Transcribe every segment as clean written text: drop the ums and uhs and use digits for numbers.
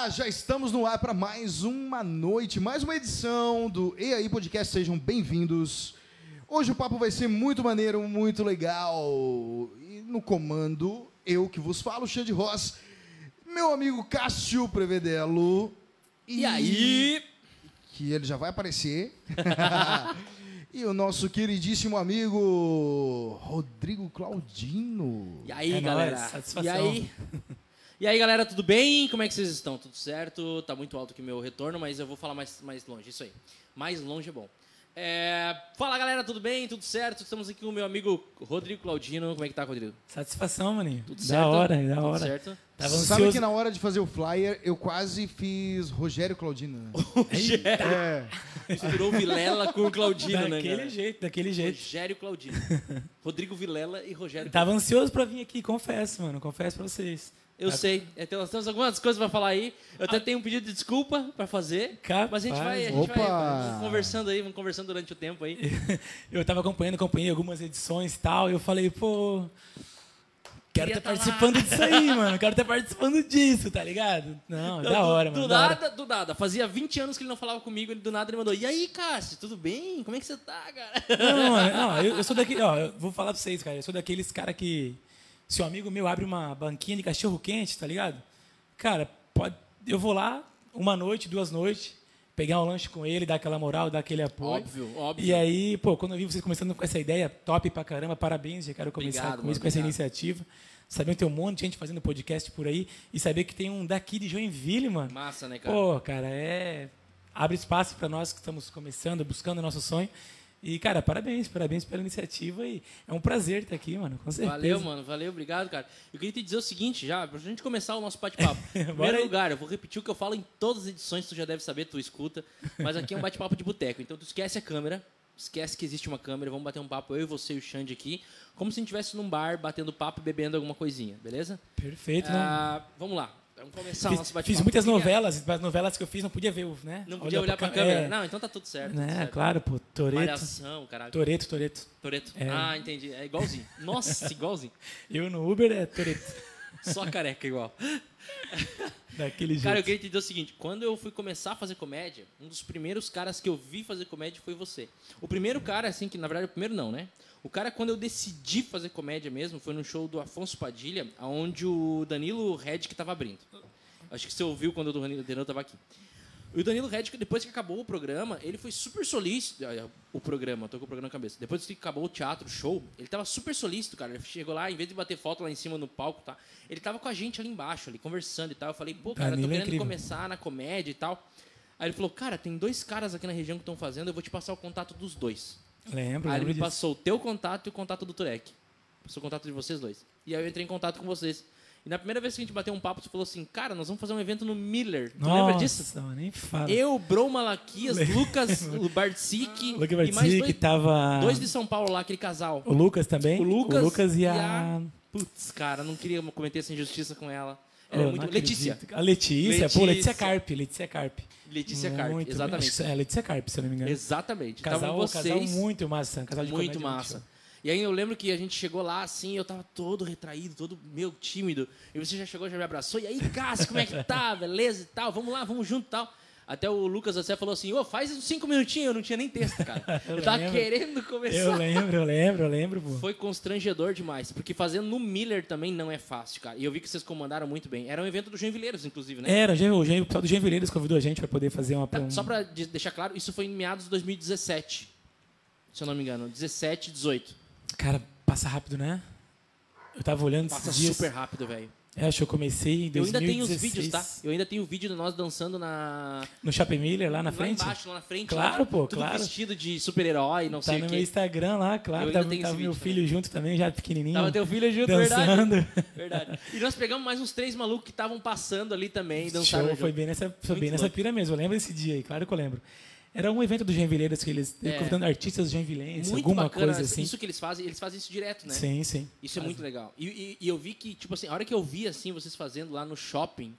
Já estamos no ar para mais uma noite, mais uma edição do E aí Podcast. Sejam bem-vindos. Hoje o papo vai ser muito maneiro, muito legal. E no comando, eu que vos falo, Xande Ross, meu amigo Cássio Prevedelo. E aí? Que ele já vai aparecer. E o nosso queridíssimo amigo Rodrigo Claudino. E aí, É galera? nóis, satisfação. E aí? E aí, galera, tudo bem? Como é que vocês estão? Tudo certo? Tá muito alto aqui o meu retorno, mas eu vou falar mais longe, isso aí. Mais longe é bom. Fala, galera, tudo bem? Tudo certo? Estamos aqui com o meu amigo Rodrigo Claudino. Como é que tá, Rodrigo? Satisfação, maninho. Tudo Da certo? hora, da Tudo hora. certo? Tava Sabe ansioso. que na hora de fazer o flyer, eu quase fiz Rogério Claudino, né? Rogério. Misturou o Vilela com o Claudino, né, Daquele cara? jeito, daquele jeito. Rogério Claudino. Rodrigo Vilela e Rogério Tava ansioso pra vir aqui, confesso, mano. Confesso pra vocês. Eu Tá- sei. Nós temos algumas coisas pra falar aí. Eu até tenho um pedido de desculpa pra fazer. Capaz. Mas a gente vai Opa! vamos conversando durante o tempo aí. Eu tava acompanhei algumas edições e tal, e eu falei, pô, quero Queria estar tá lá. participando disso aí, mano. Quero estar participando disso, tá ligado? Não, é da hora, mano. Do da hora. nada, do nada. Fazia 20 anos que ele não falava comigo, ele do nada ele mandou: "E aí, Cássio, tudo bem? Como é que você tá, cara?" Não, mano, não, eu sou daquele, ó, eu vou falar pra vocês, cara, eu sou daqueles cara que, se um amigo meu abre uma banquinha de cachorro quente, tá ligado? Cara, eu vou lá uma noite, 2 noites, pegar um lanche com ele, dar aquela moral, dar aquele apoio. Óbvio. E aí, pô, quando eu vi vocês começando com essa ideia, top pra caramba, parabéns, já quero começar Obrigado, com isso, mano, com essa obrigado. iniciativa. Sabendo que tem um monte de gente fazendo podcast por aí e saber que tem um daqui de Joinville, mano. Massa, né, cara? Pô, cara, abre espaço pra nós que estamos começando, buscando o nosso sonho. E, cara, parabéns pela iniciativa e é um prazer estar aqui, mano, com certeza. Valeu, mano. Valeu, obrigado, cara. Eu queria te dizer o seguinte já, pra gente começar o nosso bate-papo. Em Bora primeiro aí. lugar, eu vou repetir o que eu falo em todas as edições, tu já deve saber, tu escuta. Mas aqui é um bate-papo de boteco. Então tu esquece a câmera, esquece que existe uma câmera, vamos bater um papo, eu e você e o Xande aqui, como se a gente estivesse num bar, batendo papo e bebendo alguma coisinha, beleza? Perfeito, não. Vamos lá. Vamos começar o nosso Fiz, bate-papo. fiz muitas Queria- novelas, mas novelas que eu fiz não podia ver, né? Não podia olhar pra câmera. É, Não, então tá tudo certo. né? tudo certo. Claro, pô, Toreto. Malhação, caralho. Toreto. Toreto. É. Ah, entendi. É igualzinho. Nossa, igualzinho. Eu no Uber é Toreto. Só careca igual. Daquele jeito. Cara, eu queria te dizer o seguinte. Quando eu fui começar a fazer comédia, um dos primeiros caras que eu vi fazer comédia foi você. O primeiro cara, assim, que na verdade o primeiro não, né? O cara, quando eu decidi fazer comédia mesmo, foi no show do Afonso Padilha, onde o Danilo Redick tava abrindo. Acho que você ouviu quando o Danilo tava aqui. O Danilo Redick, depois que acabou o programa, ele foi super solícito. O programa, tô com o programa na cabeça. Depois que acabou o teatro, o show, ele tava super solícito, cara. Ele chegou lá, em vez de bater foto lá em cima no palco, tá? Ele tava com a gente ali embaixo, ali, conversando e tal. Eu falei, pô, cara, eu tô Danilo é querendo incrível. começar na comédia e tal. Aí ele falou, cara, tem 2 caras aqui na região que estão fazendo, eu vou te passar o contato dos 2. Lembro Aí ele me disso. passou o teu contato e o contato do Turek. Passou o contato de vocês 2. E aí eu entrei em contato com vocês. E na primeira vez que a gente bateu um papo, você falou assim, cara, nós vamos fazer um evento no Miller. Tu lembra disso? Nossa, mano, nem fala. Eu, Bro Malaquias, Lucas Bartzik Luca e mais Bartzik, que tava... 2 de São Paulo lá, aquele casal. O Lucas também. O Lucas e e a... Putz, cara, não queria cometer essa injustiça com ela. Oh, Era não muito... acredito. Letícia. A Letícia, pô, Letícia Carpe. Letícia Carpe, Muito bem. exatamente. Acho que é Letícia Carpe, se eu não me engano. Exatamente. Casal, Estavam casal vocês... muito massa. Casal de Muito comédia massa. show. E aí eu lembro que a gente chegou lá, assim, eu tava todo retraído, todo meio tímido. E você já chegou, já me abraçou. E aí, Cássio, como é que tá? Beleza e tal? Vamos lá, vamos junto e tal. Até o Lucas até falou assim, ô, faz uns 5 minutinhos. Eu não tinha nem texto, cara. Eu tava lembro. querendo começar. Eu lembro, pô. Foi constrangedor demais. Porque fazendo no Miller também não é fácil, cara. E eu vi que vocês comandaram muito bem. Era um evento do Joinvileiros, inclusive, né? Era, o pessoal do Genvileiros convidou a gente pra poder fazer uma... Tá, só pra deixar claro, isso foi em meados de 2017. Se eu não me engano. 17, 18. Cara, passa rápido, né? Eu tava olhando Passa esses dias. super rápido, velho. Acho que eu comecei em 2016. Eu ainda tenho os vídeos, tá? Eu ainda tenho o vídeo de nós dançando na... No Shopping Miller, lá na lá frente. embaixo, lá na frente. Claro, lá, pô, tudo claro. vestido de super-herói, não Tá sei no o meu quê. Instagram lá, claro. Eu ainda Tava, tenho tava esse meu vídeo filho junto também, já pequenininho. Tava teu filho junto, dançando. verdade. Verdade. E nós pegamos mais uns 3 malucos que estavam passando ali também, dançaram Show, foi junto. bem nessa, Muito louco. pira mesmo. Eu lembro desse dia aí, claro que eu lembro. Era um evento do Genvileiros que eles convidando artistas joinvilenses, Muito alguma bacana coisa assim. isso que eles fazem isso direto, né? Sim, sim. Isso é muito legal. E eu vi que, tipo assim, a hora que eu vi assim, vocês fazendo lá no shopping,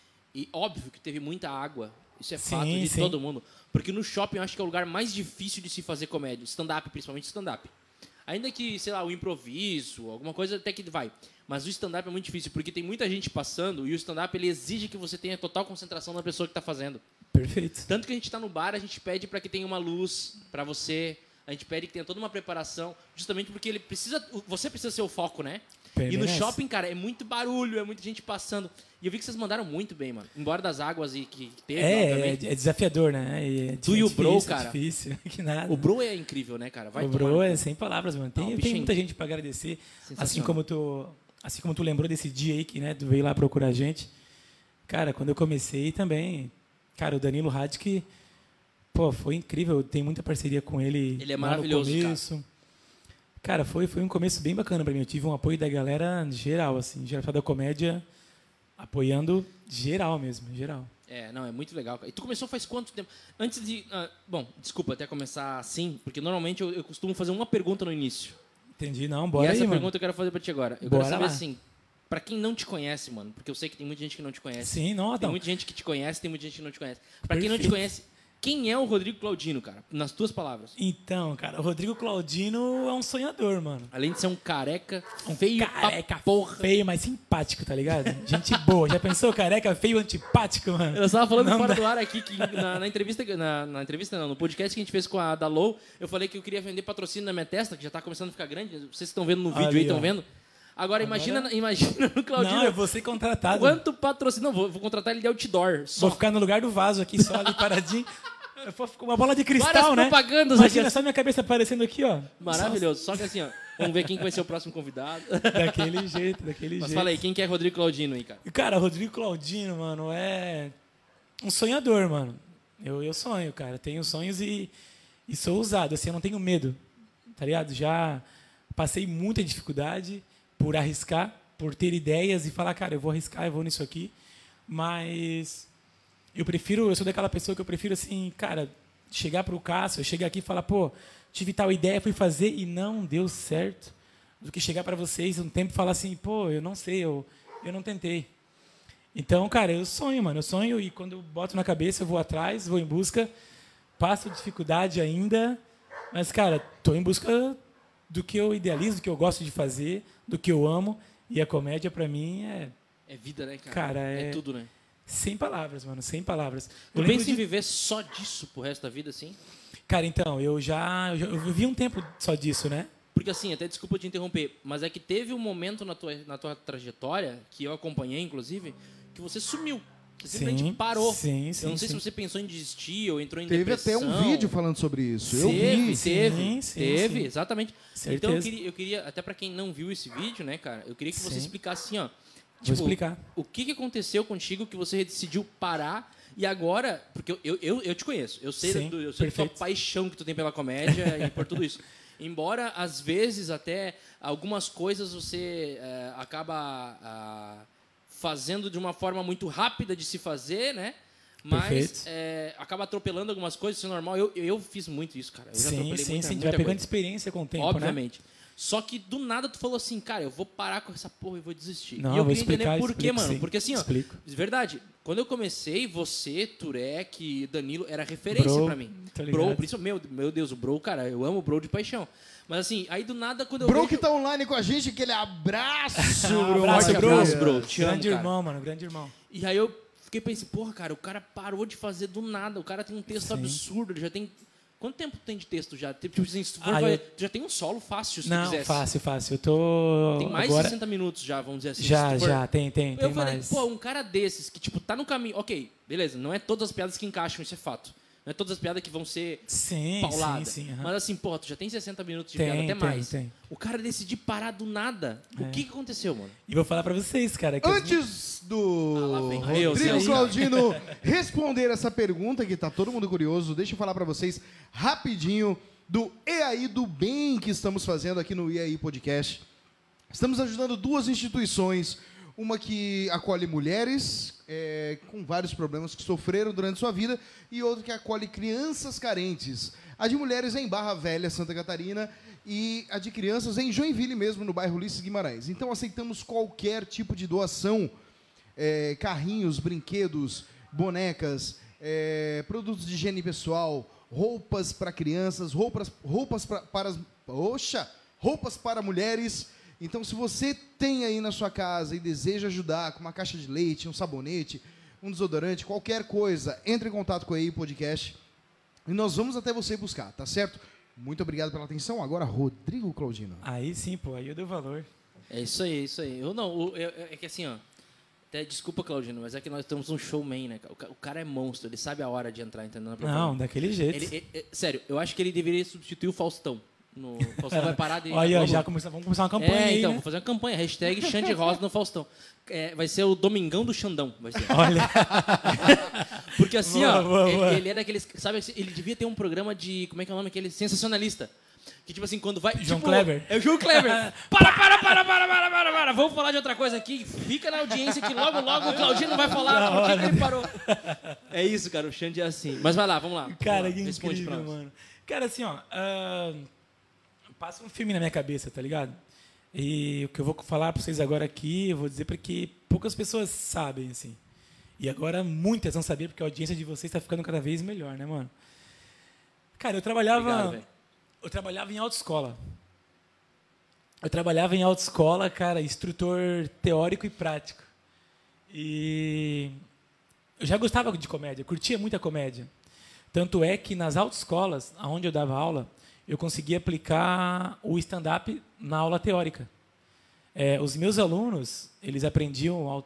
e óbvio que teve muita água, isso é fato Sim, de sim. todo mundo, porque no shopping eu acho que é o lugar mais difícil de se fazer comédia, stand-up, principalmente stand-up. Ainda que, sei lá, o improviso, alguma coisa até que vai. Mas o stand-up é muito difícil, porque tem muita gente passando e o stand-up ele exige que você tenha total concentração na pessoa que está fazendo. Perfeito. Tanto que a gente está no bar, a gente pede para que tenha uma luz para você, a gente pede que tenha toda uma preparação, justamente porque você precisa ser o foco, né? Bem, E no bem shopping, cara, é muito barulho, é muita gente passando. E eu vi que vocês mandaram muito bem, mano. Embora das águas e que teve, obviamente. É desafiador, né? Tu e o Bro, cara. É difícil, que nada. O Bro é incrível, né, cara? Vai o tomar Bro no é cu. sem palavras, mano. Tem, Não, o tem bicho muita é gente pra agradecer. Assim Sensacional. como tu lembrou desse dia aí que, né, tu veio lá procurar a gente. Cara, quando eu comecei também, cara, o Danilo Radic, pô, foi incrível. Tem muita parceria com ele. Ele é lá maravilhoso, no começo. Cara, foi um começo bem bacana pra mim. Eu tive um apoio da galera geral, assim, geral da comédia, apoiando geral mesmo, geral. É, não, é muito legal. E tu começou faz quanto tempo? Antes de... bom, desculpa até começar assim, porque normalmente eu costumo fazer uma pergunta no início. Entendi, não, E bora essa aí, pergunta mano. eu quero fazer pra ti agora. Eu Bora quero saber lá. assim, pra quem não te conhece, mano, porque eu sei que tem muita gente que não te conhece. Sim, não, Tem Adão. muita gente que te conhece, tem muita gente que não te conhece. Pra quem não te Perfeito. conhece, quem é o Rodrigo Claudino, cara? Nas tuas palavras. Então, cara, o Rodrigo Claudino é um sonhador, mano. Além de ser um careca Um feio careca pra porra. feio, mas simpático, tá ligado? Gente boa. Já pensou careca feio, antipático, mano? Eu estava falando Não fora dá. do ar aqui, que na entrevista, no podcast que a gente fez com a Dalou, eu falei que eu queria vender patrocínio na minha testa, que já tá começando a ficar grande. Vocês estão vendo no vídeo Ali, aí, estão ó. vendo? Agora imagina no Claudino. Não, eu vou ser contratado. Quanto patrocínio? Não, vou contratar ele de outdoor. Vou Só ficar no lugar do vaso aqui, só ali paradinho. Eu vou ficar uma bola de cristal, várias né? propagandas Imagina aqui. só minha cabeça aparecendo aqui, ó. Maravilhoso. Só que assim, ó, vamos ver quem vai ser o próximo convidado. Daquele jeito, daquele Mas jeito. fala aí, quem que é Rodrigo Claudino aí, cara? Cara, Rodrigo Claudino, mano, é um sonhador, mano. Eu sonho, cara. Tenho sonhos e sou ousado, assim, eu não tenho medo, tá ligado? Já passei muita dificuldade por arriscar, por ter ideias e falar, cara, eu vou arriscar, eu vou nisso aqui. Mas eu sou daquela pessoa que eu prefiro, assim, cara, chegar pro Cássio, eu chegar aqui e falar, pô, tive tal ideia, fui fazer e não deu certo. Do que chegar para vocês um tempo e falar assim, pô, eu não sei, eu não tentei. Então, cara, eu sonho, mano. Eu sonho e quando eu boto na cabeça, eu vou atrás, vou em busca, passo dificuldade ainda, mas, cara, tô em busca do que eu idealizo, do que eu gosto de fazer, do que eu amo. E a comédia, pra mim, é É vida, né, cara? Cara, é tudo, né? sem palavras, mano, sem palavras. Tu Eu lembro pensa em de... viver só disso pro resto da vida, assim? Cara, então, eu vivi um tempo só disso, né? Porque assim, até desculpa te interromper, mas é que teve um momento na tua trajetória, que eu acompanhei, inclusive, que você sumiu. Você simplesmente parou. Sim, Eu não sei sim. se você pensou em desistir ou entrou em Teve depressão. até um vídeo falando sobre isso. Eu vi. Teve, sim. exatamente. Certeza. Então eu queria, até pra quem não viu esse vídeo, né, cara, eu queria que você Sim. explicasse assim, ó. Vou explicar. O que aconteceu contigo que você decidiu parar e agora, porque eu te conheço, eu sei, Sim, eu sei da tua perfeito. paixão que tu tem pela comédia e por tudo isso. Embora, às vezes, até algumas coisas você acaba fazendo de uma forma muito rápida de se fazer, né? Mas Perfeito. acaba atropelando algumas coisas, isso é normal. Eu fiz muito isso, cara. Eu já Sim, atropelei sim, muita, sim. Tu muita vai pegando coisa. experiência com o tempo, né? Obviamente. Só que do nada tu falou assim, cara, eu vou parar com essa porra e vou desistir. Não, e eu vou queria entender explicar, por quê, explico, mano. sim. Porque assim, ó, Explico. de verdade, quando eu comecei, você, Turek, Danilo, era referência Bro, pra mim. tô ligado. Bro, principalmente, meu Deus, o Bro, cara, eu amo o Bro de paixão. Mas assim, aí do nada, quando eu Bro vejo... que tá online com a gente, aquele abraço, Bro. Abraço, Forte Bro. abraço, Bro. Te amo, Grande cara. irmão, mano, grande irmão. E aí eu fiquei pensando, porra, cara, o cara parou de fazer do nada. O cara tem um texto Sim. absurdo, ele já tem... Quanto tempo tu tem de texto já? Tipo assim, se tu for Ah, tu já tem um solo fácil, se tu Não, quisesse. fácil. Eu tô Tem mais agora... de 60 minutos já, vamos dizer assim. Já, se tu for- já, tem Eu falei, mais. pô, um cara desses que, tipo, tá no caminho... Ok, beleza, não é todas as piadas que encaixam, isso é fato. Não é todas as piadas que vão ser Sim, pauladas. sim, aham. Mas assim, porra, tu já tem 60 minutos de Tem, piada, até tem, mais. tem. O cara decidir parar do nada. O que aconteceu, mano? E vou falar pra vocês, cara. Que Antes do lá vem Deus, Rodrigo Deus. Claudino responder essa pergunta que tá todo mundo curioso, deixa eu falar pra vocês rapidinho do E aí do Bem que estamos fazendo aqui no E aí Podcast. Estamos ajudando duas instituições, uma que acolhe mulheres com vários problemas que sofreram durante sua vida e outra que acolhe crianças carentes. A de mulheres é em Barra Velha, Santa Catarina, e a de crianças é em Joinville mesmo, no bairro Ulisses Guimarães. Então aceitamos qualquer tipo de doação, carrinhos, brinquedos, bonecas, produtos de higiene pessoal, roupas para crianças, roupas para as... Oxa! roupas para mulheres. Então, se você tem aí na sua casa e deseja ajudar com uma caixa de leite, um sabonete, um desodorante, qualquer coisa, entre em contato com a EI Podcast e nós vamos até você buscar, tá certo? Muito obrigado pela atenção. Agora, Rodrigo Claudino. Aí sim, pô, aí eu dou valor. É isso aí, é isso aí. É que assim, ó. Até, desculpa, Claudino, mas é que nós temos um showman, né? O cara é monstro, ele sabe a hora de entrar, entendeu? Não, daquele jeito. Sério, eu acho que ele deveria substituir o Faustão. O Faustão vai parar de... Olha, vamos começar uma campanha aí, então, né? vou fazer uma campanha, hashtag Xande Rosa no Faustão. Vai ser o Domingão do Xandão, vai ser. Olha. Porque assim, boa. Ele é daqueles... Sabe, ele devia ter um programa de... Como é que é o nome? Aquele sensacionalista. Que tipo assim, quando vai... João tipo, Kleber. É o João Kleber. Para. Vamos falar de outra coisa aqui. Fica na audiência que logo o Claudino vai falar por que ele parou. É isso, cara. O Xande é assim. Mas vai lá, vamos lá. Cara, que Responde incrível, pra nós. mano. Cara, assim, ó... passa um filme na minha cabeça, tá ligado? E o que eu vou falar pra vocês agora aqui, eu vou dizer porque poucas pessoas sabem, assim. E agora muitas vão saber, porque a audiência de vocês está ficando cada vez melhor, né, mano? Cara, eu trabalhava em autoescola. Cara, instrutor teórico e prático. E eu já gostava de comédia, curtia muita comédia. Tanto é que nas autoescolas, onde eu dava aula, eu conseguia aplicar o stand-up na aula teórica. Os meus alunos, eles aprendiam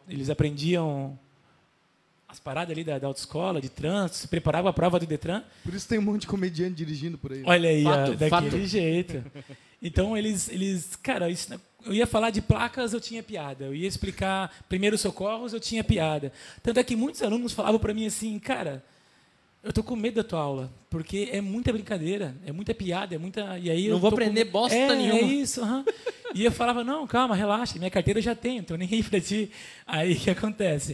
as paradas ali da autoescola, de trânsito, se preparavam a prova do Detran. Por isso tem um monte de comediante dirigindo por aí. Olha aí, daquele fato. jeito. Então, cara, eu ia falar de placas, eu tinha piada. Eu ia explicar primeiros socorros, eu tinha piada. Tanto é que muitos alunos falavam para mim assim, cara, eu tô com medo da tua aula, porque é muita brincadeira, é muita piada, é muita... E aí não vou aprender bosta nenhuma. É isso, E eu falava, não, calma, relaxa, minha carteira eu já tenho, então nem aí pra ti. Aí o que acontece?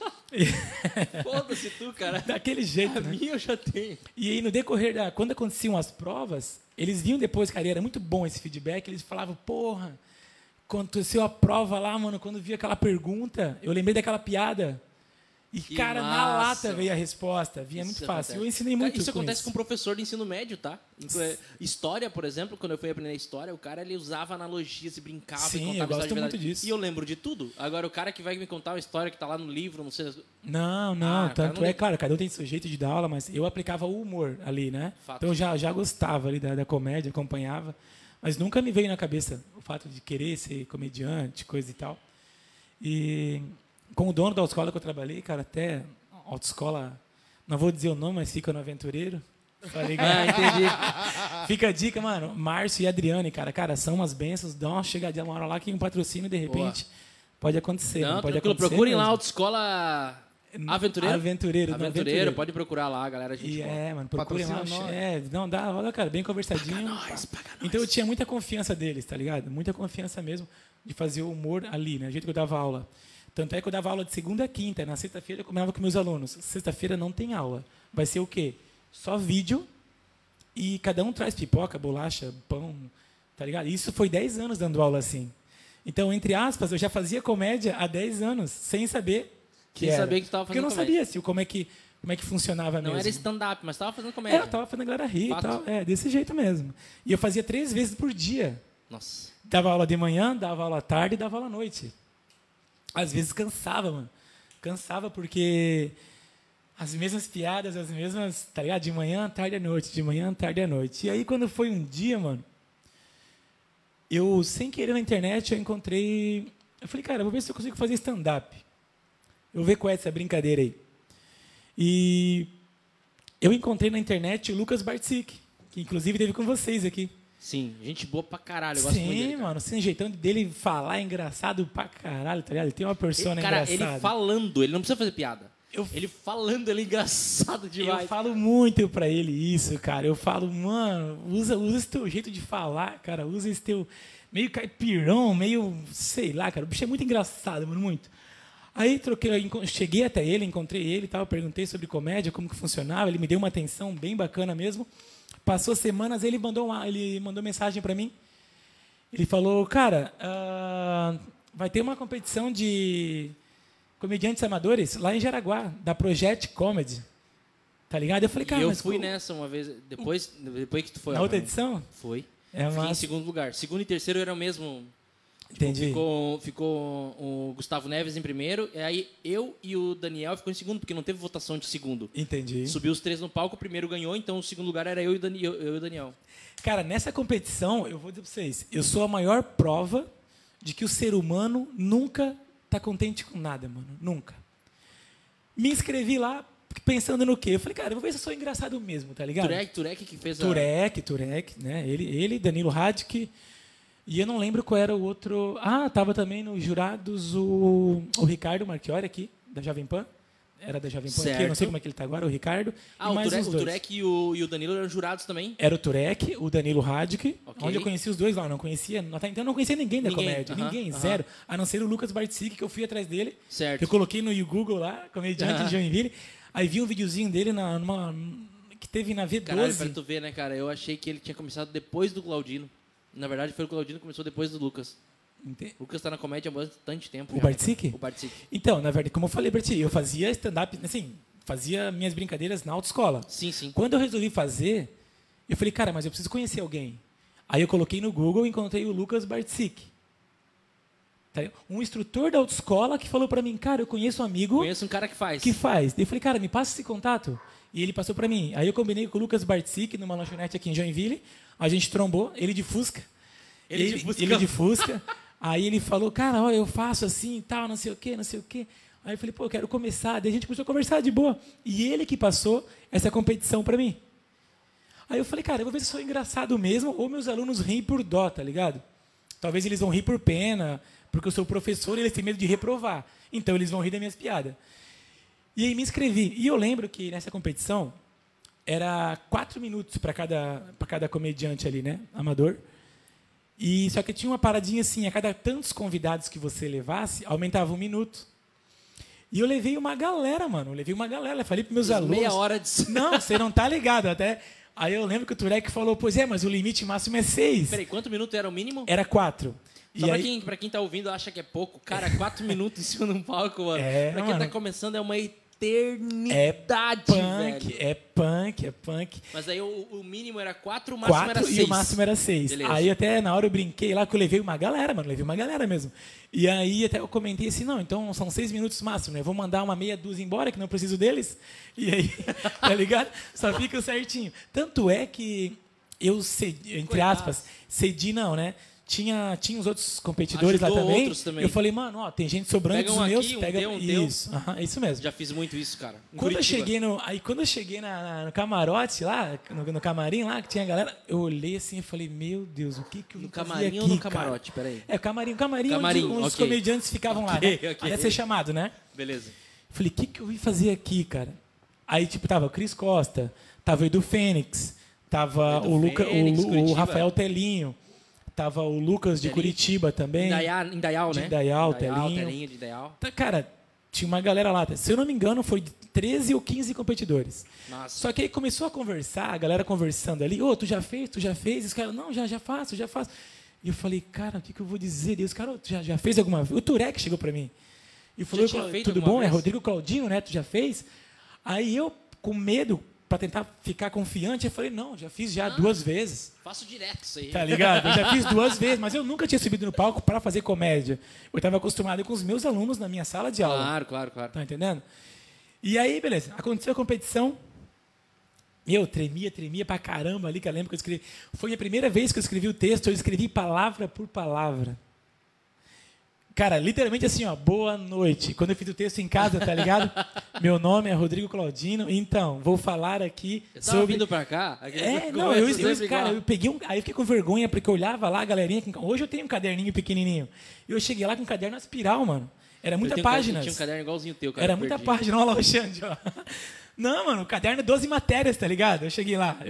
Foda-se tu, cara. Daquele jeito, né? Minha eu já tenho. E aí, no decorrer quando aconteciam as provas, eles vinham depois, cara, e era muito bom esse feedback, eles falavam, porra, quando aconteceu a prova lá, mano, quando vi aquela pergunta, eu lembrei daquela piada. E, que cara, massa. na lata veio a resposta. Vinha muito fácil. Eu ensinei muito isso acontece isso. com professor de ensino médio, tá? História, por exemplo, quando eu fui aprender história, o cara ele usava analogias e brincava e Sim, contava eu história gosto de verdade. muito disso. E eu lembro de tudo. Agora, o cara que vai me contar uma história que tá lá no livro, não sei... Não, tanto é, claro, cada um tem seu jeito de dar aula, mas eu aplicava o humor ali, né? Fato. Então eu já gostava ali da comédia, acompanhava, mas nunca me veio na cabeça o fato de querer ser comediante, coisa e tal. E com o dono da autoescola que eu trabalhei, cara, até autoescola, não vou dizer o nome, mas fica no Aventureiro. Tá ligado? Entendi. Fica a dica, mano, Márcio e Adriane, cara, são umas bênçãos, dá uma chegadinha uma hora lá que um patrocínio, de repente, pode acontecer. Não, pode tranquilo, acontecer procurem mesmo. lá a autoescola Aventureiro. Aventureiro. Pode procurar lá, galera. A gente Mano, procurem lá. Não, dá, olha, cara, bem conversadinho. Paga nós. Então eu tinha muita confiança deles, tá ligado? Muita confiança mesmo de fazer o humor ali, né? Do jeito que eu dava aula. Tanto é que eu dava aula de segunda a quinta. Na sexta-feira eu combinava com meus alunos. Sexta-feira não tem aula. Vai ser o quê? Só vídeo e cada um traz pipoca, bolacha, pão, tá ligado? Isso foi 10 anos dando aula assim. Então, entre aspas, eu já fazia comédia há 10 anos, sem saber que Sem saber que tu tava Porque eu fazendo não comédia. sabia como é que funcionava Não mesmo. era stand-up, mas tava fazendo comédia. Eu tava fazendo a galera rir Fato. e tal. Desse jeito mesmo. E eu fazia 3 vezes por dia. Nossa. Dava aula de manhã, dava aula à tarde e dava aula à noite. Às vezes cansava, mano. Cansava porque as mesmas piadas, as mesmas, tá ligado? De manhã, tarde à noite, de manhã, tarde à noite. E aí, quando foi um dia, mano, eu, sem querer na internet, eu encontrei... Eu falei, cara, vou ver se eu consigo fazer stand-up. Eu vou ver qual é essa brincadeira aí. E eu encontrei na internet o Lucas Bartzik, que inclusive esteve com vocês aqui. Sim, gente boa pra caralho. Eu gosto muito dele, Sim, mano, sem jeitão dele falar é engraçado pra caralho, tá ligado? Ele tem uma persona cara, engraçada. ele falando, ele não precisa fazer piada. Ele falando, ele é engraçado demais. Eu falo muito pra ele isso, cara. Eu falo, mano, usa esse teu jeito de falar, cara. Usa esse teu meio caipirão, meio, sei lá, cara. O bicho é muito engraçado, mano, muito. Aí cheguei até ele, encontrei ele e tal, perguntei sobre comédia, como que funcionava. Ele me deu uma atenção bem bacana mesmo. Passou semanas, ele mandou mensagem pra mim. Ele falou, cara, vai ter uma competição de comediantes amadores lá em Jaraguá, da Project Comedy. Tá ligado? Eu falei, cara, e eu mas fui nessa uma vez, depois que tu foi. Na outra edição? Foi. É Fiquei em massa. segundo lugar. Segundo e terceiro era o mesmo. Tipo, Entendi. ficou o Gustavo Neves em primeiro, e aí eu e o Daniel ficou em segundo, porque não teve votação de segundo. Entendi. Subiu os 3 no palco, o primeiro ganhou, então o segundo lugar era eu e o Daniel. Cara, nessa competição, eu vou dizer pra vocês, eu sou a maior prova de que o ser humano nunca tá contente com nada, mano. Nunca. Me inscrevi lá pensando no quê? Eu falei, cara, eu vou ver se eu sou engraçado mesmo, tá ligado? Turek que fez Turek, né? Ele, Danilo Radic. E eu não lembro qual era o outro. Ah, tava também nos jurados o Ricardo Marchiori aqui, da Jovem Pan. Era da Jovem Pan aqui, eu não sei como é que ele tá agora, o Ricardo. Ah, e mais o os dois. Turek e o Danilo eram jurados também? Era o Turek, o Danilo Radic, Ok. onde eu conheci os dois lá. Eu não conhecia, até então eu não conhecia ninguém da comédia. Ninguém, aham. zero. A não ser o Lucas Bartzik, que eu fui atrás dele. Certo. Eu coloquei no Google lá, comediante de Joinville. Aí vi um videozinho dele que teve na V12. Caralho, pra tu ver, né, cara? Eu achei que ele tinha começado depois do Claudino. Na verdade, foi o Claudino que começou depois do Lucas. O Lucas tá na comédia há bastante tempo. O já, Bartzik? né? O Bartzik. Então, na verdade, como eu falei, Berti, eu fazia stand-up, assim, fazia minhas brincadeiras na autoescola. Sim, sim. Quando eu resolvi fazer, eu falei, cara, mas eu preciso conhecer alguém. Aí eu coloquei no Google e encontrei o Lucas Bartzik. Tá? Um instrutor da autoescola que falou pra mim, cara, eu conheço um amigo Conheço um cara que faz. Daí eu falei, cara, me passa esse contato. E ele passou pra mim. Aí eu combinei com o Lucas Bartzik numa lanchonete aqui em Joinville. A gente trombou, ele de Fusca. Ele de Fusca. Aí ele falou, cara, ó, eu faço assim e tal, não sei o quê, não sei o quê. Aí eu falei, pô, eu quero começar. Daí a gente começou a conversar de boa. E ele que passou essa competição pra mim. Aí eu falei, cara, eu vou ver se eu sou engraçado mesmo ou meus alunos riem por dó, tá ligado? Talvez eles vão rir por pena, porque eu sou professor e eles têm medo de reprovar. Então eles vão rir das minhas piadas. E aí me inscrevi. E eu lembro que nessa competição era 4 minutos para cada comediante ali, né? Amador. E só que tinha uma paradinha assim, a cada tantos convidados que você levasse, aumentava 1 minuto. E eu levei uma galera, mano. Eu falei para meus alunos. Meia hora de... Não, você não tá ligado até. Aí eu lembro que o Turek falou, pois é, mas o limite máximo é 6. Peraí, quanto minuto era o mínimo? Era 4. Só pra quem tá ouvindo acha que é pouco. Cara, 4 minutos em cima de um palco, mano. Pra quem tá começando é uma eternidade, velho. É punk. Mas aí o mínimo era 4, o máximo era 6. E o máximo era 6. Beleza. Aí até na hora eu brinquei lá que eu levei uma galera, mano. Levei uma galera mesmo. E aí até eu comentei assim, não, então são 6 minutos máximo, né? Vou mandar uma meia dúzia embora, que não preciso deles. E aí, tá ligado? Só fica certinho. Tanto é que eu cedi, entre aspas, cedi não, né? Tinha os outros competidores Ajudou lá também. outros também. Eu falei, mano, ó, tem gente sobrando Pega dos um meus, aqui, um pega teu, um teu. isso. É isso mesmo. Já fiz muito isso, cara. Em Quando Curitiba. eu cheguei no camarote lá, no camarim lá, que tinha a galera, eu olhei assim e falei, meu Deus, o que eu vim No fazer camarim aqui, ou no cara? camarote? Peraí. É, o camarim onde os ok. comediantes ficavam lá, Ok, né? ok. Até ser chamado, né? Beleza. Falei, o que eu vim fazer aqui, cara? Aí, tipo, tava o Cris Costa, tava o Edu Fênix, tava Edu Fênix, o Curitiba. Rafael Telinho, tava o Lucas de Telinho. Curitiba também. Indaial, né? Indaial, Telinho. Telinho de Indaial. Tá, cara, tinha uma galera lá. Se eu não me engano, foi de 13 ou 15 competidores. Nossa. Só que aí começou a conversar, a galera conversando ali. Ô, tu já fez? E os caras, não, já faço. E eu falei, cara, o que eu vou dizer? E os caras, tu já fez alguma vez? O Turek chegou pra mim. E falou, tinha feito tudo alguma bom? vez? É Rodrigo Claudino, né? Tu já fez? Aí eu, com medo, pra tentar ficar confiante, eu falei, não, já fiz 2 vezes. Faço direto isso aí. Tá ligado? Eu já fiz 2 vezes, mas eu nunca tinha subido no palco para fazer comédia. Eu estava acostumado com os meus alunos na minha sala de aula. Claro. Tá entendendo? E aí, beleza. Aconteceu a competição. Eu tremia pra caramba ali, que eu lembro que eu escrevi. Foi a primeira vez que eu escrevi o texto, eu escrevi palavra por palavra. Cara, literalmente assim, ó, boa noite. Quando eu fiz o texto em casa, tá ligado? Meu nome é Rodrigo Claudino, então, vou falar aqui Eu tava sobre... vindo pra cá. Cara, eu peguei aí eu fiquei com vergonha, porque eu olhava lá a galerinha. Hoje eu tenho um caderninho pequenininho. E eu cheguei lá com um caderno aspiral, mano. Era muita página. Tinha um caderno igualzinho teu, cara. Era muita página. Olha lá o Xande, ó. Não, mano, o caderno é 12 matérias, tá ligado? Eu cheguei lá.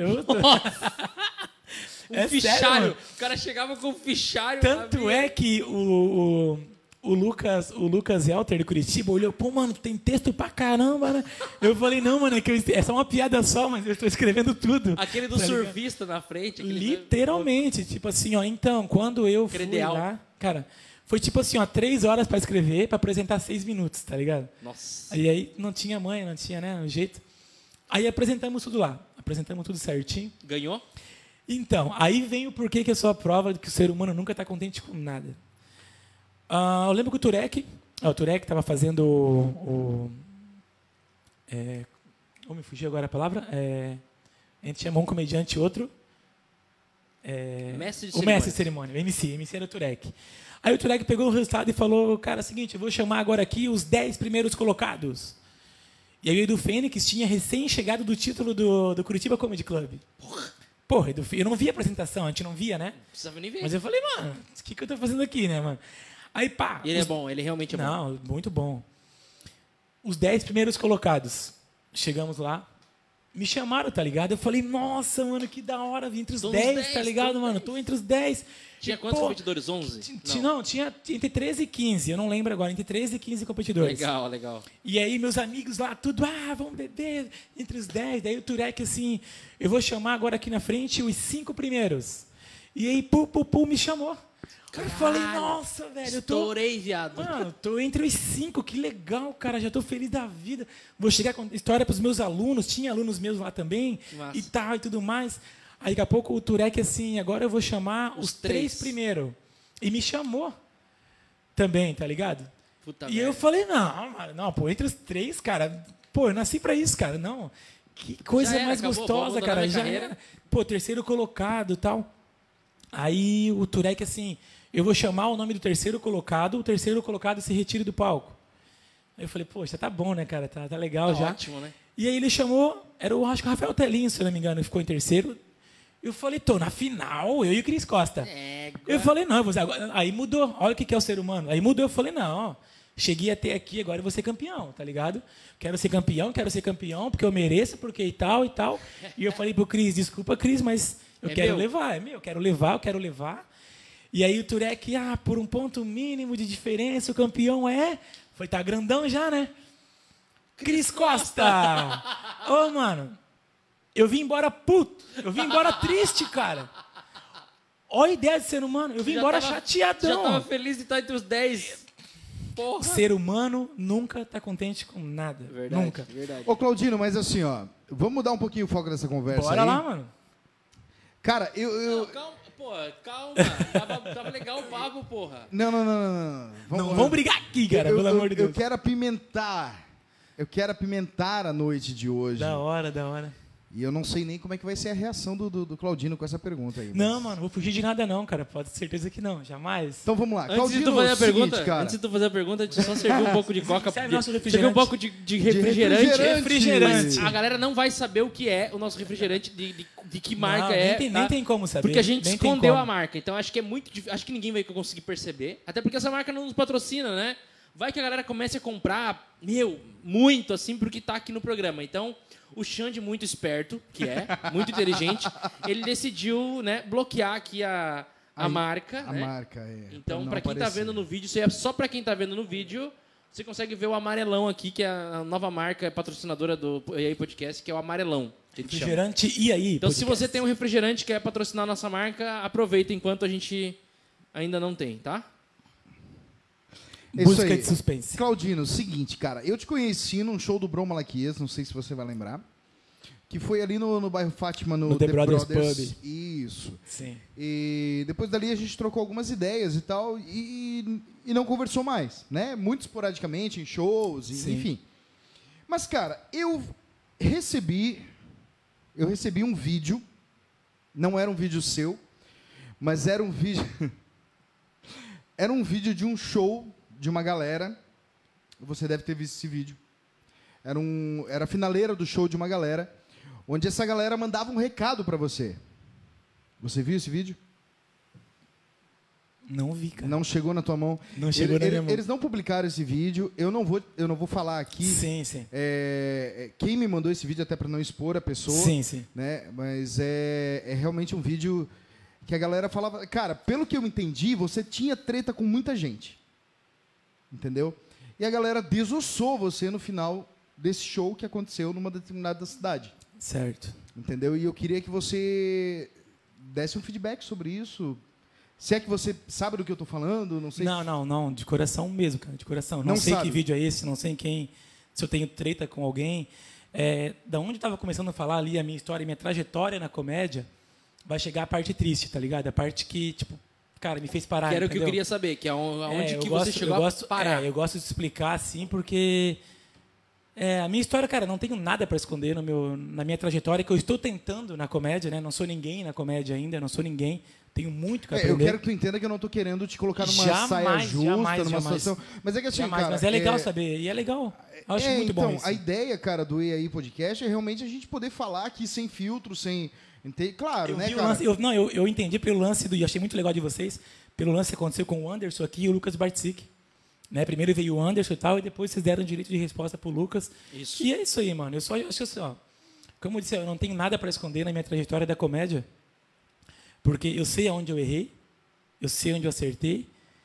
Um fichário. Sério, O cara chegava com um fichário. tanto é que o Lucas Helter de Curitiba olhou, pô, mano, tem texto pra caramba, né? Eu falei, não, mano, é só uma piada só, mas eu estou escrevendo tudo. Aquele do tá ligado? surfista na frente. Literalmente, tipo assim, ó, então, quando eu fui Credeal. lá, cara, foi tipo assim, ó, 3 horas pra escrever, pra apresentar 6 minutos, tá ligado? Nossa. E aí não tinha mãe, não tinha, né, um jeito. Aí apresentamos tudo lá, apresentamos tudo certinho. Ganhou? Então, aí vem o porquê que eu sou a prova de que o ser humano nunca está contente com nada. Eu lembro que o Turek estava fazendo me fugiu agora a palavra. A gente chamou um comediante e outro. Mestre de o mestre de cerimônia, o MC era o Turek. Aí o Turek pegou o resultado e falou, cara, é o seguinte, eu vou chamar agora aqui os 10 primeiros colocados. E aí o Edu Fênix tinha recém-chegado do título do Curitiba Comedy Club. Porra, eu não via a apresentação, a gente não via, né? Não precisava nem ver. Mas eu falei, mano, o que eu tô fazendo aqui, né, mano? Aí, pá. E ele é bom, ele realmente é bom. Não, muito bom. Os 10 primeiros colocados. Chegamos lá. Me chamaram, tá ligado? Eu falei, nossa, mano, que da hora. Vim entre os 10, tá ligado, mano? Tô entre os 10. Tinha quantos competidores? 11? Não, tinha entre 13 e 15. Eu não lembro agora. Entre 13 e 15 competidores. Legal. E aí, meus amigos lá, tudo, vamos beber entre os 10. Daí o Turek, assim, eu vou chamar agora aqui na frente os 5 primeiros. E aí, me chamou. Caralho, eu falei, nossa, velho, estourei, viado. Mano, tô entre os 5, que legal, cara, já tô feliz da vida. Vou chegar com história pros meus alunos, tinha alunos meus lá também, e tal, e tudo mais. Aí, daqui a pouco, o Turek, assim, agora eu vou chamar os 3 primeiro. E me chamou também, tá ligado? Puta e eu falei, não, pô, entre os 3, cara, pô, eu nasci pra isso, cara, não. Que coisa mais gostosa, cara, já era. Pô, terceiro colocado e tal. Aí o Turek, assim, eu vou chamar o nome do terceiro colocado, o terceiro colocado se retire do palco. Aí eu falei, poxa, tá bom, né, cara, tá legal já. Ótimo, né? E aí ele chamou, acho que o Rafael Telinho, se eu não me engano, ficou em terceiro. Eu falei, tô na final, eu e o Cris Costa. Eu falei, não, agora, aí mudou, olha o que é o ser humano. Aí mudou, eu falei, não, cheguei até aqui, agora eu vou ser campeão, tá ligado? Quero ser campeão, porque eu mereço, porque e tal. E eu falei pro Cris, desculpa, Cris, mas eu quero levar, eu quero levar. E aí o Turek, por um ponto mínimo de diferença, o campeão tá grandão já, né? Cris Costa! Ô, mano, eu vim embora puto, eu vim embora triste, cara. Olha a ideia de ser humano, eu vim embora chateadão. Já tava feliz de estar entre os 10. Porra. O ser humano nunca tá contente com nada. Verdade, nunca. Verdade. Ô, Claudino, mas assim, ó, vamos mudar um pouquinho o foco dessa conversa. Bora aí. lá, mano. Cara, Não, calma. Tava legal o papo, porra. Não. Vamos brigar aqui, cara, pelo amor de Deus. Eu quero apimentar. A noite de hoje. Da hora. E eu não sei nem como é que vai ser a reação do Claudino com essa pergunta aí. Mas... Não, mano, vou fugir de nada não, cara. Pode ter certeza que não, jamais. Então vamos lá. Antes de tu fazer a pergunta, deixa eu só servir um pouco de coca. Servir um pouco de refrigerante. Refrigerante. A galera não vai saber o que é o nosso refrigerante, de que marca é. Nem tem como saber. Porque a gente escondeu a marca. Então acho que é muito difícil. Acho que ninguém vai conseguir perceber. Até porque essa marca não nos patrocina, né? Vai que a galera comece a comprar, muito assim, porque tá aqui no programa. Então, o Xande, muito esperto, que é, muito inteligente, ele decidiu, né, bloquear aqui a marca. A marca, Então, para quem tá vendo no vídeo, isso é só para quem tá vendo no vídeo, você consegue ver o amarelão aqui, que é a nova marca patrocinadora do E aí Podcast, que é o amarelão. Refrigerante E aí Então, podcast. se você tem um refrigerante que quer patrocinar a nossa marca, aproveita enquanto a gente ainda não tem, tá? Busca de suspense. Claudino, seguinte, cara, eu te conheci num show do Brom Malaquias, não sei se você vai lembrar, que foi ali no bairro Fátima, no The Brothers Pub. Isso. Sim. E depois dali a gente trocou algumas ideias e tal, e não conversou mais, né? Muito esporadicamente, em shows, enfim. Mas, cara, eu recebi um vídeo, não era um vídeo seu, mas era um vídeo... Era um vídeo de um show de uma galera, você deve ter visto esse vídeo, era a finaleira do show de uma galera, onde essa galera mandava um recado pra você. Você viu esse vídeo? Não vi, cara. Não chegou na tua mão? Não chegou na minha mão. Eles não publicaram esse vídeo, eu não vou falar aqui. Sim. Quem me mandou esse vídeo, até para não expor a pessoa. Sim. Né? Mas é realmente um vídeo que a galera falava... Cara, pelo que eu entendi, você tinha treta com muita gente. Entendeu? E a galera desossou você no final desse show que aconteceu numa determinada cidade. Certo. Entendeu? E eu queria que você desse um feedback sobre isso. Se é que você sabe do que eu estou falando, não sei. Não, de coração mesmo, cara, de coração. Não sei que vídeo é esse, não sei se eu tenho treta com alguém. Da onde eu estava começando a falar ali a minha história, minha trajetória na comédia, vai chegar a parte triste, tá ligado? A parte que, tipo, cara, me fez parar, Que era o que eu entendeu? queria saber, que é onde eu que gosto- você chegou eu a gosto, parar. eu gosto de explicar, assim, porque a minha história, cara, não tenho nada para esconder na minha trajetória, que eu estou tentando na comédia, né? Não sou ninguém na comédia ainda, não sou ninguém. Tenho muito que aprender. Eu quero que tu entenda que eu não tô querendo te colocar numa saia justa, jamais, numa jamais. situação. Mas é que assim, Jamais, cara. mas é legal saber, e é legal. Eu acho muito então, bom isso. a ideia, cara, do E aí Podcast é realmente a gente poder falar aqui sem filtro, sem. Claro, Eu né, vi o cara? lance, eu entendi pelo lance e achei muito legal de vocês, pelo lance que aconteceu com o Anderson aqui e o Lucas Bartzik. Né? Primeiro veio o Anderson e tal, e depois vocês deram direito de resposta pro Lucas. Isso. E é isso aí, mano. Eu só acho assim, ó. Como eu disse, eu não tenho nada para esconder na minha trajetória da comédia, porque eu sei aonde eu errei, eu sei onde eu acertei,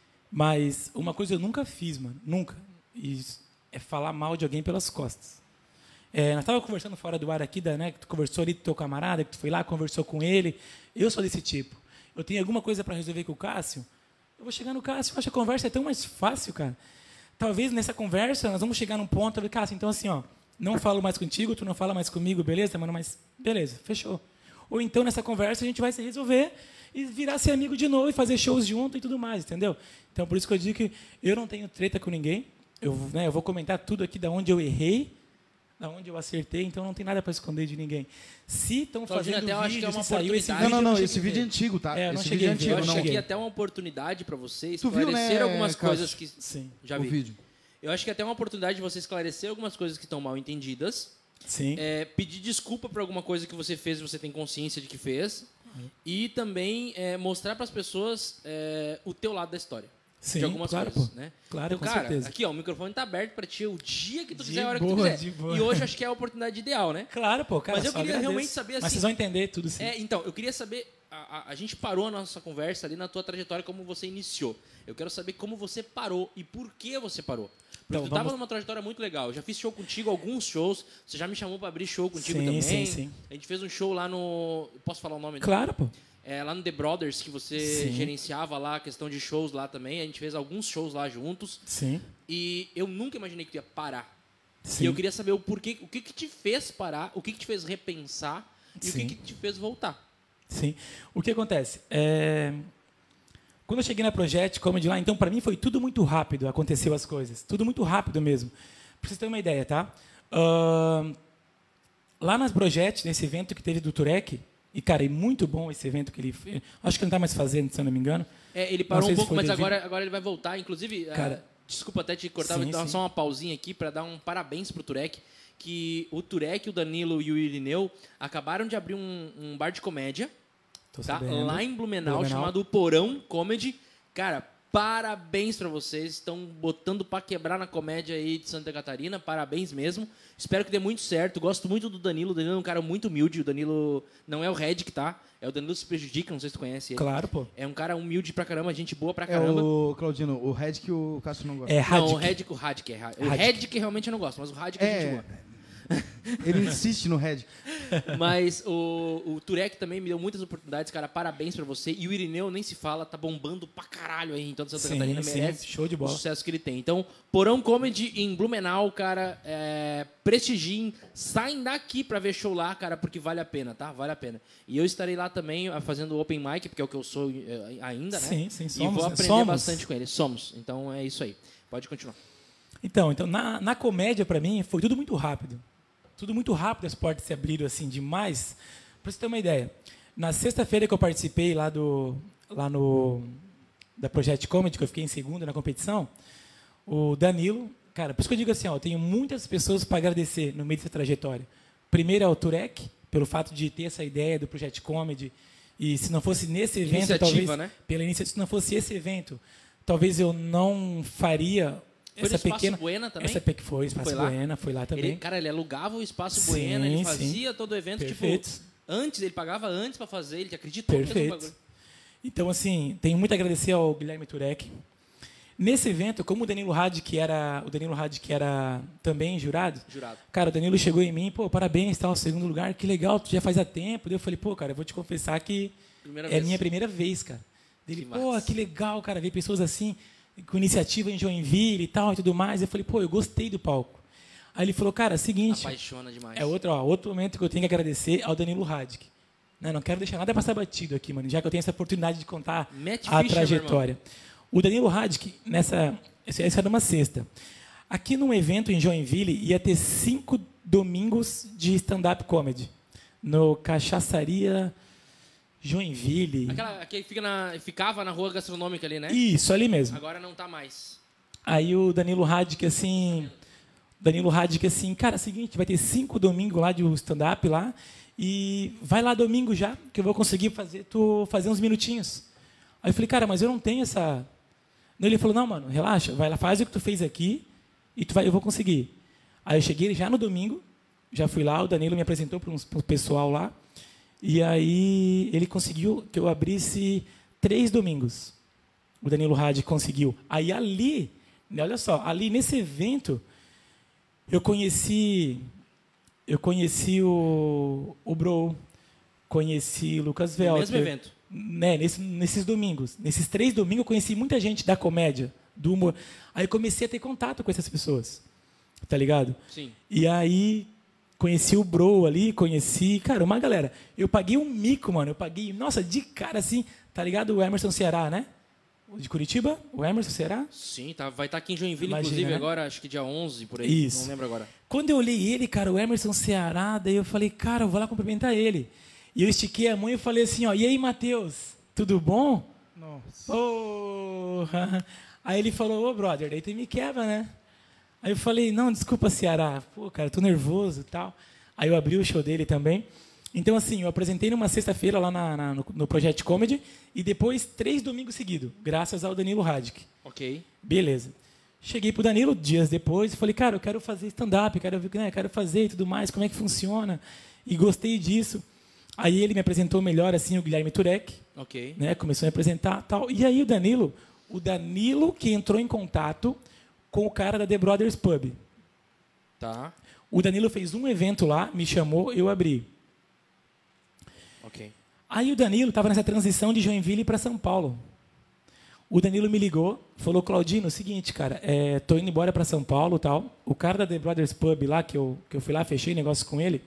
mas uma coisa eu nunca fiz, mano. Nunca. E é falar mal de alguém pelas costas. Nós estávamos conversando fora do ar aqui, né, que tu conversou ali com teu camarada, que tu foi lá, conversou com ele. Eu sou desse tipo. Eu tenho alguma coisa para resolver com o Cássio, eu vou chegar no Cássio, eu acho que a conversa é tão mais fácil, cara. Talvez nessa conversa nós vamos chegar num ponto, Cássio, então assim, ó, não falo mais contigo, tu não fala mais comigo, beleza, mano? Mas beleza, fechou. Ou então nessa conversa a gente vai se resolver e virar ser amigo de novo e fazer shows junto e tudo mais, entendeu? Então por isso que eu digo que eu não tenho treta com ninguém. Eu vou comentar tudo aqui da onde eu errei, da onde eu acertei, então não tem nada para esconder de ninguém. Se estão Claudinho, fazendo até eu acho vídeo, que é uma se saiu esse oportunidade. vídeo, Não, eu esse cheguei vídeo é a ver. antigo, tá? Eu não Esse cheguei vídeo é a ver. antigo, Eu acho não. que aqui até uma oportunidade para você Tu viu, esclarecer né, algumas Cássio? coisas que... Sim. Já O vi. vídeo. Eu acho que até uma oportunidade de você esclarecer algumas coisas que estão mal entendidas. Sim. Pedir desculpa por alguma coisa que você fez e você tem consciência de que fez. E também mostrar para as pessoas o teu lado da história. Sim, de algumas claro, coisas, pô. né? Claro, então, com cara, certeza. aqui, ó, o microfone tá aberto para ti o dia que tu De quiser, a hora que tu boa, quiser. de boa. E hoje acho que é a oportunidade ideal, né? Claro, pô, cara, Mas eu só queria agradeço. realmente saber, Mas assim, vocês vão entender tudo, sim. Então, eu queria saber, a gente parou a nossa conversa ali na tua trajetória, como você iniciou. Eu quero saber como você parou e por que você parou. Porque Então, tu tava vamos- numa trajetória muito legal. Eu já fiz show contigo, alguns shows. Você já me chamou pra abrir show contigo Sim, também. sim, sim. A gente fez um show lá no... Posso falar o nome? Claro, pô. Lá no The Brothers, que você Sim. gerenciava lá a questão de shows lá também. A gente fez alguns shows lá juntos. Sim. E eu nunca imaginei que tu ia parar. Sim. E eu queria saber o porquê, o que te fez parar, o que te fez repensar e Sim. o que te fez voltar. Sim. O que acontece? Quando eu cheguei na Project Comedy lá, então, para mim foi tudo muito rápido, aconteceu as coisas. Tudo muito rápido mesmo. Pra vocês terem uma ideia, tá? Lá nas Project, nesse evento que teve do Turek, e, cara, é muito bom esse evento que ele fez. Acho que ele não está mais fazendo, se eu não me engano. Ele Não parou sei um se pouco, foi mas devido- agora ele vai voltar. Inclusive, Cara, desculpa até te cortar, sim, vou dar sim. só uma pausinha aqui para dar um parabéns pro Turek, que o Turek, o Danilo e o Irineu acabaram de abrir um bar de comédia, Tô tá? sabendo. Lá em Blumenau, Blumenau. chamado Porão Comedy. Cara, parabéns para vocês, estão botando para quebrar na comédia aí de Santa Catarina, parabéns mesmo. Espero que dê muito certo. Gosto muito do Danilo. O Danilo é um cara muito humilde. O Danilo não é o Red que tá, é o Danilo Se Prejudica, não sei se tu conhece ele. Claro, pô. É um cara humilde pra caramba, gente boa pra É caramba. o Claudino, o Red que o Cássio não gosta. É Não, o Radic. Radic é. O Radic. Radic realmente eu não gosto, mas o Radic é gente boa. Ele insiste no Red. Mas o Turek também me deu muitas oportunidades, cara. Parabéns pra você. E o Irineu nem se fala, tá bombando pra caralho aí em toda Santa Sim, Catarina. sim, Merece show de bola. o sucesso que ele tem. Então, Porão Comedy em Blumenau, cara. Prestigiem. Saem daqui pra ver show lá, cara, porque vale a pena, tá? Vale a pena. E eu estarei lá também fazendo open mic, porque é o que eu sou ainda, né? Sim, sim, E somos, vou né? aprender Somos. bastante com ele. Somos. Então é isso aí. Pode continuar. Então na comédia, pra mim, foi tudo muito rápido. Tudo muito rápido, as portas se abriram assim demais. Pra você ter uma ideia, na sexta-feira que eu participei lá da Project Comedy, que eu fiquei em segundo na competição, o Danilo, cara, por isso que eu digo assim, ó, eu tenho muitas pessoas para agradecer no meio dessa trajetória. Primeiro é o Turek, pelo fato de ter essa ideia do Project Comedy, e se não fosse nesse evento, Iniciativa, talvez, né? pela iniciativa, se não fosse esse evento, talvez eu não faria Foi no essa Espaço pequena... Buena também? Foi, Espaço Foi lá? Buena, foi lá também. Ele alugava o Espaço Sim, Buena, ele sim. fazia todo o evento, Perfeito. tipo, antes, ele pagava antes pra fazer, ele acreditou mesmo no Perfeito. bagulho. Então, assim, tenho muito a agradecer ao Guilherme Turek. Nesse evento, como o Danilo Radic era também jurado, cara, o Danilo chegou em mim, pô, parabéns, tal, segundo lugar, que legal, tu já faz há tempo. Daí eu falei, pô, cara, eu vou te confessar que Primeira é vez. minha primeira vez, cara. Ele, Que pô, massa. que legal, cara, ver pessoas assim, com iniciativa em Joinville e tal e tudo mais. Eu falei, pô, eu gostei do palco. Aí ele falou, cara, seguinte, Apaixona demais. outro momento que eu tenho que agradecer ao Danilo Radic. Não quero deixar nada passar batido aqui, mano, já que eu tenho essa oportunidade de contar Mete a ficha, trajetória. O Danilo Radic, essa era uma sexta. Aqui num evento em Joinville, ia ter 5 domingos de stand-up comedy. No Cachaçaria Joinville. Aquela que ficava na rua gastronômica ali, né? Isso, ali mesmo. Agora não tá mais. Aí o Danilo Radic, assim, cara, é o seguinte, vai ter 5 domingos lá de stand-up lá, e vai lá domingo já, que eu vou conseguir fazer uns minutinhos. Aí eu falei, cara, mas eu não tenho essa... Ele falou, não, mano, relaxa, vai lá, faz o que tu fez aqui, e eu vou conseguir. Aí eu cheguei já no domingo, já fui lá, o Danilo me apresentou para o pessoal lá, e aí ele conseguiu que eu abrisse 3 domingos. O Danilo Radic conseguiu. Aí ali, olha só, ali nesse evento, eu conheci o Bro, conheci o Lucas Velter. No mesmo evento? Né, nesses domingos. Nesses 3 domingos eu conheci muita gente da comédia, do humor. Aí eu comecei a ter contato com essas pessoas. Tá ligado? Sim. E aí conheci o Bro ali, cara, uma galera. Eu paguei um mico, mano. Eu paguei, nossa, de cara assim, tá ligado? O Emerson Ceará, né? De Curitiba? O Emerson Ceará? Sim, vai estar aqui em Joinville, Imagina, inclusive, né? agora, acho que dia 11, por aí. Isso. Não lembro agora. Quando eu olhei ele, cara, o Emerson Ceará, daí eu falei, cara, eu vou lá cumprimentar ele. E eu estiquei a mão e falei assim, ó, e aí, Matheus, tudo bom? Nossa. Porra. Aí ele falou, ô, brother, daí tu me quebra, né? Aí eu falei, não, desculpa, Ceará. Pô, cara, tô nervoso e tal. Aí eu abri o show dele também. Então, assim, eu apresentei numa sexta-feira lá no Project Comedy e depois 3 domingos seguidos, graças ao Danilo Radic. Ok. Beleza. Cheguei pro Danilo dias depois e falei, cara, eu quero fazer stand-up, quero fazer e tudo mais, como é que funciona? E gostei disso. Aí ele me apresentou melhor, assim, o Guilherme Turek. Ok. Né, começou a me apresentar tal. E aí o Danilo que entrou em contato com o cara da The Brothers Pub. Tá. O Danilo fez um evento lá, me chamou, eu abri. Ok. Aí o Danilo estava nessa transição de Joinville para São Paulo. O Danilo me ligou, falou, Claudino, é o seguinte, cara, tô indo embora para São Paulo tal. O cara da The Brothers Pub lá, que eu fui lá, fechei negócio com ele,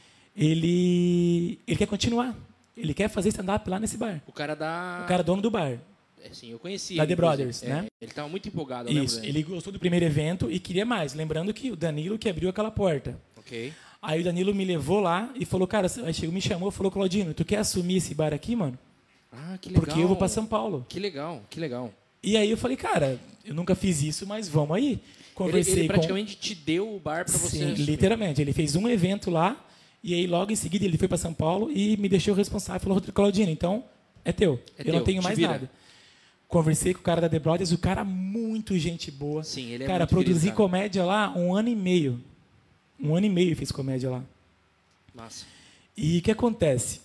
ele quer continuar. Ele quer fazer stand-up lá nesse bar. O cara dono do bar. Sim, eu conheci Da ele, The Brothers, inclusive. né? Ele estava muito empolgado, eu lembro Isso, dele. ele gostou do primeiro evento e queria mais. Lembrando que o Danilo que abriu aquela porta. Ok. Aí o Danilo me levou lá e falou, cara, aí chegou, me chamou, falou, Claudino, tu quer assumir esse bar aqui, mano? Ah, que legal. Porque eu vou para São Paulo. Que legal, que legal. E aí eu falei, cara, eu nunca fiz isso, mas vamos aí. Conversei Ele praticamente te deu o bar para você Sim, assumir. literalmente. Ele fez um evento lá e aí logo em seguida ele foi para São Paulo e me deixou responsável. Falou, Claudino, então é teu. Eu não tenho te mais vira. nada. Conversei com o cara da The Brothers, o cara muito gente boa. Sim, ele é cara, muito produzi querido, cara. comédia lá 1 ano e meio. 1 ano e meio eu fiz comédia lá. Massa. E o que acontece?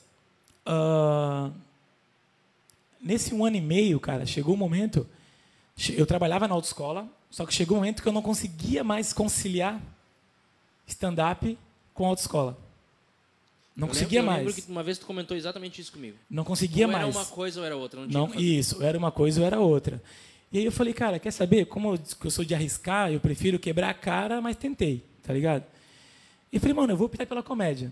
Nesse 1 ano e meio, cara, chegou um momento... Eu trabalhava na autoescola, só que chegou um momento que eu não conseguia mais conciliar stand-up com autoescola. Não conseguia Eu mais. lembro que uma vez tu comentou exatamente isso comigo. Não conseguia Ou mais. era uma coisa ou era outra. Não tinha Não, o que fazer. isso, era uma coisa ou era outra. E aí eu falei, cara, quer saber? Como eu sou de arriscar, eu prefiro quebrar a cara, mas tentei, tá ligado? E falei, mano, eu vou optar pela comédia.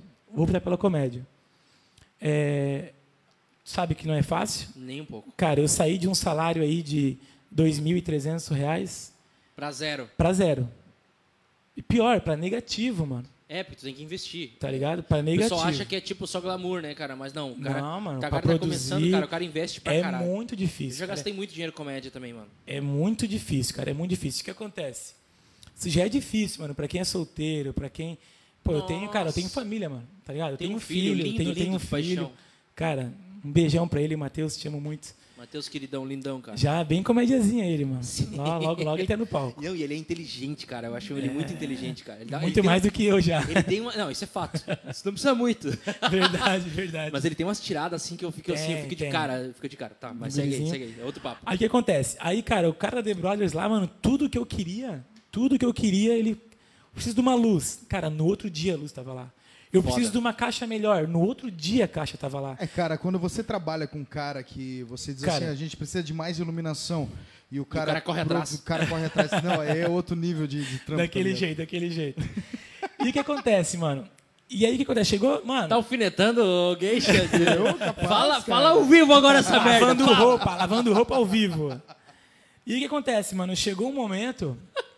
Sabe que não é fácil? Nem um pouco. Cara, eu saí de um salário aí de R$2.300 Pra zero. para 0. E pior, para negativo, mano. Porque tu tem que investir. Tá ligado? Para O negativo. pessoal acha que é tipo só glamour, né, cara? Mas não, o cara, Não, mano, o cara pra tá produzir começando, cara, o cara investe pra é caralho. muito Eu difícil. já cara. gastei muito dinheiro com comédia também, mano. É muito difícil, cara. É muito difícil. O que acontece? Isso já é difícil, mano, pra quem é solteiro, pra quem... Pô, eu tenho família, mano, tá ligado? Eu Tem tenho um filho, lindo, tenho lindo, um filho. paixão. Cara, um beijão pra ele, Matheus, te amo muito. Matheus, queridão, lindão, cara. Já bem comediazinha ele, mano. Logo ele tá no palco. Não, e ele é inteligente, cara. Eu acho ele muito inteligente, cara. Muito mais do que eu já. Ele tem uma... Não, isso é fato. Isso não precisa muito. Verdade. Mas ele tem umas tiradas assim que eu fico assim, eu fico de cara. Tá, mas segue aí. É outro papo. Aí o que acontece? Aí, cara, o cara da The Brothers lá, mano, tudo que eu queria, ele... Eu preciso de uma luz. Cara, no outro dia a luz tava lá. Eu preciso de uma caixa melhor. No outro dia a caixa tava lá. Cara, quando você trabalha com um cara que você diz assim, a gente precisa de mais iluminação. E o cara corre atrás. O cara corre atrás. Não, é outro nível de trampo. Daquele jeito. E o que acontece, mano? E aí, o que acontece? Chegou, mano... Tá alfinetando o Geisha? Capaz, Fala ao vivo agora essa merda. Lavando roupa ao vivo. E o que acontece, mano? Chegou um momento,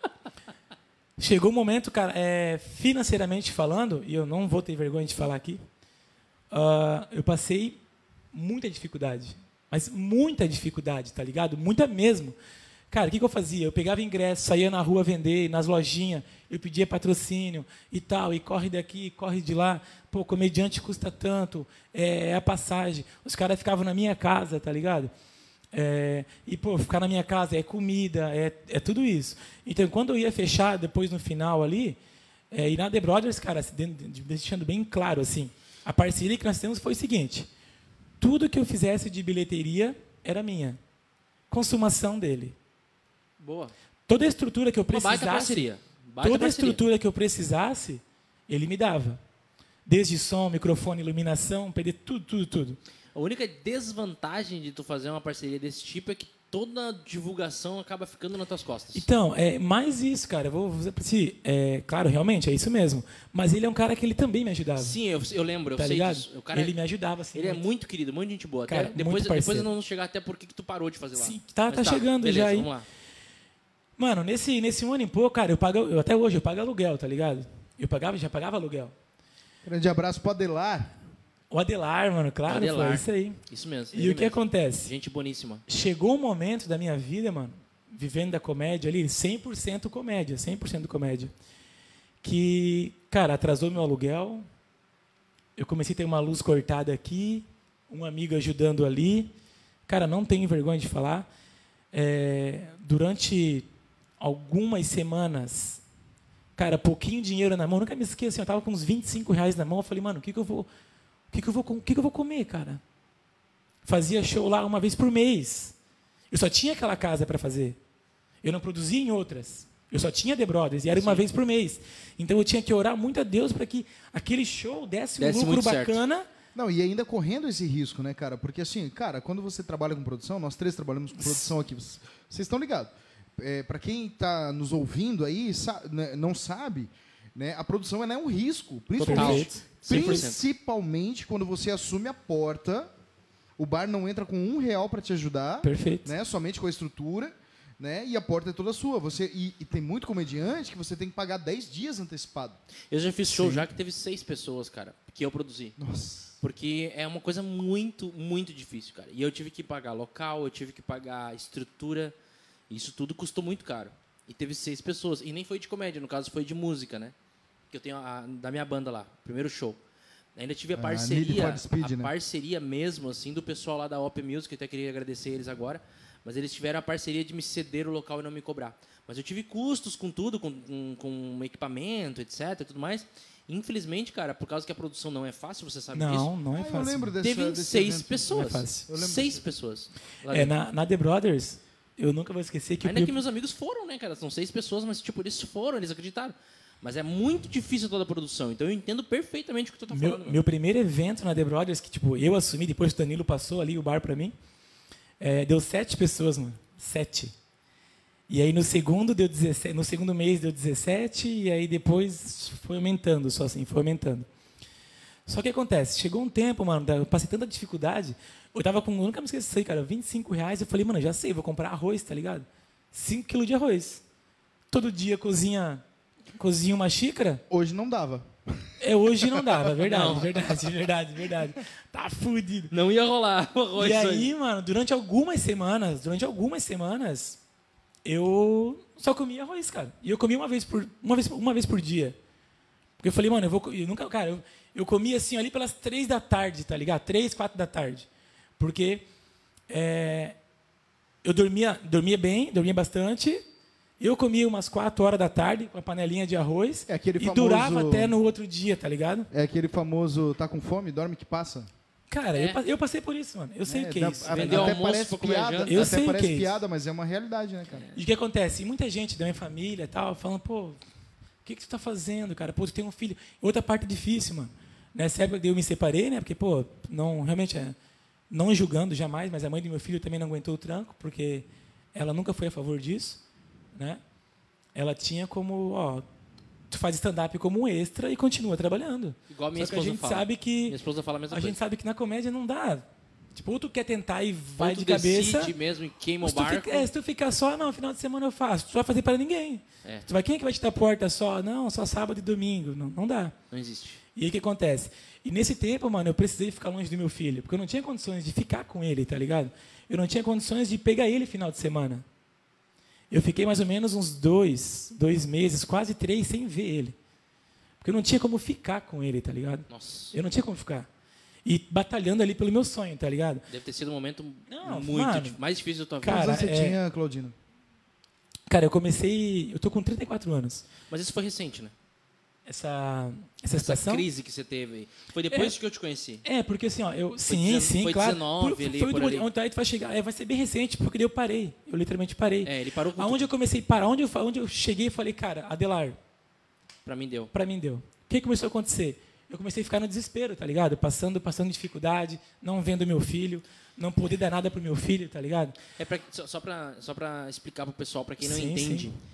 cara, financeiramente falando, e eu não vou ter vergonha de falar aqui, eu passei muita dificuldade. Mas muita dificuldade, tá ligado? Muita mesmo. Cara, o que eu fazia? Eu pegava ingresso, saía na rua vender, nas lojinhas, eu pedia patrocínio e tal, e corre daqui, corre de lá. Pô, comediante custa tanto, é a passagem. Os caras ficavam na minha casa, tá ligado? E, pô, ficar na minha casa é comida, é tudo isso. Então, quando eu ia fechar, depois no final ali, e na The Brothers, cara, deixando bem claro, assim, a parceria que nós temos foi o seguinte: tudo que eu fizesse de bilheteria era minha. Consumação dele. Boa. Toda a estrutura que eu Uma baita precisasse, parceria. toda a estrutura que eu precisasse, ele me dava. Desde som, microfone, iluminação, PD, tudo. A única desvantagem de tu fazer uma parceria desse tipo é que toda a divulgação acaba ficando nas tuas costas. Então, é mais isso, cara. Eu vou dizer pra si, claro, realmente, é isso mesmo. Mas ele é um cara que ele também me ajudava. Sim, eu lembro, eu Tá sei ligado? disso. O cara, Ele me ajudava, assim. ele é muito querido, muito gente boa. Cara, Até depois muito parceiro. nós vamos chegar até por que tu parou de fazer lá. Sim, tá Mas chegando beleza, já aí. Vamos lá. Mano, nesse um ano e pouco, cara, até hoje eu pago aluguel, tá ligado? Já pagava aluguel. Grande abraço pro Adelar. O Adelar, mano, claro, Adelar. foi isso aí. Isso mesmo. E ele o que mesmo. acontece? Gente boníssima. Chegou um momento da minha vida, mano, vivendo da comédia ali, 100% comédia, que, cara, atrasou meu aluguel, eu comecei a ter uma luz cortada aqui, um amigo ajudando ali, cara, não tenho vergonha de falar, durante algumas semanas, cara, pouquinho dinheiro na mão, nunca me esqueço, eu tava com uns R$25 na mão, eu falei, mano, o que eu vou comer, cara? Fazia show lá uma vez por mês. Eu só tinha aquela casa para fazer. Eu não produzia em outras. Eu só tinha The Brothers e era uma vez por mês. Então eu tinha que orar muito a Deus para que aquele show desse um lucro muito bacana. certo. Não, e ainda correndo esse risco, né, cara? Porque assim, cara, quando você trabalha com produção, nós três trabalhamos com produção aqui, vocês estão ligados. Para quem está nos ouvindo aí, não sabe, né, a produção ela é um risco, principalmente quando você assume a porta, o bar não entra com R$1 para te ajudar, Perfeito. né, somente com a estrutura, né, e a porta é toda sua. E tem muito comediante que você tem que pagar 10 dias antecipado. Eu já fiz show já que teve 6 pessoas, cara, que eu produzi. Nossa. Porque é uma coisa muito, muito difícil, cara. E eu tive que pagar local, eu tive que pagar estrutura. Isso tudo custou muito caro. E teve 6 pessoas. E nem foi de comédia, no caso foi de música, né? Que eu tenho da minha banda lá, primeiro show. Ainda tive a parceria, Need for Speed, né? parceria mesmo, assim, do pessoal lá da OP Music, eu até queria agradecer eles agora. Mas eles tiveram a parceria de me ceder o local e não me cobrar. Mas eu tive custos com tudo, com equipamento, etc, e tudo mais. Infelizmente, cara, por causa que a produção não é fácil, você sabe disso. Não é fácil. Eu lembro Teve desse 6 evento. pessoas. Não é fácil. Eu lembro 6 pessoas. lá É, dentro. na The Brothers, eu nunca vou esquecer que... Ainda que meus amigos foram, né, cara? São 6 pessoas, mas, tipo, eles foram, eles acreditaram. Mas é muito difícil toda a produção. Então eu entendo perfeitamente o que tu tá falando. Meu primeiro evento na The Brothers, que tipo, eu assumi, depois o Danilo passou ali o bar pra mim, deu 7 pessoas, mano. 7. E aí no segundo deu 17, no segundo mês deu 17, e aí depois foi aumentando, só assim, foi aumentando. Só que acontece, chegou um tempo, mano, eu passei tanta dificuldade, eu tava com, eu nunca me esqueci disso aí, cara, R$25, eu falei, mano, já sei, vou comprar arroz, tá ligado? 5 quilos de arroz. Todo dia cozinha uma xícara. Hoje não dava. Hoje não dava, verdade, Não. verdade. Tá fudido. Não ia rolar o arroz E hoje. aí, mano, durante algumas semanas, eu só comia arroz, cara. E eu comia uma vez por dia. Porque eu falei, mano, eu comia assim ali pelas 3 da tarde, tá ligado? 3, 4 da tarde. Porque eu dormia bem, dormia bastante. Eu comia umas 4 horas da tarde com a panelinha de arroz aquele e famoso... durava até no outro dia, tá ligado? É aquele famoso tá com fome, dorme que passa. Cara, eu passei por isso, mano. Eu sei o que é isso. Vendeu Até almoço parece pra comer piada, janta. Eu até sei o parece que é isso. piada, mas é uma realidade, né, cara? E o que acontece? E muita gente da minha família e tal, falando, pô, o que tu tá fazendo, cara? Pô, tu tem um filho. Outra parte difícil, mano. Nessa época eu me separei, né? Porque, pô, realmente, não julgando jamais, mas a mãe do meu filho também não aguentou o tranco, porque ela nunca foi a favor disso, né? Ela tinha como, tu faz stand-up como um extra e continua trabalhando. Igual a minha Só que a esposa gente fala. sabe que Minha esposa fala a mesma a coisa. gente sabe que na comédia não dá. Tipo, ou tu quer tentar e vai Ou tu de cabeça. decide mesmo e queima o Se tu, barco. se tu ficar só, não, final de semana eu faço. Tu vai fazer para ninguém. É. Tu vai, quem é que vai te dar porta só? Não, só sábado e domingo. Não, não dá. Não existe. E aí o que acontece? E nesse tempo, mano, eu precisei ficar longe do meu filho, porque eu não tinha condições de ficar com ele, tá ligado? Eu não tinha condições de pegar ele final de semana. Eu fiquei mais ou menos uns 2 meses, quase 3, sem ver ele. Porque eu não tinha como ficar com ele, tá ligado? Nossa. Eu não tinha como ficar. E batalhando ali pelo meu sonho, tá ligado? Deve ter sido um momento Não, muito mano, mais difícil da tua vida. cara, Quantos anos você tinha, Claudino? Cara, eu tô com 34 anos. Mas isso foi recente, né? Essa Essa situação... crise que você teve aí. Foi depois que eu te conheci. Porque assim, ó, Foi claro. 19 ali, por ali. Onde aí tu vai chegar, vai ser bem recente, porque daí eu parei. Eu literalmente parei. Ele parou com Aonde eu comecei a parar, onde eu cheguei e falei, cara, Adelar, Pra mim deu. pra mim deu. O que começou a acontecer? Eu comecei a ficar no desespero, tá ligado? Passando dificuldade, não vendo meu filho, não poder dar nada pro meu filho, tá ligado? Só pra explicar pro pessoal, pra quem não Sim, entende. sim.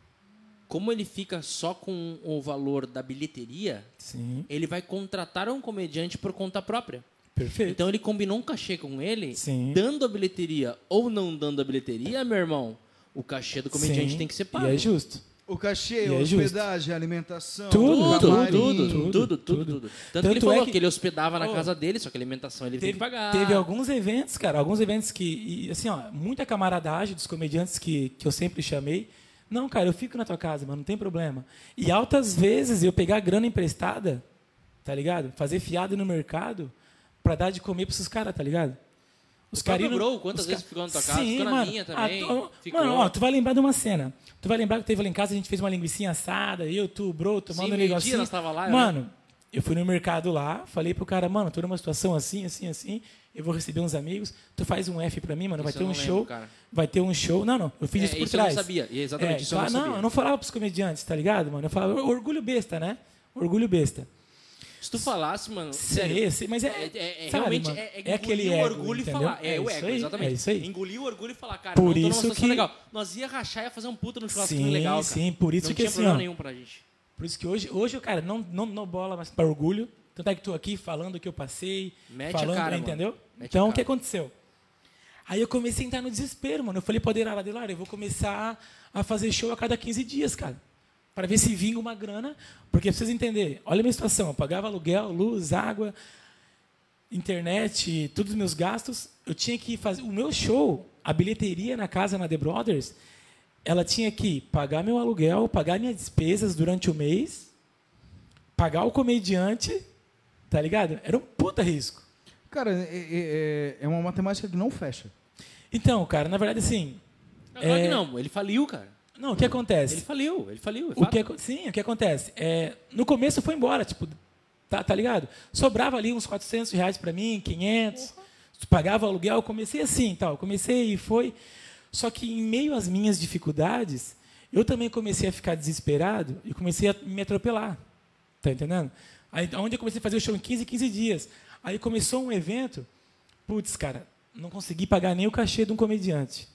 Como ele fica só com o valor da bilheteria, Sim, ele vai contratar um comediante por conta própria. perfeito. Então ele combinou um cachê com ele, Sim. dando a bilheteria ou não dando a bilheteria, meu irmão, o cachê do comediante Sim, tem que ser pago. E é justo. O cachê, E a é justo. hospedagem, a alimentação, Tudo, o camarim. Tudo. Tanto que ele Tanto falou é que ele hospedava na Oh, casa dele, só que a alimentação ele tem que pagar. Teve alguns eventos, cara, que, assim, ó, muita camaradagem dos comediantes que eu sempre chamei. Não, cara, eu fico na tua casa, mano, não tem problema. E altas vezes eu pegar grana emprestada, tá ligado? Fazer fiado no mercado pra dar de comer pra esses caras, tá ligado? Os próprio Bro, quantas vezes ficou na tua casa? Ficou na minha também. Mano, ó, tu vai lembrar de uma cena. Tu vai lembrar que teve lá em casa, a gente fez uma linguicinha assada, eu, tu, Bro, tomando um negocinho. Nós tava lá, Mano, eu fui no mercado lá, falei pro cara, mano, tô numa situação assim, eu vou receber uns amigos, tu faz um F pra mim, mano, vai Isso ter eu um não show. lembro, cara. Vai ter um show. Não, eu fiz isso por isso trás. eu não sabia. E exatamente isso eu não sabia. Eu não falava pros comediantes, tá ligado, mano? Eu falava orgulho besta, né? Orgulho besta. Se tu falasse, mano, sério. Mas sabe, realmente mano, é aquele engolir o ego, orgulho entendeu? e falar. É o isso ego, aí, exatamente. É isso aí. Engolir o orgulho e falar, cara, Por não tô numa isso situação que- legal. Nós ia rachar e ia fazer um puta no churrasquinho Sim, legal, cara. sim, por isso não que tinha assim, problema ó, nenhum pra gente. Por isso que hoje cara, não bola mais para orgulho. Tanto é que tô aqui falando o que eu passei, Mete a falando, cara, entendeu? mano. Mete Então, a o que cara. aconteceu? Aí eu comecei a entrar no desespero, mano. Eu falei pra Adelar, eu vou começar a fazer show a cada 15 dias, cara. Para ver se vinga uma grana. Porque pra vocês entenderem, olha a minha situação. Eu pagava aluguel, luz, água, internet, todos os meus gastos. Eu tinha que fazer... O meu show, a bilheteria na casa, na The Brothers, ela tinha que pagar meu aluguel, pagar minhas despesas durante o mês, pagar o comediante, tá ligado? Era um puta risco. Cara, é uma matemática que não fecha. Então, cara, na verdade, assim... Não, claro que não, ele faliu, cara. Não, o que acontece? Ele faliu, é O fato. que acontece? No começo foi embora, tipo, tá ligado? Sobrava ali uns R$400 para mim, 500, pagava o aluguel, eu comecei assim, tal, comecei e foi. Só que em meio às minhas dificuldades, eu também comecei a ficar desesperado e comecei a me atropelar, tá entendendo? Aí, onde eu comecei a fazer o show em 15 dias. Aí começou um evento, putz, cara, não consegui pagar nem o cachê de um comediante.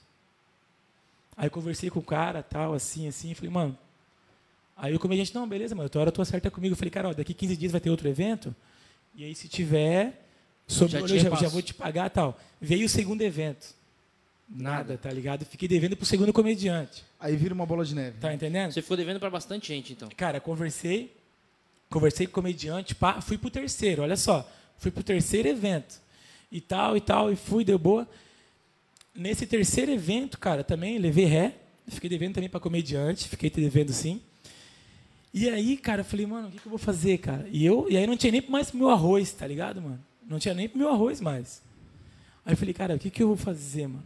Aí eu conversei com o cara, tal, assim, falei, mano... Aí o comediante, não, beleza, mano, tua hora tu acerta comigo. Eu falei, cara, ó, daqui 15 dias vai ter outro evento, e aí se tiver, já vou te pagar, tal. Veio o segundo evento. Nada, tá ligado? Fiquei devendo pro segundo comediante. Aí vira uma bola de neve. Tá entendendo? Você ficou devendo pra bastante gente, então. Cara, conversei com o comediante, pá, fui pro terceiro, olha só. Fui pro terceiro evento. E fui, deu boa. Nesse terceiro evento, cara, também levei ré. Fiquei devendo também para comediante, fiquei devendo sim. E aí, cara, eu falei, mano, o que eu vou fazer, cara? E aí não tinha nem mais pro meu arroz, tá ligado, mano? Não tinha nem pro meu arroz mais. Aí eu falei, cara, o que eu vou fazer, mano?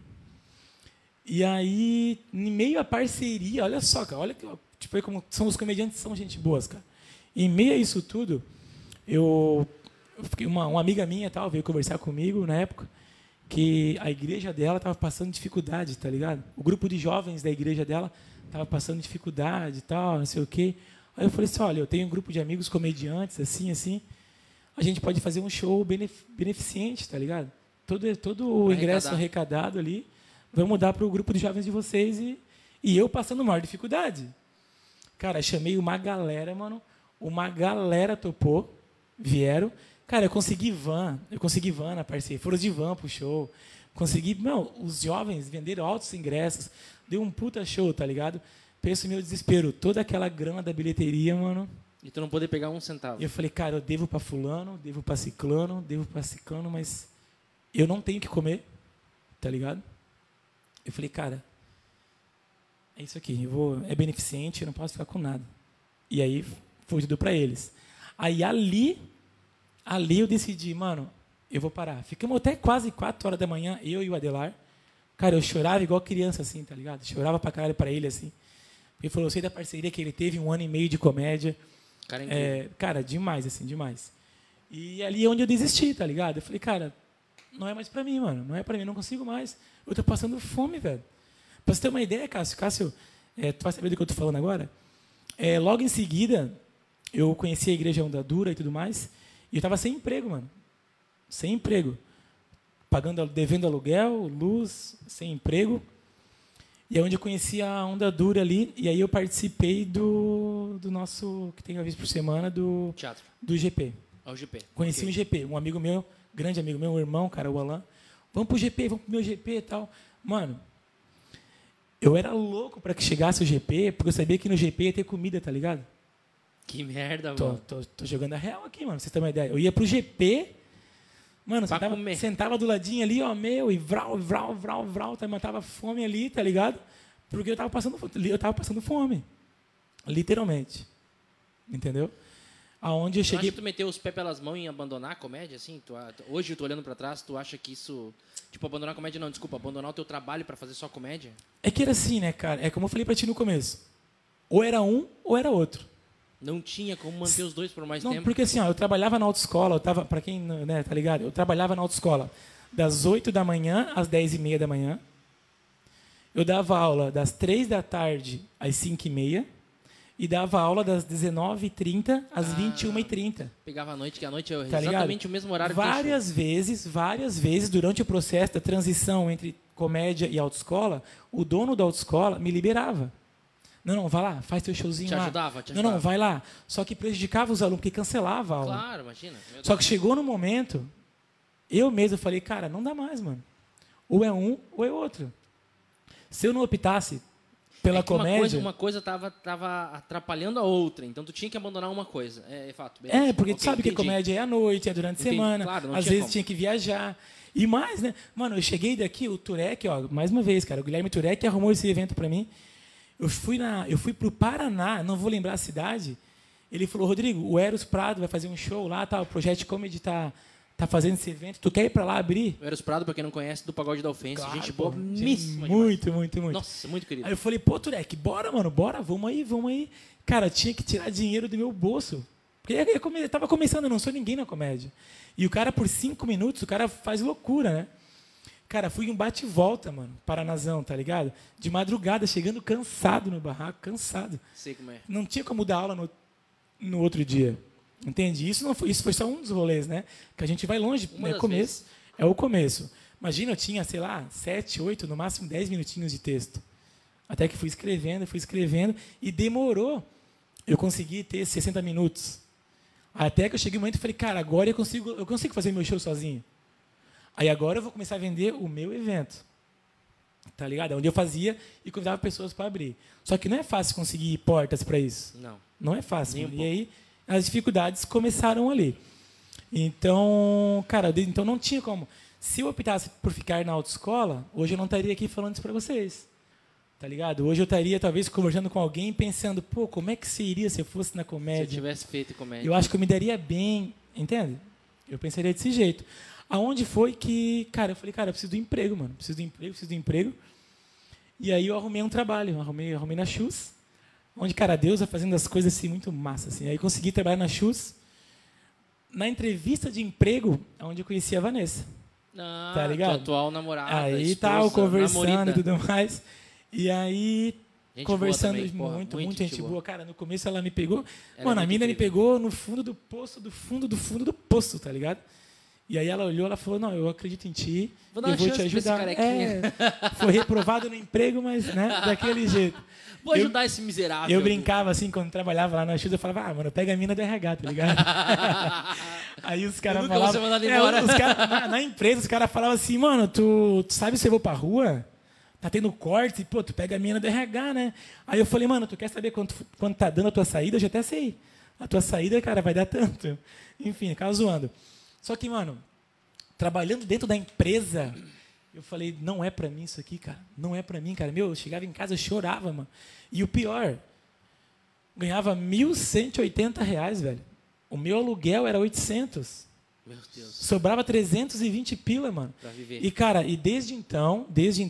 E aí, em meio à parceria, olha só, cara, olha que, tipo, como são os comediantes, são gente boas, cara. Em meio a isso tudo, uma amiga minha tal veio conversar comigo na época, que a igreja dela estava passando dificuldade, tá ligado? O grupo de jovens da igreja dela estava passando dificuldade e tal, não sei o quê. Aí eu falei assim, olha, eu tenho um grupo de amigos comediantes, assim, a gente pode fazer um show beneficente, tá ligado? Todo o ingresso arrecadado ali, vamos dar para o grupo de jovens de vocês e eu passando maior dificuldade. Cara, chamei uma galera, mano. Uma galera topou, vieram. Cara, eu consegui van na parceria. Foram de van pro show. Consegui, não, os jovens venderam altos ingressos. Deu um puta show, tá ligado? Penso meu desespero. Toda aquela grana da bilheteria, mano. E tu não poder pegar um centavo. Eu falei, cara, eu devo pra fulano, devo pra ciclano, mas eu não tenho o que comer, tá ligado? Eu falei, cara, é isso aqui, é beneficente, eu não posso ficar com nada. E aí, foi tudo pra eles. Aí, ali eu decidi, mano, eu vou parar. Ficamos até quase 4 horas da manhã, eu e o Adelar. Cara, eu chorava igual criança, assim, tá ligado? Chorava pra caralho pra ele, assim. Ele falou, eu sei da parceria que ele teve, 1 ano e meio de comédia. Cara, demais, assim, demais. E ali é onde eu desisti, tá ligado? Eu falei, cara, não é mais pra mim, mano. Não é pra mim, não consigo mais. Eu tô passando fome, velho. Pra você ter uma ideia, Cássio, tu vai saber do que eu tô falando agora? Logo em seguida, eu conheci a igreja Onda Dura e tudo mais, e eu tava sem emprego, mano. Sem emprego. Devendo aluguel, luz, sem emprego. E é onde eu conheci a Onda Dura ali, e aí eu participei do nosso, que tem uma vez por semana, do teatro. Do GP. Ao GP. Conheci o GP, um amigo meu, grande amigo meu, um irmão, cara, o Alan. Vamos pro GP, vamos pro meu GP e tal. Mano, eu era louco para que chegasse o GP, porque eu sabia que no GP ia ter comida, tá ligado? Que merda, mano. Tô jogando a real aqui, mano, pra vocês terem uma ideia. Eu ia pro GP, mano, sentava do ladinho ali, ó, e vral, tá, matava fome ali, tá ligado? Porque eu tava passando fome. Literalmente. Entendeu? Aonde eu cheguei... Tu meteu os pés pelas mãos em abandonar a comédia, assim? Hoje, eu tô olhando pra trás, tu acha que isso... Tipo, abandonar a comédia não, desculpa, abandonar o teu trabalho pra fazer só comédia? É que era assim, né, cara? É como eu falei pra ti no começo. Ou era um, ou era outro. Não tinha como manter os dois por mais não, tempo? Porque assim, ó, eu trabalhava na autoescola, pra quem, né, tá ligado? Eu trabalhava na autoescola das 8 da manhã às 10h30 da manhã. Eu dava aula das 3 da tarde às 5h30. E dava aula das 19h30 às 21h30. Pegava a noite, que a noite é tá exatamente ligado? O mesmo horário várias vezes, durante o processo da transição entre comédia e autoescola, o dono da autoescola me liberava. Não, vai lá, faz teu showzinho lá. Te ajudava. Não, vai lá. Só que prejudicava os alunos, porque cancelava a aula. Claro, imagina. Só que chegou no momento, eu mesmo falei, cara, não dá mais, mano. Ou é um, ou é outro. Se eu não optasse pela comédia... Uma coisa tava atrapalhando a outra, então tu tinha que abandonar uma coisa. É fato. Beleza. Porque tu sabe que a comédia é à noite, é durante a semana. Claro, às vezes tinha que viajar. E mais, né? Mano, eu cheguei daqui, o Turek, ó, mais uma vez, cara, o Guilherme Turek arrumou esse evento pra mim. Eu fui pro Paraná, não vou lembrar a cidade. Ele falou, Rodrigo, o Eros Prado vai fazer um show lá, tá, o Project Comedy tá fazendo esse evento. Tu quer ir pra lá abrir? O Eros Prado, pra quem não conhece, do Pagode da Ofensa. Claro, gente boa, muito. Nossa, muito querido. Aí eu falei, pô, Turek, bora, mano, bora, vamos aí. Cara, eu tinha que tirar dinheiro do meu bolso. Porque eu tava começando, eu não sou ninguém na comédia. E o cara, por 5 minutos, o cara faz loucura, né? Cara, fui um bate e volta, mano, Paranazão, tá ligado? De madrugada, chegando cansado no barraco, cansado. Sei como é. Não tinha como dar aula no outro dia. Entende? Isso foi só um dos rolês, né? Que a gente vai longe, né? Começo. É o começo. Imagina, eu tinha, sei lá, 7, 8, no máximo 10 minutinhos de texto. Até que fui escrevendo, e demorou. Eu consegui ter 60 minutos. Até que eu cheguei no momento e falei, cara, agora eu consigo fazer meu show sozinho. Aí agora eu vou começar a vender o meu evento. Tá ligado? Onde eu fazia e convidava pessoas para abrir. Só que não é fácil conseguir portas para isso. Não. Não é fácil. E aí as dificuldades começaram ali. Então, cara, então não tinha como. Se eu optasse por ficar na autoescola, hoje eu não estaria aqui falando isso para vocês. Tá ligado? Hoje eu estaria, talvez, conversando com alguém pensando, pô, como é que seria se eu fosse na comédia? Se eu tivesse feito comédia. Eu acho que eu me daria bem, entende? Eu pensaria desse jeito. Aonde foi que, cara, eu falei, cara, eu preciso de emprego, mano. Preciso de emprego. E aí eu arrumei um trabalho. Arrumei na Chus. Onde, cara, Deus vai fazendo as coisas assim muito massa. Assim. Aí consegui trabalhar na Chus. Na entrevista de emprego, onde eu conheci a Vanessa. Tá ligado? Tua atual namorada. Aí esposa, tal, conversando namorita. e tudo mais. E aí, gente conversando boa também, muito gente gente boa. Cara, no começo ela me pegou. Ela Mano, é a mina me incrível. pegou no fundo do poço, do fundo do poço, tá ligado? E aí ela olhou, ela falou, não, eu acredito em ti, Vou dar eu uma vou te chance pra esse ajudar. carequinha. Foi reprovado no emprego, mas né, daquele jeito. Vou ajudar esse miserável. Eu brincava assim, quando trabalhava lá na X, eu falava, mano, pega a mina do RH, tá ligado? Aí os caras Nunca vou ser falavam... mandado embora. Os cara, na empresa, os caras falavam assim, mano, tu sabe se eu vou pra rua? Tá tendo corte, pô, tu pega a mina do RH, né? Aí eu falei, mano, tu quer saber quanto tá dando a tua saída? Eu já até sei. A tua saída, cara, vai dar tanto. Enfim, ficava zoando. Só que, mano, trabalhando dentro da empresa, eu falei, não é pra mim isso aqui, cara. Não é pra mim, cara. Meu, eu chegava em casa, eu chorava, mano. E o pior, ganhava R$ 1.180, velho. O meu aluguel era 800. Meu Deus. Sobrava 320 pila, mano. Pra viver. E, cara, e desde então,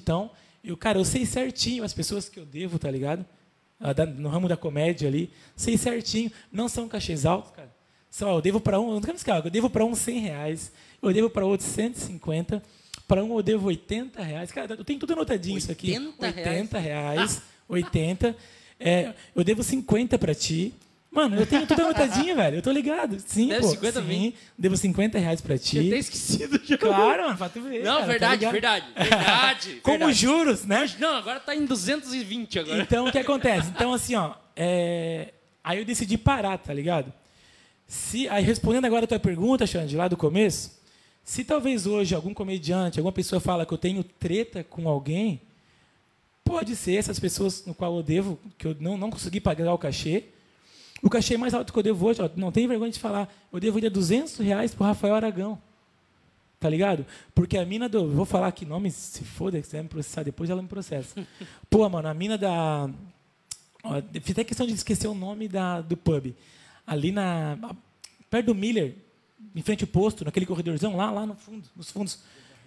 eu sei certinho as pessoas que eu devo, tá ligado? No ramo da comédia ali, sei certinho. Não são cachês altos, cara. Eu devo para um, eu devo para um R$100, eu devo para outro 150, para um eu devo R$80. Cara, eu tenho tudo anotadinho isso aqui. R$80, 80. Eu devo 50 para ti. Mano, eu tenho tudo anotadinho, velho. Eu tô ligado. Sim, Deve pô. 50 sim, mil. devo R$50 para ti. Eu até esquecido já. Claro, mano, pra tu ver. Não, cara, verdade, tá verdade. Como verdade. juros, né? Não, agora tá em 220 agora. Então, o que acontece? Então, assim, ó, aí eu decidi parar, tá ligado? Aí, respondendo agora a tua pergunta, Xande, lá do começo, se talvez hoje algum comediante, alguma pessoa fala que eu tenho treta com alguém, pode ser essas pessoas no qual eu devo, que eu não consegui pagar o cachê mais alto que eu devo hoje, ó, não tem vergonha de falar, eu devo ir a R$200 pro Rafael Aragão. Tá ligado? Porque a mina do... Vou falar aqui nome, se foda, que você vai me processar, depois ela me processa. Pô, mano, a mina da... Ó, fiz até questão de esquecer o nome do pub. Ali perto do Miller, em frente ao posto, naquele corredorzão, lá no fundo, nos fundos.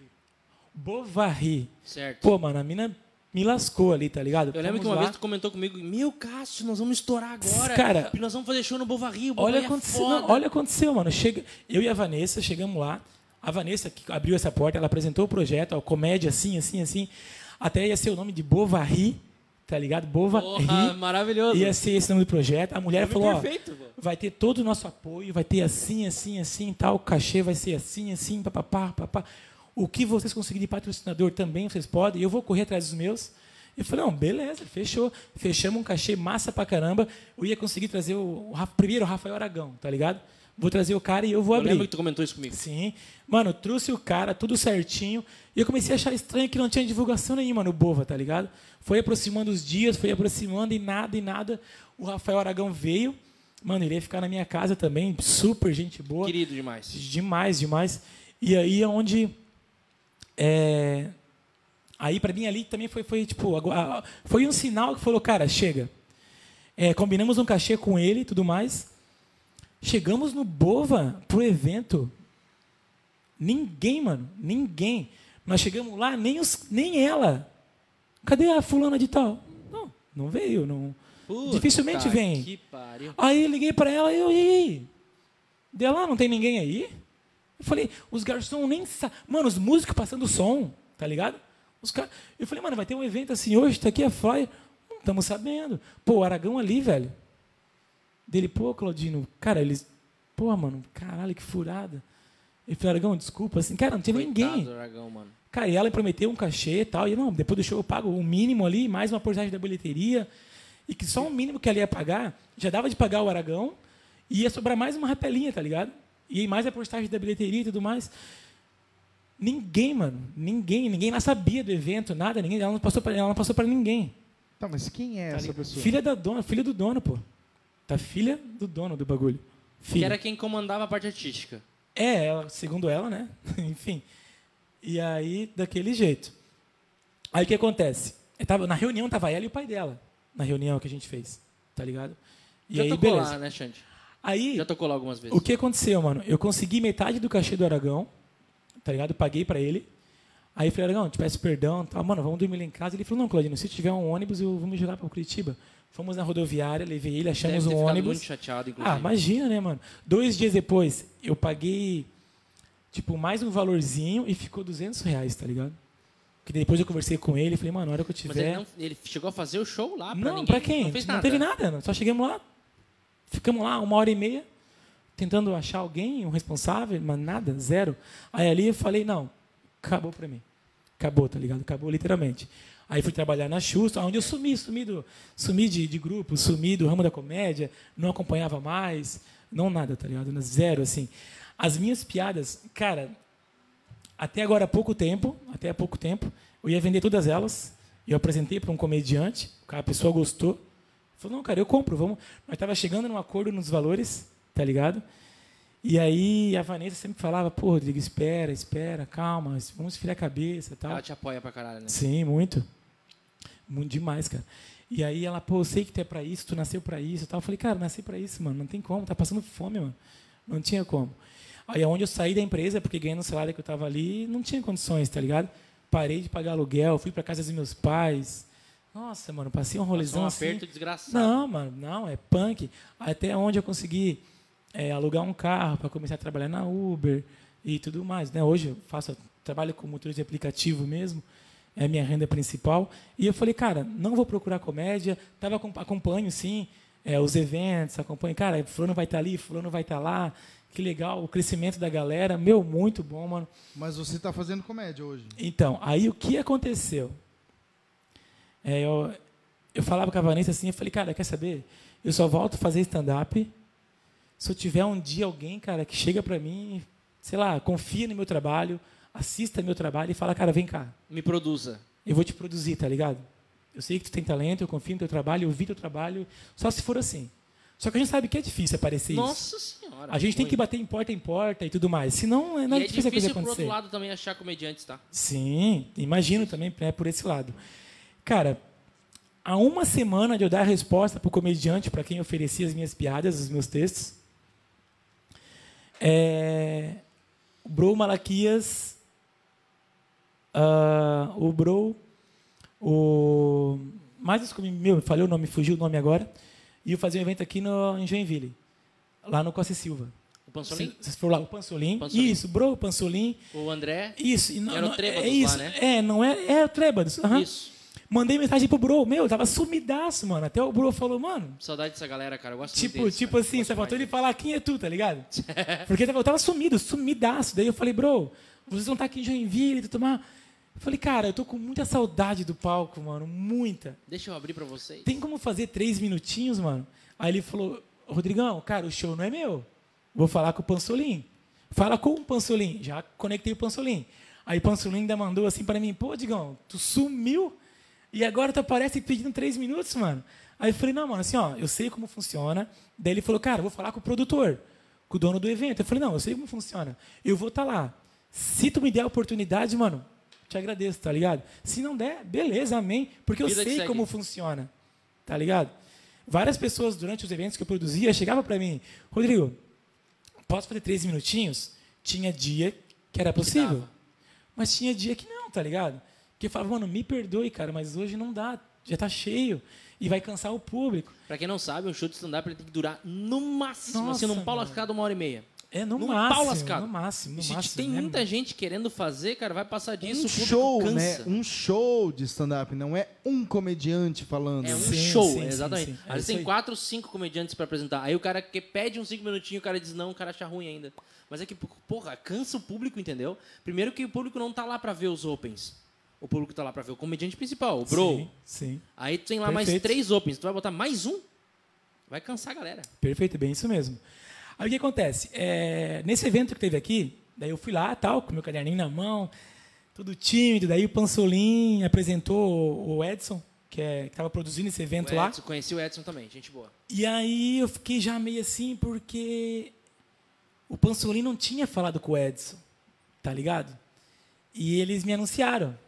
Bovary. Certo. Pô, mano, a mina me lascou ali, tá ligado? Eu lembro que uma vez tu comentou comigo, meu, Cássio, nós vamos estourar agora. Cara, porque nós vamos fazer show no Bovary, o olha Bovary o que aconteceu, mano. Eu e a Vanessa chegamos lá. A Vanessa, que abriu essa porta, ela apresentou o projeto, ó, comédia assim, assim, assim. Até ia ser o nome de Bovary, tá ligado? Bovary. Porra, maravilhoso. Ia ser esse nome do projeto. A mulher falou, perfeito, vai ter todo o nosso apoio, vai ter assim, assim, assim, tal. O cachê vai ser assim, assim, papapá, papá. O que vocês conseguirem de patrocinador também, vocês podem. Eu vou correr atrás dos meus. Eu falei, não, beleza, fechou. Fechamos um cachê massa pra caramba. Eu ia conseguir trazer primeiro o Rafael Aragão, tá ligado? Vou trazer o cara e eu vou abrir. Eu lembro que tu comentou isso comigo. Sim. Mano, eu trouxe o cara, tudo certinho. E eu comecei a achar estranho que não tinha divulgação nenhuma no Bova, tá ligado? Foi aproximando os dias, foi aproximando e nada. O Rafael Aragão veio. Mano, ele ia ficar na minha casa também. Super gente boa. Querido demais. Demais. E aí é onde... Aí, pra mim, ali também foi tipo... Foi um sinal que falou, cara, chega. Combinamos um cachê com ele e tudo mais. Chegamos no Bova pro evento. Ninguém, mano. Ninguém. Nós chegamos lá, nem ela. Cadê a fulana de tal? Não veio. Não. Puta, Dificilmente vem. Que pariu. Aí eu liguei pra ela e eu, e aí? Deu lá, não tem ninguém aí? Eu falei, os garçons nem sabem. Mano, os músicos passando som, tá ligado? Eu falei, mano, vai ter um evento assim hoje, tá aqui a flyer. Não estamos sabendo. Pô, o Aragão ali, velho. Dele, pô, Claudino, cara, eles... Pô, mano, caralho, que furada. Ele falou, Aragão, desculpa, assim, cara, não tinha ninguém. Do Aragão, mano. Cara, e ela prometeu um cachê e tal, e não, depois do show eu pago o mínimo ali, mais uma porcentagem da bilheteria, e que só o mínimo que ela ia pagar, já dava de pagar o Aragão, e ia sobrar mais uma rapelinha, tá ligado? E mais a porcentagem da bilheteria e tudo mais. Ninguém, mano, ninguém lá sabia do evento, nada, ninguém, ela não passou pra ninguém. Tá, mas quem é essa pessoa? Filha do dono, pô. Tá, filha do dono do bagulho. Filha. Que era quem comandava a parte artística. Segundo ela, né? Enfim. E aí, daquele jeito. Aí o que acontece? Na reunião tava ela e o pai dela. Na reunião que a gente fez. Tá ligado? E Já aí, tocou beleza. lá, né, Xande? Aí, Já tocou lá algumas vezes. o que aconteceu, mano? Eu consegui metade do cachê do Aragão. Tá ligado? Paguei pra ele. Aí eu falei, Aragão, te peço perdão. Tá, mano, vamos dormir lá em casa. Ele falou, não, Claudino, se tiver um ônibus, eu vou me jogar pra Curitiba. Fomos na rodoviária, levei ele, achamos Deve ter um ficado ônibus. muito chateado, inclusive. Imagina, né, mano? 2 dias depois, eu paguei, tipo, mais um valorzinho e ficou R$200, tá ligado? Porque depois eu conversei com ele e falei, mano, na hora que eu tiver... Mas ele chegou a fazer o show lá pra Não, ninguém? pra quem? Não fez Não nada. teve nada, só chegamos lá, ficamos lá 1h30, tentando achar alguém, um responsável, mas nada, zero. Aí ali eu falei, não, acabou para mim. Acabou, tá ligado? Acabou literalmente. Aí fui trabalhar na Xusta, onde eu sumi de grupo, sumi do ramo da comédia, não acompanhava mais, não nada, tá ligado? Zero, assim. As minhas piadas, cara, até agora há pouco tempo, eu ia vender todas elas, eu apresentei para um comediante, a pessoa gostou, falou, não, cara, eu compro, vamos. Nós estava chegando num acordo nos valores, tá ligado? E aí a Vanessa sempre falava, pô, Rodrigo, espera, calma, vamos esfriar a cabeça e tal. Ela te apoia pra caralho, né? Sim, muito. Muito demais, cara. E aí ela, pô, eu sei que tu é pra isso, tu nasceu pra isso e tal. Eu falei, cara, nasci pra isso, mano, não tem como, tá passando fome, mano. Não tinha como. Aí onde eu saí da empresa, porque ganhando o salário que eu tava ali, não tinha condições, tá ligado? Parei de pagar aluguel, fui pra casa dos meus pais. Nossa, mano, passei um rolezão assim. Passou um aperto desgraçado. Não, mano, não, é punk. Até onde eu consegui alugar um carro para começar a trabalhar na Uber e tudo mais, né? Hoje eu trabalho com motorista de aplicativo mesmo, é a minha renda principal. E eu falei, cara, não vou procurar comédia, acompanho sim os eventos, acompanho, cara, fulano vai estar ali, fulano vai estar lá, que legal, o crescimento da galera, meu, muito bom, mano. Mas você está fazendo comédia hoje. Então, aí o que aconteceu? Eu falava com a Vanessa assim, eu falei, cara, quer saber? Eu só volto a fazer stand-up se eu tiver um dia alguém, cara, que chega pra mim, sei lá, confia no meu trabalho, assista meu trabalho e fala, cara, vem cá. Me produza. Eu vou te produzir, tá ligado? Eu sei que tu tem talento, eu confio no teu trabalho, eu vi teu trabalho, só se for assim. Só que a gente sabe que é difícil aparecer isso. Nossa Senhora. A gente tem que bater em porta e tudo mais. Senão, não é difícil a coisa acontecer. E é difícil, por outro lado, também achar comediantes, tá? Sim, imagino também por esse lado. Cara, há uma semana de eu dar a resposta para o comediante, para quem oferecia as minhas piadas, os meus textos, o Bro Malaquias, me falhou o nome, fugiu o nome agora, e eu fazia um evento aqui em Joinville, lá no Costa Silva. O Pansolim? Vocês foram lá, o Pansolim. Isso, Bro, Pansolim. O André. Isso. Era o Trêbados lá, né? Não é? É o Trêbados. Uhum. Isso. Mandei mensagem pro Bro, eu tava sumidaço, mano. Até o Bro falou, mano... Saudade dessa galera, cara, eu gosto muito deles. Tipo assim, só faltou ele falar quem é tu, tá ligado? Porque eu tava sumidaço. Daí eu falei, Bro, vocês vão estar aqui em Joinville, tomar... Eu falei, cara, eu tô com muita saudade do palco, mano, muita. Deixa eu abrir pra vocês. Tem como fazer 3 minutinhos, mano? Aí ele falou, Rodrigão, cara, o show não é meu. Vou falar com o Pansolim. Fala com o Pansolim. Já conectei o Pansolim. Aí o Pansolim ainda mandou assim pra mim, pô, Digão, tu sumiu? E agora tu aparece pedindo 3 minutos, mano. Aí eu falei, não, mano, assim, ó, eu sei como funciona. Daí ele falou, cara, eu vou falar com o produtor, com o dono do evento. Eu falei, não, eu sei como funciona. Eu vou estar lá. Se tu me der a oportunidade, mano, te agradeço, tá ligado? Se não der, beleza, amém. Porque eu sei como funciona, tá ligado? Várias pessoas, durante os eventos que eu produzia, chegavam pra mim, Rodrigo, posso fazer 3 minutinhos? Tinha dia que era possível. Mas tinha dia que não, tá ligado? Porque eu falava, mano, me perdoe, cara, mas hoje não dá, já tá cheio e vai cansar o público. Pra quem não sabe, um show de stand-up tem que durar no máximo, assim, num pau lascado 1h30. No máximo. Se tem muita gente querendo fazer, cara, vai passar disso, o público show, cansa. né? Um show de stand-up, não é um comediante falando. É um show, exatamente. Às vezes tem 4 ou 5 comediantes pra apresentar. Aí o cara que pede uns 5 minutinhos, o cara diz não, o cara acha ruim ainda. Mas é que, porra, cansa o público, entendeu? Primeiro que o público não tá lá pra ver os opens. O público tá lá pra ver o comediante principal, o Bro. Sim. Aí tu tem lá mais 3 opens. Tu vai botar mais um, vai cansar a galera. Perfeito, bem isso mesmo. Aí o que acontece? Nesse evento que teve aqui, daí eu fui lá, tal, com meu caderninho na mão, tudo tímido, daí o Pansolim apresentou o Edson, que estava produzindo esse evento lá. Conheci o Edson também, gente boa. E aí eu fiquei já meio assim, porque o Pansolim não tinha falado com o Edson, tá ligado? E eles me anunciaram.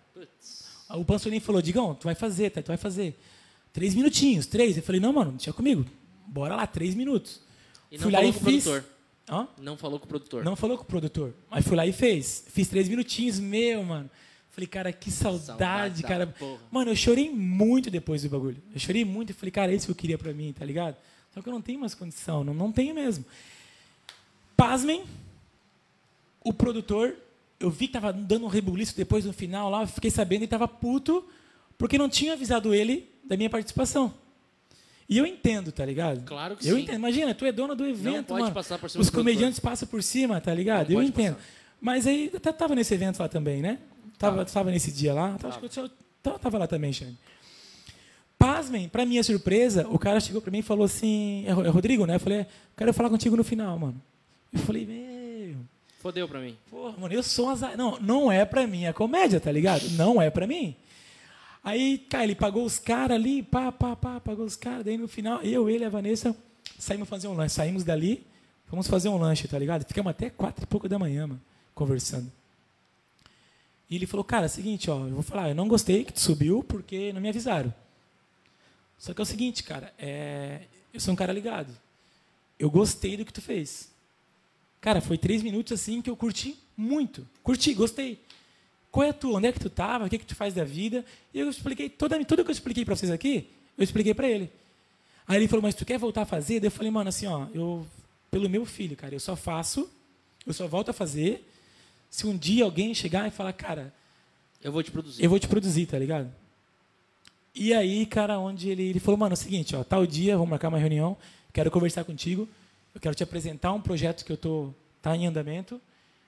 O Pansolim falou, Digão, tu vai fazer, tá? Tu vai fazer. 3 minutinhos, 3. Eu falei, não, mano, deixa comigo. Bora lá, 3 minutos. E não falou com o produtor. Hã? Não falou com o produtor. Não falou com o produtor. Mas fui lá e fez. Fiz 3 minutinhos, mano. Falei, cara, que saudade, cara. Porra. Mano, eu chorei muito depois do bagulho. Eu chorei muito e falei, cara, é isso que eu queria pra mim, tá ligado? Só que eu não tenho mais condição, não tenho mesmo. Pasmem, o produtor, eu vi que tava dando um rebuliço depois no final lá, eu fiquei sabendo e tava puto, porque não tinha avisado ele da minha participação. E eu entendo, tá ligado? Claro que eu sim. entendo. Imagina, tu é dono do evento, Não pode mano. passar por cima Os do produtor. comediantes passam por cima, tá ligado? Não Eu pode entendo. passar. Mas aí, até tava nesse evento lá também, né? Tava nesse dia lá. Acho que eu tava lá também, Xande. Pasmem, pra minha surpresa, o cara chegou pra mim e falou assim... É Rodrigo, né? Eu falei, quero falar contigo no final, mano. Eu falei, meu... Fodeu pra mim. Porra, mano, eu sou um azar. Não é pra mim a comédia, tá ligado? Não é pra mim. Aí, cara, ele pagou os caras ali, pagou os caras. Daí no final, ele e a Vanessa saímos fazer um lanche. Saímos dali, fomos fazer um lanche, tá ligado? Ficamos até 4h pouco da manhã, mano, conversando. E ele falou, cara, é o seguinte, ó, eu vou falar, eu não gostei que tu subiu porque não me avisaram. Só que é o seguinte, cara, eu sou um cara ligado. Eu gostei do que tu fez. Cara, foi 3 minutos assim que eu curti muito. Curti, gostei. Qual é a tua? Onde é que tu tava? O que tu faz da vida? E eu expliquei, tudo que eu expliquei para vocês aqui, eu expliquei para ele. Aí ele falou, mas tu quer voltar a fazer? Daí eu falei, mano, assim, ó, pelo meu filho, cara, eu só volto a fazer se um dia alguém chegar e falar, cara... Eu vou te produzir. Eu vou te produzir, tá ligado? E aí, cara, onde ele falou, mano, é o seguinte, ó, tal dia, vamos marcar uma reunião, quero conversar contigo, eu quero te apresentar um projeto que tá em andamento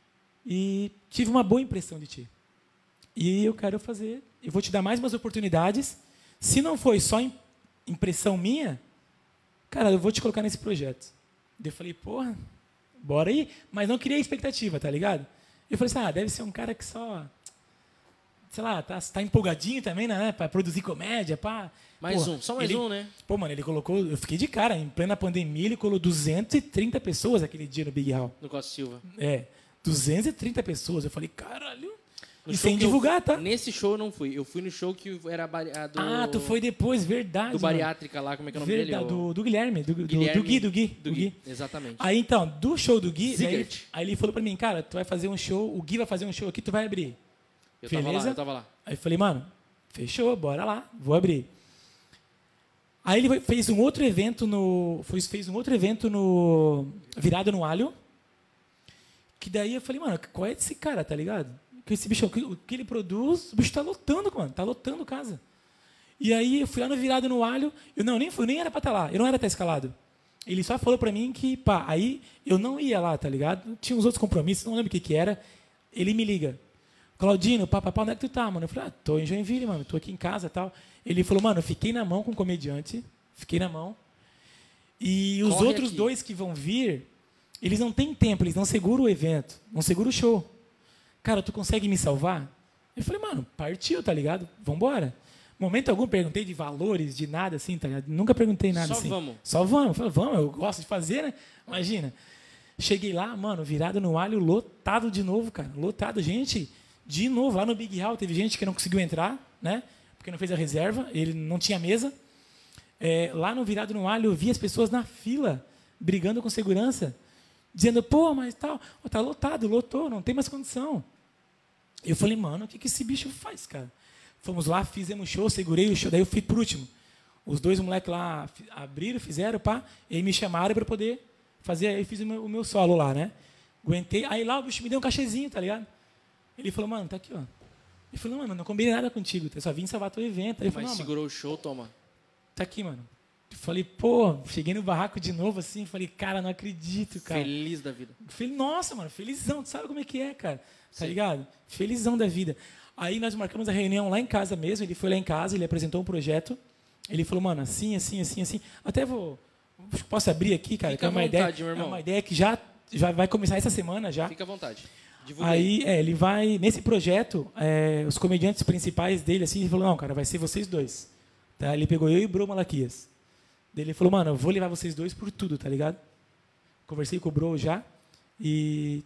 e tive uma boa impressão de ti. E eu quero fazer, eu vou te dar mais umas oportunidades. Se não foi só impressão minha, cara, eu vou te colocar nesse projeto. Daí eu falei, porra, bora aí. Mas não criei expectativa, tá ligado? Eu falei assim, deve ser um cara que só, sei lá, tá empolgadinho também, né? Pra produzir comédia, pá. Só mais um, né? Pô, mano, ele colocou, eu fiquei de cara, em plena pandemia, ele colocou 230 pessoas aquele dia no Big Hall. No Costa Silva. 230 pessoas. Eu falei, caralho. No E sem divulgar, tá? Nesse show eu não fui. Eu fui no show que era tu foi depois, verdade. Do Bariátrica lá, como é que é o nome dele? Do Guilherme, do Gui. Exatamente. Aí então, do show do Gui, aí ele falou pra mim, cara, tu vai fazer um show, o Gui vai fazer um show aqui, tu vai abrir. Eu Beleza? tava lá. Aí eu falei, mano, fechou, bora lá, vou abrir. Aí ele fez um outro evento no Virado no Alho, que daí eu falei, mano, qual é esse cara, tá ligado? Que esse bicho, o que ele produz, o bicho tá lotando, mano, tá lotando casa. E aí eu fui lá no Virado no Alho, eu nem fui, nem era pra estar lá, eu não era até escalado. Ele só falou pra mim que, aí eu não ia lá, tá ligado? Tinha uns outros compromissos, não lembro o que era. Ele me liga, Claudino, onde é que tu tá, mano? Eu falei, tô em Joinville, mano, tô aqui em casa e tal. Ele falou, mano, eu fiquei na mão com o comediante, e os outros dois que vão vir, eles não têm tempo, eles não seguram o evento, não seguram o show. Cara, tu consegue me salvar? Eu falei, mano, partiu, tá ligado? Vambora. Momento algum, perguntei de valores, de nada assim, tá ligado? Nunca perguntei nada assim. Só vamos. Eu falei, vamos, eu gosto de fazer, né? Imagina. Cheguei lá, mano, Virado no Alho, lotado de novo, cara. Lotado, gente, de novo. Lá no Big Hall teve gente que não conseguiu entrar, né? Porque não fez a reserva, ele não tinha mesa. Lá no Virado no Alho, eu vi as pessoas na fila, brigando com segurança, dizendo, pô, mas tal, tá lotado, lotou, não tem mais condição. Eu falei, mano, o que esse bicho faz, cara? Fomos lá, fizemos show, segurei o show, daí eu fui por último. Os dois moleques lá abriram, fizeram, e aí me chamaram para poder fazer, aí fiz o meu solo lá, né? Aguentei, aí lá o bicho me deu um cachezinho, tá ligado? Ele falou, mano, tá aqui, ó. Ele falou, mano, não combinei nada contigo, eu só vim salvar teu evento. Aí mas segurou o show, toma. Tá aqui, mano. Eu falei, pô, cheguei no barraco de novo assim, falei, cara, não acredito, cara. Feliz da vida. Nossa, mano, felizão, tu sabe como é que é, cara? Tá ligado? Felizão da vida. Aí nós marcamos a reunião lá em casa mesmo, ele foi lá em casa, ele apresentou um projeto, ele falou, mano, assim. Até posso abrir aqui, cara? Fica à vontade, meu irmão. É uma ideia que já vai começar essa semana já. Fica à vontade. Divulga aí, ele vai, nesse projeto, os comediantes principais dele, assim, ele falou, não, cara, vai ser vocês dois. Tá? Ele pegou eu e o Bro Malaquias. Daí ele falou, mano, eu vou levar vocês dois por tudo, tá ligado? Conversei com o Bro já, e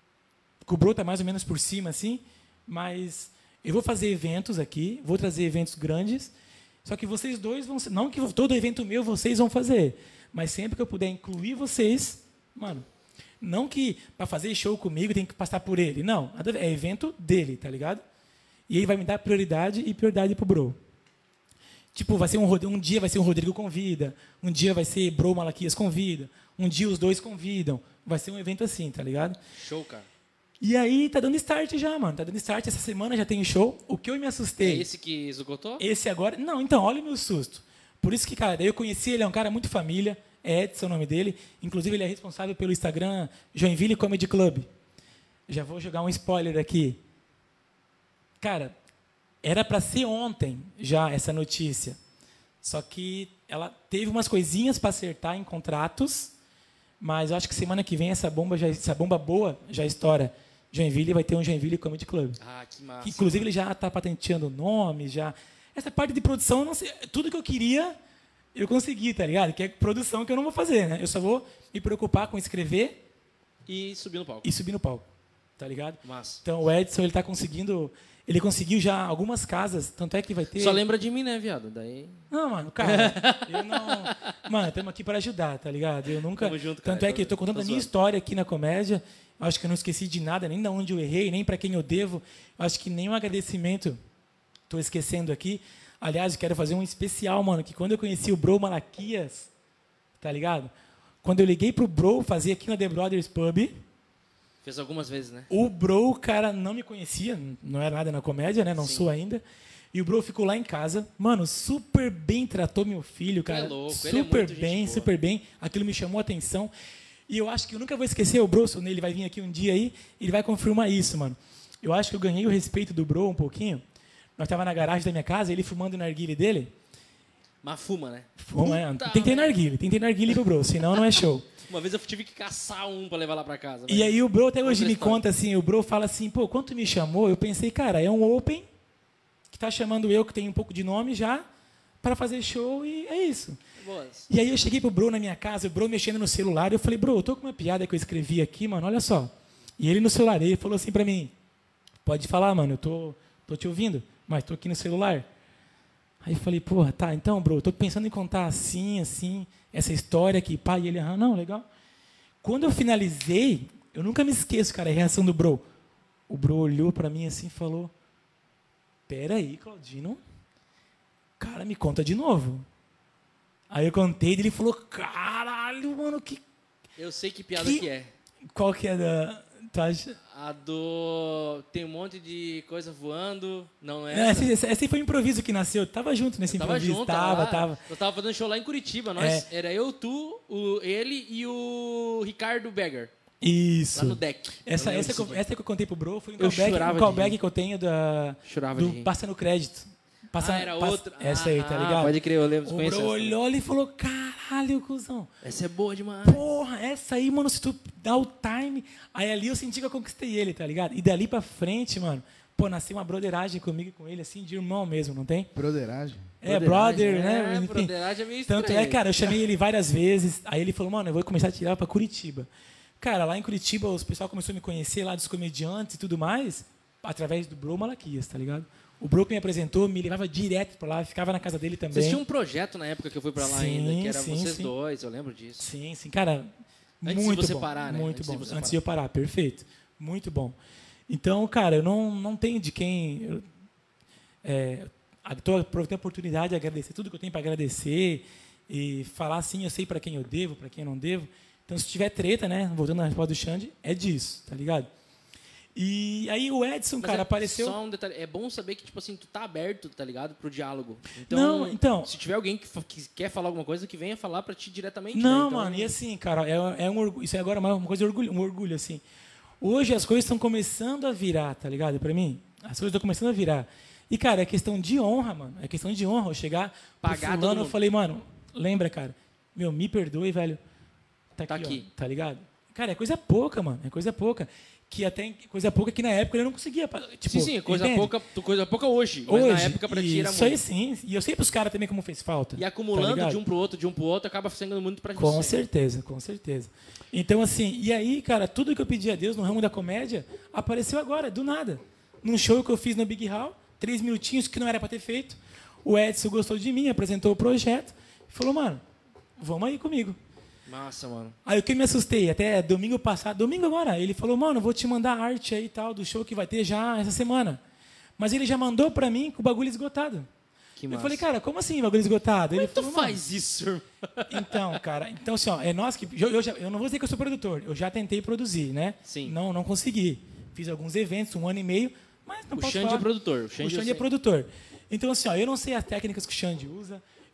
o Bro tá mais ou menos por cima, assim, mas eu vou fazer eventos aqui, vou trazer eventos grandes, só que vocês dois vão ser, não que todo evento meu vocês vão fazer, mas sempre que eu puder incluir vocês, mano, não que para fazer show comigo tem que passar por ele, não, é evento dele, tá ligado? E ele vai me dar prioridade e prioridade pro Bro. Tipo, vai ser um dia vai ser um Rodrigo convida, um dia vai ser Bro Malaquias convida, um dia os dois convidam, vai ser um evento assim, tá ligado? Show, cara. E aí tá dando start já, mano. Tá dando start. Essa semana já tem show. O que eu me assustei... É esse que esgotou? Esse agora... Não, então, olha o meu susto. Por isso que, cara, eu conheci ele, é um cara muito família, é Edson o nome dele. Inclusive, ele é responsável pelo Instagram Joinville Comedy Club. Já vou jogar um spoiler aqui. Cara, era para ser ontem já essa notícia. Só que ela teve umas coisinhas para acertar em contratos, mas eu acho que semana que vem essa bomba boa já estoura. Joinville vai ter um Joinville Comedy Club. Ah, que massa. Que, inclusive, ele já está patenteando o nome, já. Essa parte de produção, eu não sei, tudo que eu queria, eu consegui, tá ligado? Que é produção que eu não vou fazer, né? Eu só vou me preocupar com escrever E subir no palco. e subir no palco, tá ligado? Massa. Então, o Edson, ele tá conseguindo... Ele conseguiu já algumas casas, tanto é que vai ter... Só lembra de mim, né, viado? Daí... Não, mano, cara, eu não... Mano, estamos aqui para ajudar, tá ligado? Eu nunca... Tamo junto, cara. Tanto é que eu tô contando Tô a minha zoando. história aqui na comédia. Acho que eu não esqueci de nada, nem de onde eu errei, nem para quem eu devo. Acho que nenhum agradecimento tô esquecendo aqui. Aliás, eu quero fazer um especial, mano, que quando eu conheci o Bro Malaquias, tá ligado? Quando eu liguei pro Bro fazer aqui na The Brothers Pub, Fez algumas vezes, né? o Bro, cara, não me conhecia, não era nada na comédia, né? Não Sim. sou ainda. E o Bro ficou lá em casa, mano, super bem tratou meu filho, cara. é louco, ele é super muito gente bem, boa. super bem. Aquilo me chamou a atenção. E eu acho que eu nunca vou esquecer o Bro, ele vai vir aqui um dia aí, ele vai confirmar isso, mano. Eu acho que eu ganhei o respeito do Bro um pouquinho. Nós tava na garagem da minha casa, ele fumando o narguile dele. Mas fuma, né? Fuma, Puta tem que ter merda. narguile pro Bro, senão não é show. Uma vez eu tive que caçar um pra levar lá pra casa. E velho. aí o Bro até hoje Outra me história. conta assim, o Bro fala assim, pô, quando tu me chamou, eu pensei, cara, é um open que tá chamando eu, que tem um pouco de nome já, para fazer show e é isso. Boas. E aí eu cheguei pro Bro na minha casa, o Bro mexendo no celular, eu falei, Bro, eu tô com uma piada que eu escrevi aqui, mano, olha só. E ele no celular, ele falou assim pra mim, pode falar, mano, eu tô te ouvindo, mas tô aqui no celular. Aí eu falei, porra, tá, então, Bro, eu tô pensando em contar assim, essa história aqui, pá, e ele, não, legal. Quando eu finalizei, eu nunca me esqueço, cara, a reação do Bro. O Bro olhou pra mim assim e falou, peraí, Claudino, cara, me conta de novo. Aí eu contei e ele falou, caralho, mano, Eu sei que piada que é. qual que é da... Tu acha? A do... Tem um monte de coisa voando. Não é Não, essa? esse aí foi um improviso que nasceu. Eu tava junto nesse Tava improviso. junto, Tava. Eu tava fazendo show lá em Curitiba. Nós, era eu, tu, ele e o Ricardo Beggar. Isso. Lá no deck. Essa Eu que lembro eu contei pro Bro foi um Eu callback, chorava um de callback rir. que eu tenho Chorava do de rir. Passa no Crédito. Outra. Essa aí, tá ligado? Pode crer, eu lembro. O conheço Bro essa. olhou ali e falou, caralho, cuzão. Essa é boa demais. Porra, essa aí, mano, se tu dá o time... Aí ali eu senti que eu conquistei ele, tá ligado? E dali pra frente, mano, pô, nasceu uma broderagem comigo e com ele, assim, de irmão mesmo, não tem? Broderagem. É, brother, né? É, Enfim. broderagem é meio estranho. Tanto é, cara, eu chamei ele várias vezes, aí ele falou, mano, eu vou começar a tirar pra Curitiba. Cara, lá em Curitiba, os pessoal começou a me conhecer lá dos comediantes e tudo mais, através do Bro Malaquias, tá ligado? O Bro que me apresentou, me levava direto pra lá, ficava na casa dele também. Vocês tinham um projeto na época que eu fui pra lá Sim, ainda, que era sim, vocês sim. dois, eu lembro disso. Sim, cara, Antes de muito você bom. parar, né? Muito Antes de bom. você Antes parar. de eu parar, perfeito. Muito bom. Então, cara, eu não tenho de quem... Estou aproveitando a oportunidade de agradecer tudo que eu tenho para agradecer e falar assim, eu sei para quem eu devo, para quem eu não devo. Então, se tiver treta, né, voltando na resposta do Xande, é disso, tá ligado? E aí o Edson, Mas cara, é apareceu... Só um detalhe, é bom saber que, tipo assim, tu tá aberto, tá ligado? Pro diálogo. Não, então- Se tiver alguém que quer falar alguma coisa, que venha falar pra ti diretamente. Não, né? Então, mano, e assim, cara, é um orgulho, isso é agora uma coisa de orgulho, um orgulho, assim. Hoje as coisas estão começando a virar, tá ligado? Pra mim, as coisas estão começando a virar. E, cara, é questão de honra, mano. É questão de honra. Eu chegar Pagar pro todo fulano, eu mundo. falei, mano, lembra, cara, me perdoe, velho. Tá Tá aqui, aqui. ó, tá ligado? Cara, é coisa pouca, mano, é coisa pouca. Que até coisa pouca que na época eu não conseguia. Tipo, sim, coisa entende? pouca hoje. Mas Hoje, na época pra ti era isso aí muito. sim. E eu sei pros caras também como fez falta. E tá acumulando ligado? de um pro outro, acaba sendo muito pra Com você. certeza, com certeza. Então, assim, e aí, cara, tudo que eu pedi a Deus no ramo da comédia apareceu agora, do nada. Num show que eu fiz no Big Hall, 3 minutinhos que não era pra ter feito. O Edson gostou de mim, apresentou o projeto e falou, mano, vamos aí comigo. Massa, mano. Aí o que eu me assustei, até domingo passado, domingo agora, ele falou, mano, vou te mandar arte aí e tal, do show que vai ter já essa semana. Mas ele já mandou pra mim com o bagulho esgotado. Que Eu massa. falei, cara, como assim bagulho esgotado? Ele Como tu falou, mano, faz isso, irmão? então, cara, então assim, ó, é nós que. Eu não vou dizer que eu sou produtor, eu já tentei produzir, né? Sim. Não consegui. Fiz alguns eventos, 1 ano e meio, mas não O posso Xande falar. é produtor. O Xande é produtor. Então, assim, ó, eu não sei as técnicas que o Xande usa,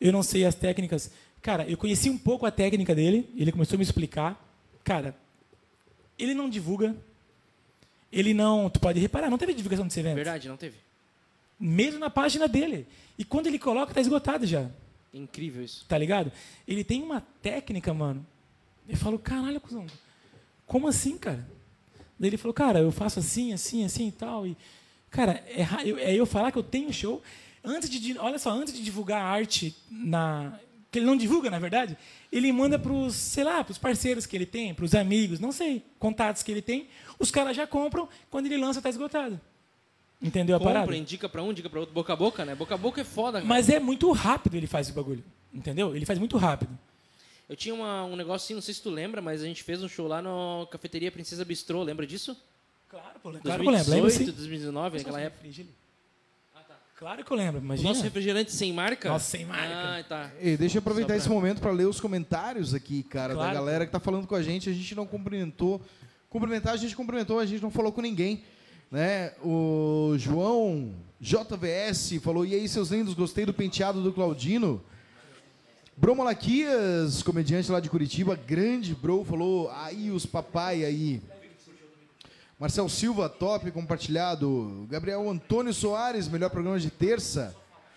eu não sei as técnicas. Cara, eu conheci um pouco a técnica dele, ele começou a me explicar. Cara, ele não divulga, ele não... Tu pode reparar, não teve divulgação desse evento. Verdade, não teve. Mesmo na página dele. E quando ele coloca, tá esgotado já. Incrível isso. Tá ligado? Ele tem uma técnica, mano. Eu falo, caralho, cuzão, como assim, cara? Daí ele falou, cara, eu faço assim, assim, assim e tal. E, cara, eu falar que eu tenho show. Olha só, antes de divulgar a arte que ele não divulga, na verdade, ele manda pros, sei lá, pros parceiros que ele tem, pros amigos, não sei, contatos que ele tem. Os caras já compram, quando ele lança, tá esgotado. Entendeu a parada? Indica pra um, indica pra outro, boca a boca, né? Boca a boca é foda, cara. Mas é muito rápido ele faz esse bagulho. Entendeu? Ele faz muito rápido. Eu tinha um negócio assim, não sei se tu lembra, mas a gente fez um show lá na Cafeteria Princesa Bistrô, lembra disso? Claro, pô, claro que eu lembro. 2018, 2019, naquela época. Claro que eu lembro, O imagina. nosso refrigerante sem marca? Nossa, sem marca. Ah, tá. E deixa eu aproveitar Só pra- esse momento para ler os comentários aqui, cara, Claro. da galera que tá falando com a gente não cumprimentou. Cumprimentar, a gente cumprimentou, a gente não falou com ninguém. Né? O João JVS falou, e aí, seus lindos, gostei do penteado do Claudino. Bro Malaquias, comediante lá de Curitiba, grande bro, falou, aí os papai aí. Marcel Silva, top, compartilhado. Gabriel Antônio Soares, melhor programa de terça.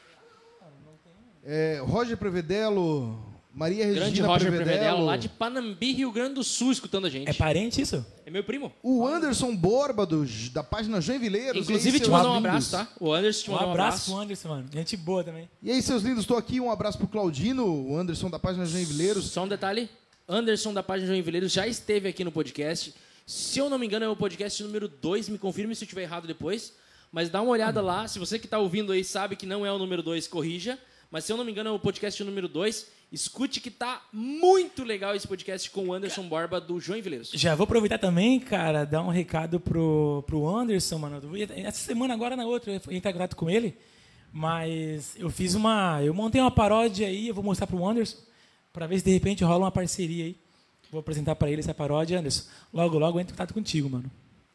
Roger Prevedelo, Maria Grande Regina Roger Prevedelo. Prevedelo, lá de Panambi, Rio Grande do Sul, escutando a gente. É parente isso? É meu primo. O Anderson Borba, da página Joinvileiros. Inclusive, E aí, te seus mandou um lindos? abraço, tá? O Anderson te Um mandou abraço pro Anderson, mano. Gente boa também. E aí, seus lindos, estou aqui. Um abraço pro Claudino, o Anderson da página Joinvileiros. Só um detalhe, Anderson da página Joinvileiros já esteve aqui no podcast. Se eu não me engano, é o podcast número 2, me confirme se eu estiver errado depois. Mas dá uma olhada lá, se você que está ouvindo aí sabe que não é o número 2, corrija. Mas se eu não me engano, é o podcast número 2. Escute que tá muito legal esse podcast com o Anderson Borba do Joinvileiros. Já vou aproveitar também, cara, dar um recado pro Anderson, mano. Essa semana, agora na outra, eu ia entrar em contato com ele. Mas eu montei uma paródia aí, eu vou mostrar pro Anderson, para ver se de repente rola uma parceria aí. Vou apresentar para ele essa paródia, Anderson. Logo, logo eu entro em contato contigo, mano.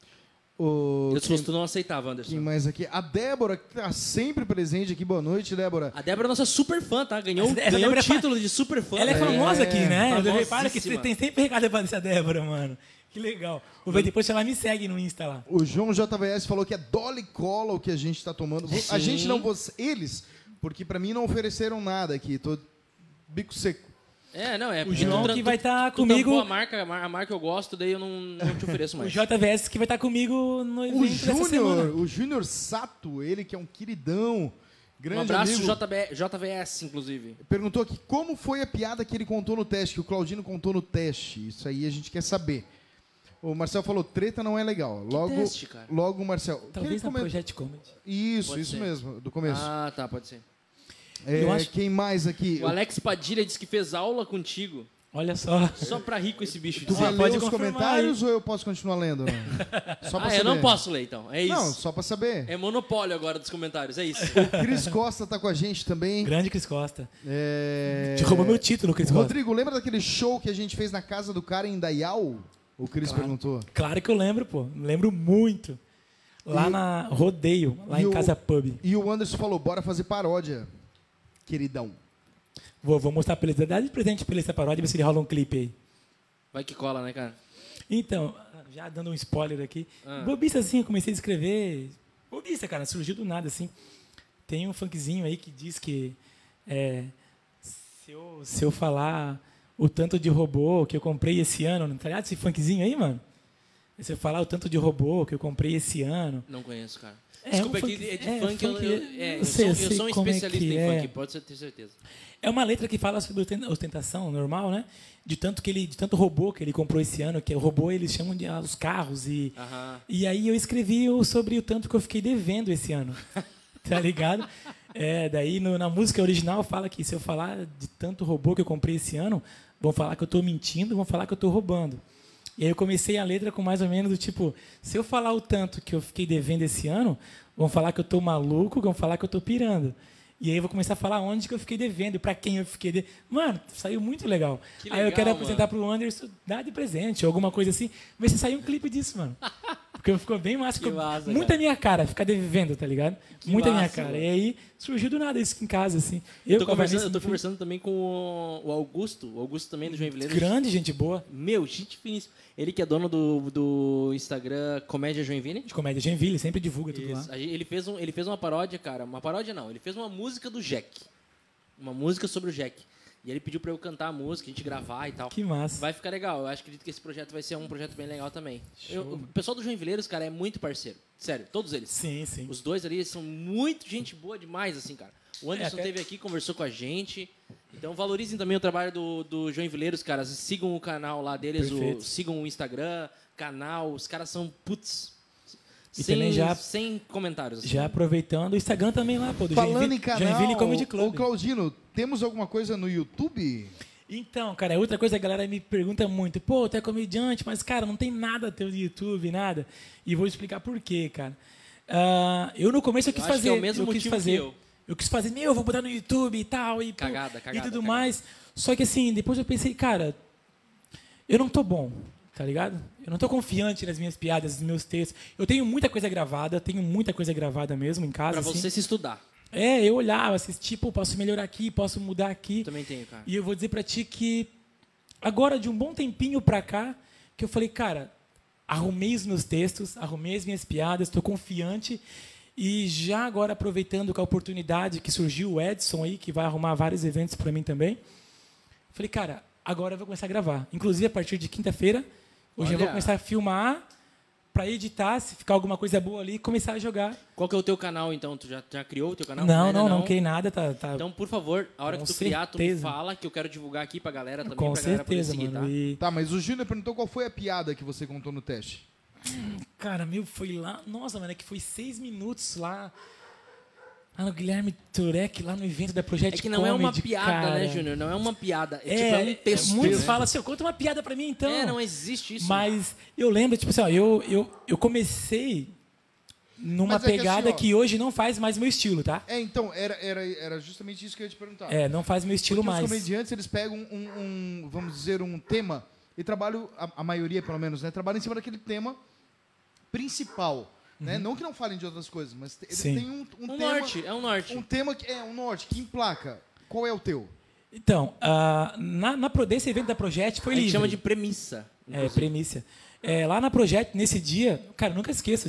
Se fosse tu não aceitava, Anderson. Quem mais aqui? A Débora, que tá sempre presente aqui. Boa noite, Débora. A Débora é nossa super fã, tá? Ganhou Essa o Débora é título de super fã. Ela é famosa aqui, né? famosíssima. Repara que você tem sempre recado para essa Débora, mano. Que legal. Vou ver depois se ela me segue no Insta lá. O João JVS falou que é Dolly Cola o que a gente tá tomando. A gente não, eles, porque pra mim não ofereceram nada aqui. Tô bico seco. Não, é. O João que vai estar Tu comigo. tampou a marca eu gosto, daí eu não te ofereço O mais. JVS que vai estar comigo no O evento dessa semana. Júnior, o Júnior Sato, ele que é um queridão, grande Um abraço, amigo, JVS, inclusive. perguntou aqui como foi a piada que ele contou no teste, que o Claudino contou no teste. Isso aí a gente quer saber. O Marcel falou, treta não é legal. Logo, teste, cara? logo o Marcel. Talvez Quem na comentou- Project Comedy. Isso Pode ser. mesmo, do começo. Ah, tá, pode ser. eu acho- Quem mais aqui? O Alex Padilha disse que fez aula contigo. Olha só. Só pra rir com esse bicho. Tu de vai ser. pode ler os confirmar comentários ou eu posso continuar lendo? Só pra Ah, saber. eu não posso ler, então. É isso. Não, só pra saber. É monopólio agora dos comentários, é isso. Cris Costa tá com a gente também. Grande Cris Costa. É... Te roubou meu título, Cris Costa. Rodrigo, lembra daquele show que a gente fez na casa do cara em Dayal? O Cris perguntou. Claro que eu lembro, pô. Lembro muito. Lá na Rodeio, lá e em o- Casa Pub. E o Anderson falou, bora fazer paródia, queridão. Vou mostrar pra ele. Dá de presente pra ele essa paródia, ver se ele rola um clipe aí. Vai que cola, né, cara? Então, já dando um spoiler aqui. Ah. Bobista, assim, eu comecei a escrever. Bobista, cara, surgiu do nada, assim. Tem um funkzinho aí que diz que se eu falar o tanto de robô que eu comprei esse ano, tá ligado esse funkzinho aí, mano? Se eu falar o tanto de robô que eu comprei esse ano. Não conheço, cara. É Desculpa, um é que funk- é de é, funk, funk, eu eu sou um sei como é especialista que em é. funk, pode ter certeza. É uma letra que fala sobre ostentação normal, né? De tanto robô que ele comprou esse ano, que o robô eles chamam de os carros e Aham. e aí eu escrevi sobre o tanto que eu fiquei devendo esse ano. Tá ligado? Daí na música original fala que se eu falar de tanto robô que eu comprei esse ano, vão falar que eu estou mentindo, vão falar que eu estou roubando. E aí eu comecei a letra com mais ou menos do tipo, se eu falar o tanto que eu fiquei devendo esse ano, vão falar que eu estou maluco, vão falar que eu estou pirando. E aí eu vou começar a falar onde que eu fiquei devendo, para quem eu fiquei devendo. Mano, saiu muito legal. Que Aí eu legal, quero mano. apresentar pro Anderson, dar de presente, ou alguma coisa assim, ver se sair um clipe disso, mano. Ficou bem massa. Que massa, muita cara. minha cara, ficar devendo, tá ligado? Que Muita minha massa, cara. mano. E aí surgiu do nada isso aqui em casa, assim. Eu tô com a Vanessa, conversando, também com o Augusto. O Augusto também do Joinville. grande, gente boa. Meu, gente finíssima. Ele que é dono do Instagram Comédia Joinville. De comédia Genville, sempre divulga tudo lá. Isso. Ele fez uma paródia, cara. Uma paródia não. Ele fez uma música do Jack. Uma música sobre o Jack. E ele pediu pra eu cantar a música, a gente gravar e tal. Que massa. Vai ficar legal. Eu acredito que esse projeto vai ser um projeto bem legal também. O pessoal do Joinvileiros, cara, é muito parceiro. Sério, todos eles. Sim, sim. Os dois ali são muito gente boa demais, assim, cara. O Anderson até- esteve aqui, conversou com a gente. Então valorizem também o trabalho do Joinvileiros, cara. Sigam o canal lá deles, Perfeito. sigam o Instagram, canal. Os caras são, putz, E também sem comentários. Assim. Já aproveitando o Instagram também lá, pô, do Falando Joinville, em canal, Joinville Comedy Club. ô Claudino, temos alguma coisa no YouTube? Então, cara, outra coisa que a galera me pergunta muito, pô, tu é comediante, mas, cara, não tem nada teu no YouTube, nada. E vou explicar por quê, cara. Eu no começo eu quis acho que fazer. é o mesmo eu quis motivo fazer. que eu. Eu quis fazer, eu vou botar no YouTube e tal, e, pô, Cagada, e tudo cagada. mais. Só que assim, depois eu pensei, cara, eu não tô bom, tá ligado? Eu não tô confiante nas minhas piadas, nos meus textos. Eu tenho muita coisa gravada mesmo em casa. Pra assim. você se estudar. Eu olhava, assistia, pô, posso melhorar aqui, posso mudar aqui. Também tenho, cara. E eu vou dizer pra ti que agora, de um bom tempinho pra cá, que eu falei, cara, arrumei os meus textos, arrumei as minhas piadas, estou confiante. E já agora, aproveitando com a oportunidade que surgiu o Edson aí, que vai arrumar vários eventos pra mim também, falei, cara, agora eu vou começar a gravar. Inclusive, a partir de quinta-feira, hoje eu vou Olha. começar a filmar pra editar, se ficar alguma coisa boa ali, começar a jogar. Qual que é o teu canal, então? Tu já criou o teu canal? Não, Ainda não criei nada, tá. Então, por favor, a hora Com que tu criar, tu me certeza. fala, que eu quero divulgar aqui pra galera também, Com pra galera poder certeza, seguir, mano. tá? E, Tá, mas o Júnior perguntou qual foi a piada que você contou no teste. cara, foi lá. Nossa, mano, é que foi 6 minutos lá. Lá no Guilherme Turek, lá no evento da Project É que não é uma Comedy, piada, cara. né, Júnior? Não é uma piada. É um texto. Muitos né? falam assim, conta uma piada pra mim, então. Não existe isso. Mas eu lembro, tipo assim, ó, eu comecei numa Mas é que pegada assim, ó, que hoje não faz mais meu estilo, tá? Então, era justamente isso que eu ia te perguntar. Não faz meu estilo Porque mais. os comediantes, eles pegam vamos dizer, um tema e trabalham, a maioria pelo menos, né? Trabalham em cima daquele tema principal. Né? Não que não falem de outras coisas, mas eles Sim. têm um Um tema... norte, é um norte. Um tema que é um norte, que emplaca. Qual é o teu? Então, desse evento da Project foi A gente livre. chama de premissa. inclusive. Premissa. Lá na Project, nesse dia, cara, nunca esqueço,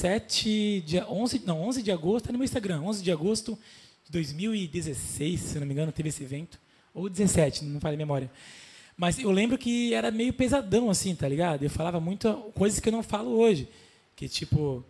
11 de agosto, tá no meu Instagram, 11 de agosto de 2016, se não me engano, teve esse evento. Ou 17, não falha a memória. Mas eu lembro que era meio pesadão, assim, tá ligado? Eu falava muito coisas que eu não falo hoje. Que, tipo...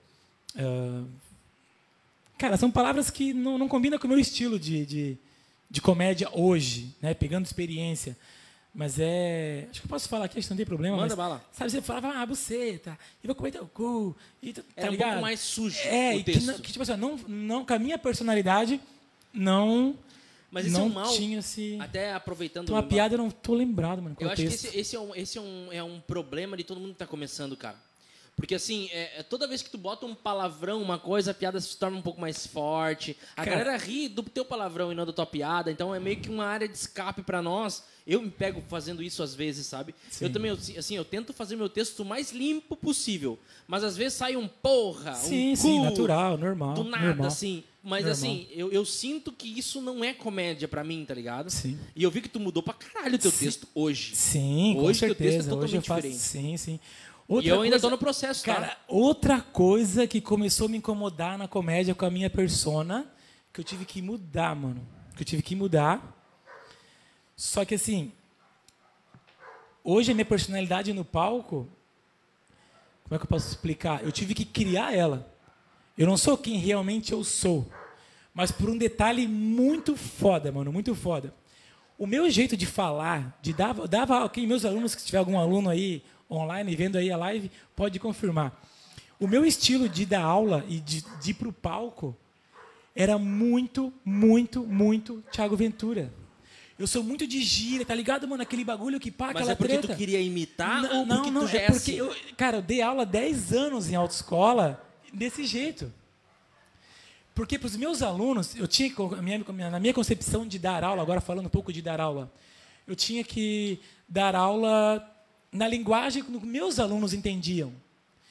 cara, são palavras que não combinam com o meu estilo de comédia hoje, né? Pegando experiência. Mas acho que eu posso falar aqui, acho que não tem problema. Manda mas, bala. sabe, você falava, buceta, e vou comer teu cu. E, tá Era um ligado? pouco mais sujo e o texto. que tipo assim, não, com a minha personalidade, não, Mas esse não é um mal. tinha esse... Até aproveitando... Uma piada eu não tô lembrado, mano. Eu qual acho que texto. esse é um problema de todo mundo que tá começando, cara. Porque, assim, toda vez que tu bota um palavrão, uma coisa, a piada se torna um pouco mais forte. A Cara. galera ri do teu palavrão e não da tua piada. Então, é meio que uma área de escape pra nós. Eu me pego fazendo isso às vezes, sabe? Sim. Eu também, assim, eu tento fazer meu texto o mais limpo possível. Mas, às vezes, sai um porra, Sim, um sim, cu, natural, normal. do nada, normal. assim. Mas, Normal. assim, eu sinto que isso não é comédia pra mim, tá ligado? Sim. E eu vi que tu mudou pra caralho o teu Sim. texto hoje. Sim, com Hoje teu texto é certeza. Hoje eu totalmente faço... diferente. Sim, sim. E Outra eu ainda coisa- tô no processo, tá? Cara, outra coisa que começou a me incomodar na comédia com a minha persona, que eu tive que mudar, mano. Que eu tive que mudar. Só que assim, hoje a minha personalidade no palco, como é que eu posso explicar? Eu tive que criar ela. Eu não sou quem realmente eu sou. Mas por um detalhe muito foda, mano, muito foda. O meu jeito de falar, de dava ok, meus alunos, se tiver algum aluno aí online vendo aí a live, pode confirmar. O meu estilo de dar aula e de ir pro palco era muito, muito, muito Thiago Ventura. Eu sou muito de gíria, tá ligado, mano? Aquele bagulho que pá, Mas aquela é porque treta. tu queria imitar ou Não, porque não, tu já é é porque assim? eu dei aula 10 anos em autoescola desse jeito. Porque para os meus alunos, eu tinha na minha concepção de dar aula, agora falando um pouco de dar aula, eu tinha que dar aula na linguagem que meus alunos entendiam.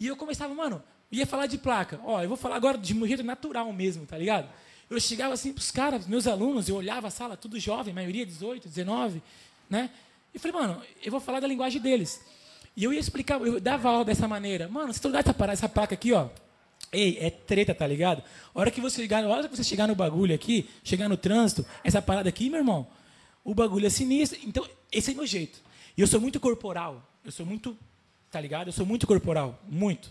E eu começava, mano, ia falar de placa. Ó, eu vou falar agora de um jeito natural mesmo, tá ligado? Eu chegava assim pros caras, meus alunos, eu olhava a sala, tudo jovem, maioria 18, 19, né? E falei, mano, eu vou falar da linguagem deles. E eu ia explicar, eu dava aula dessa maneira. Mano, se tu olhar essa placa aqui, ó, ei, é treta, tá ligado? A hora que você chegar no bagulho aqui, chegar no trânsito, essa parada aqui, meu irmão, o bagulho é sinistro. Então, esse é meu jeito. E eu sou muito corporal. Eu sou muito, tá ligado? Eu sou muito corporal. Muito.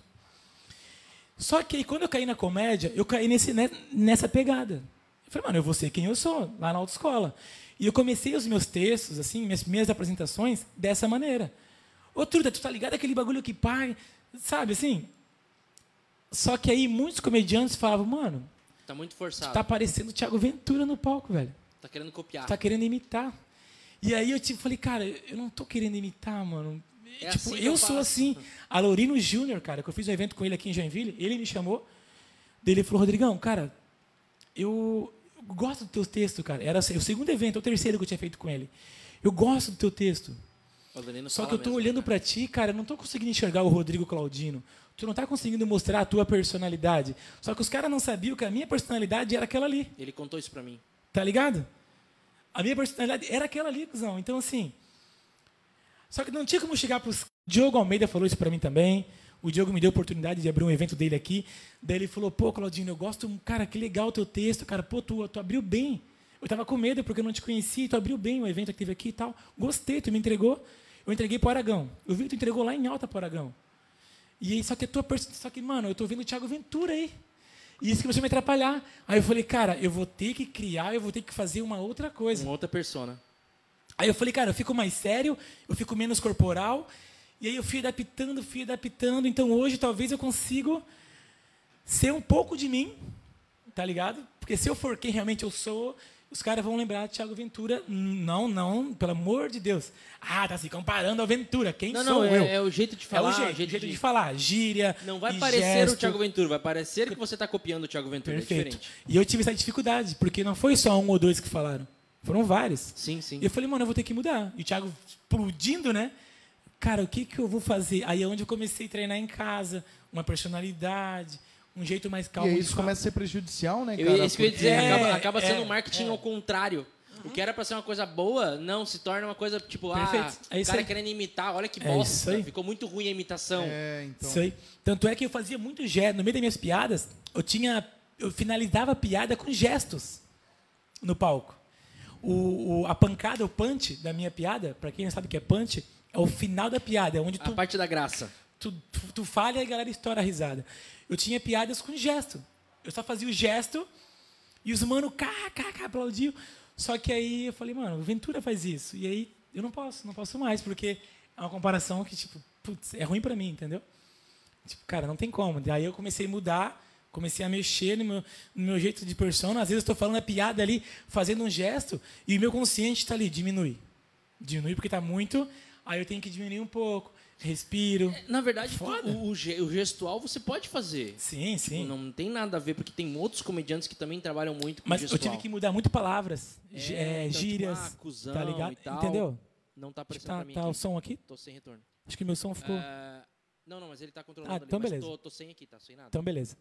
Só que aí, quando eu caí na comédia, eu caí nessa pegada. Eu falei, mano, eu vou ser quem eu sou, lá na autoescola. E eu comecei os meus textos, assim, minhas primeiras apresentações, dessa maneira. Ô, Truta, tu tá ligado aquele bagulho que pai, sabe, assim? Só que aí muitos comediantes falavam, mano, Tá muito forçado. tu tá parecendo o Thiago Ventura no palco, velho. Tá querendo copiar. Tu tá querendo imitar. E aí eu falei, cara, eu não tô querendo imitar, mano. É tipo, assim que eu eu sou faço. assim. A Laurino Júnior, cara, que eu fiz um evento com ele aqui em Joinville, ele me chamou, daí ele falou, Rodrigão, cara, eu gosto do teu texto, cara. Era o segundo evento, o terceiro que eu tinha feito com ele. Eu gosto do teu texto. O Danilo Só fala que eu tô mesmo, olhando né? pra ti, cara, eu não tô conseguindo enxergar o Rodrigo Claudino. Tu não tá conseguindo mostrar a tua personalidade. Só que os caras não sabiam que a minha personalidade era aquela ali. Ele contou isso pra mim. Tá ligado? A minha personalidade era aquela ali, cuzão. Então, assim... Só que não tinha como chegar pros... Diogo Almeida falou isso pra mim também. O Diogo me deu a oportunidade de abrir um evento dele aqui. Daí ele falou, pô, Claudino, eu gosto... Cara, que legal o teu texto, cara. Pô, tu abriu bem. Eu tava com medo porque eu não te conhecia. Tu abriu bem o evento que teve aqui e tal. Gostei, tu me entregou. Eu entreguei pro Aragão. Eu vi que tu entregou lá em alta pro Aragão. E aí, só que, mano, eu tô vendo o Thiago Ventura aí. E isso que começou a me atrapalhar. Aí eu falei, cara, eu vou ter que criar, eu vou ter que fazer uma outra coisa. Uma outra persona. Aí eu falei, cara, eu fico mais sério, eu fico menos corporal. E aí eu fui adaptando. Então hoje talvez eu consiga ser um pouco de mim, tá ligado? Porque se eu for quem realmente eu sou, os caras vão lembrar de Thiago Ventura. Não, pelo amor de Deus. Ah, tá se comparando ao Ventura. Quem sou eu? É o jeito de falar. É o jeito de falar, gíria. Não vai e parecer gesto. o Thiago Ventura, vai parecer que você tá copiando o Thiago Ventura. Perfeito. É diferente. E eu tive essa dificuldade, porque não foi só um ou dois que falaram. Foram vários. Sim, sim. E eu falei, mano, eu vou ter que mudar. E o Thiago explodindo, né? Cara, o que eu vou fazer? Aí é onde eu comecei a treinar em casa, uma personalidade, um jeito mais E calmo. aí de isso falar. começa a ser prejudicial, né, cara? Isso que eu ia dizer, É, acaba sendo marketing ao contrário. O que era pra ser uma coisa boa, não, se torna uma coisa tipo, Perfeito. É o isso cara aí. querendo imitar, olha que É isso bosta. aí. Ficou muito ruim a imitação. É, então. Isso aí. Tanto é que eu fazia muito gesto. No meio das minhas piadas, eu finalizava a piada com gestos no palco. A pancada, o punch da minha piada, para quem não sabe o que é punch, é o final da piada, é onde A parte da graça. tu falha e a galera estoura a risada. Eu tinha piadas com gesto. Eu só fazia o gesto e os mano aplaudiam. Só que aí eu falei, mano, o Ventura faz isso. E aí eu não posso mais, porque é uma comparação que, tipo, putz, é ruim pra mim, entendeu? Tipo, cara, não tem como. Daí eu comecei a mudar, comecei a mexer no meu jeito de persona. Às vezes eu estou falando a piada ali, fazendo um gesto, e o meu consciente está ali, diminui. Diminui porque está muito, aí eu tenho que diminuir um pouco. Respiro. Na verdade, Foda. o gestual você pode fazer. Sim, sim. Não tem nada a ver, porque tem outros comediantes que também trabalham muito com Mas gestual. eu tive que mudar muito palavras, então, gírias, tipo, cuzão tá ligado? e tal. Entendeu? Não tá aparecendo Tá, pra mim tá aqui. o som aqui? Tô sem retorno. Acho que meu som ficou... Não, mas ele tá controlando ali. então mas beleza. Tô sem aqui, tá sem nada. Então, beleza.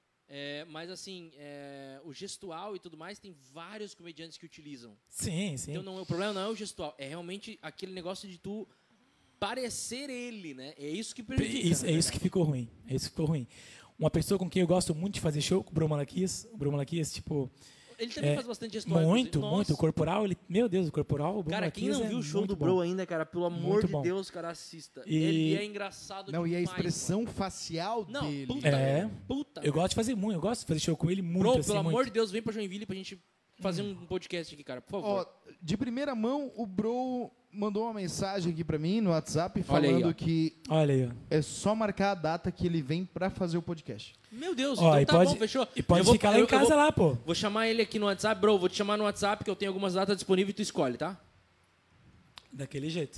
Mas assim, o gestual e tudo mais, tem vários comediantes que utilizam. Sim, sim. Então o problema não é o gestual, é realmente aquele negócio de tu parecer ele, né? É isso que prejudica. É isso que ficou ruim. É isso que ficou ruim. Uma pessoa com quem eu gosto muito de fazer show, o Bruno Malaquias, tipo... Ele também faz bastante gestual. Muito, inclusive. muito. O corporal, meu Deus, o corporal, o Bruno Cara, quem Malaquias não viu é o show muito do bom. Bro ainda, cara, pelo amor Muito de bom. Deus, cara, assista. E- Ele é engraçado Não, e a demais, expressão facial Não, dele. puta, É. velho, puta. Eu gosto de fazer muito, eu gosto de fazer show com ele muito, Bro, assim, pelo amor muito. de Deus, vem pra Joinville pra gente fazer um podcast aqui, cara, por favor. Ó, de primeira mão, o Bro mandou uma mensagem aqui pra mim no WhatsApp Olha aí, falando ó. que Olha aí, ó. é só marcar a data que ele vem pra fazer o podcast. Meu Deus, Ó, e então tá pode, bom, fechou. e pode Eu vou- ficar lá em eu casa vou- lá, pô. Vou chamar ele aqui no WhatsApp, bro, vou te chamar no WhatsApp que eu tenho algumas datas disponíveis e tu escolhe, tá? Daquele jeito.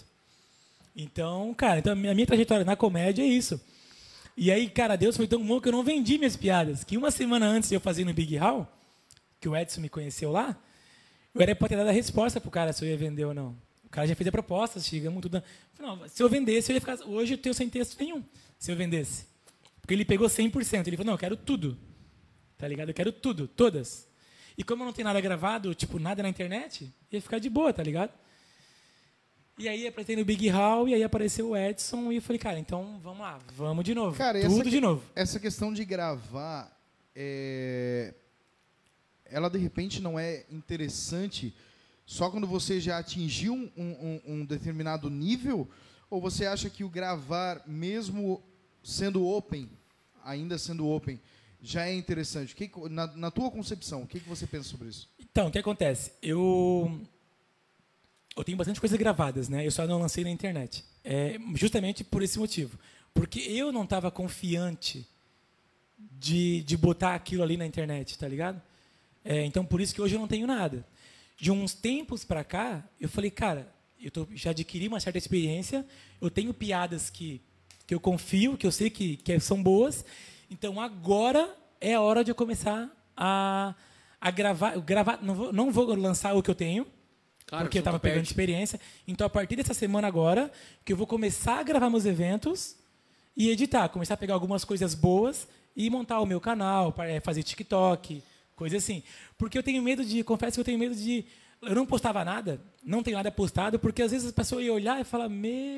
Então, cara, a minha trajetória na comédia é isso. E aí, cara, Deus foi tão bom que eu não vendi minhas piadas. Que uma semana antes de eu fazer no Big Hall, que o Edson me conheceu lá, eu era pra ter dado a resposta pro cara se eu ia vender ou não. O cara já fez a proposta, chegamos tudo. Falei, não, se eu vendesse, eu ia ficar. Hoje eu tenho sem texto nenhum. Se eu vendesse. Porque ele pegou 100%. Ele falou, não, eu quero tudo. Tá ligado? Eu quero tudo, todas. E como eu não tenho nada gravado, tipo, nada na internet, ia ficar de boa, tá ligado? E aí apresentei no Big Hall, e aí apareceu o Edson, e eu falei, cara, então vamos lá, vamos de novo. Cara, tudo de novo. Essa questão de gravar, ela de repente não é interessante só quando você já atingiu um determinado nível? Ou você acha que o gravar, mesmo sendo open, ainda sendo open, já é interessante? Na tua concepção, o que você pensa sobre isso? Então, o que acontece? Eu tenho bastante coisas gravadas, né? Eu só não lancei na internet. Justamente por esse motivo. Porque eu não estava confiante de botar aquilo ali na internet, tá ligado? Então, por isso que hoje eu não tenho nada. De uns tempos para cá, eu falei, cara, já adquiri uma certa experiência, eu tenho piadas que eu confio, que eu sei que são boas, então agora é a hora de eu começar a gravar. Não vou lançar o que eu tenho, Claro, porque eu estava pegando experiência. Então, a partir dessa semana agora, que eu vou começar a gravar meus eventos e editar, começar a pegar algumas coisas boas e montar o meu canal, fazer TikTok, coisa assim. Porque eu tenho medo confesso que eu tenho medo de... Eu não postava nada, não tenho nada postado, porque às vezes as pessoas iam olhar e falar,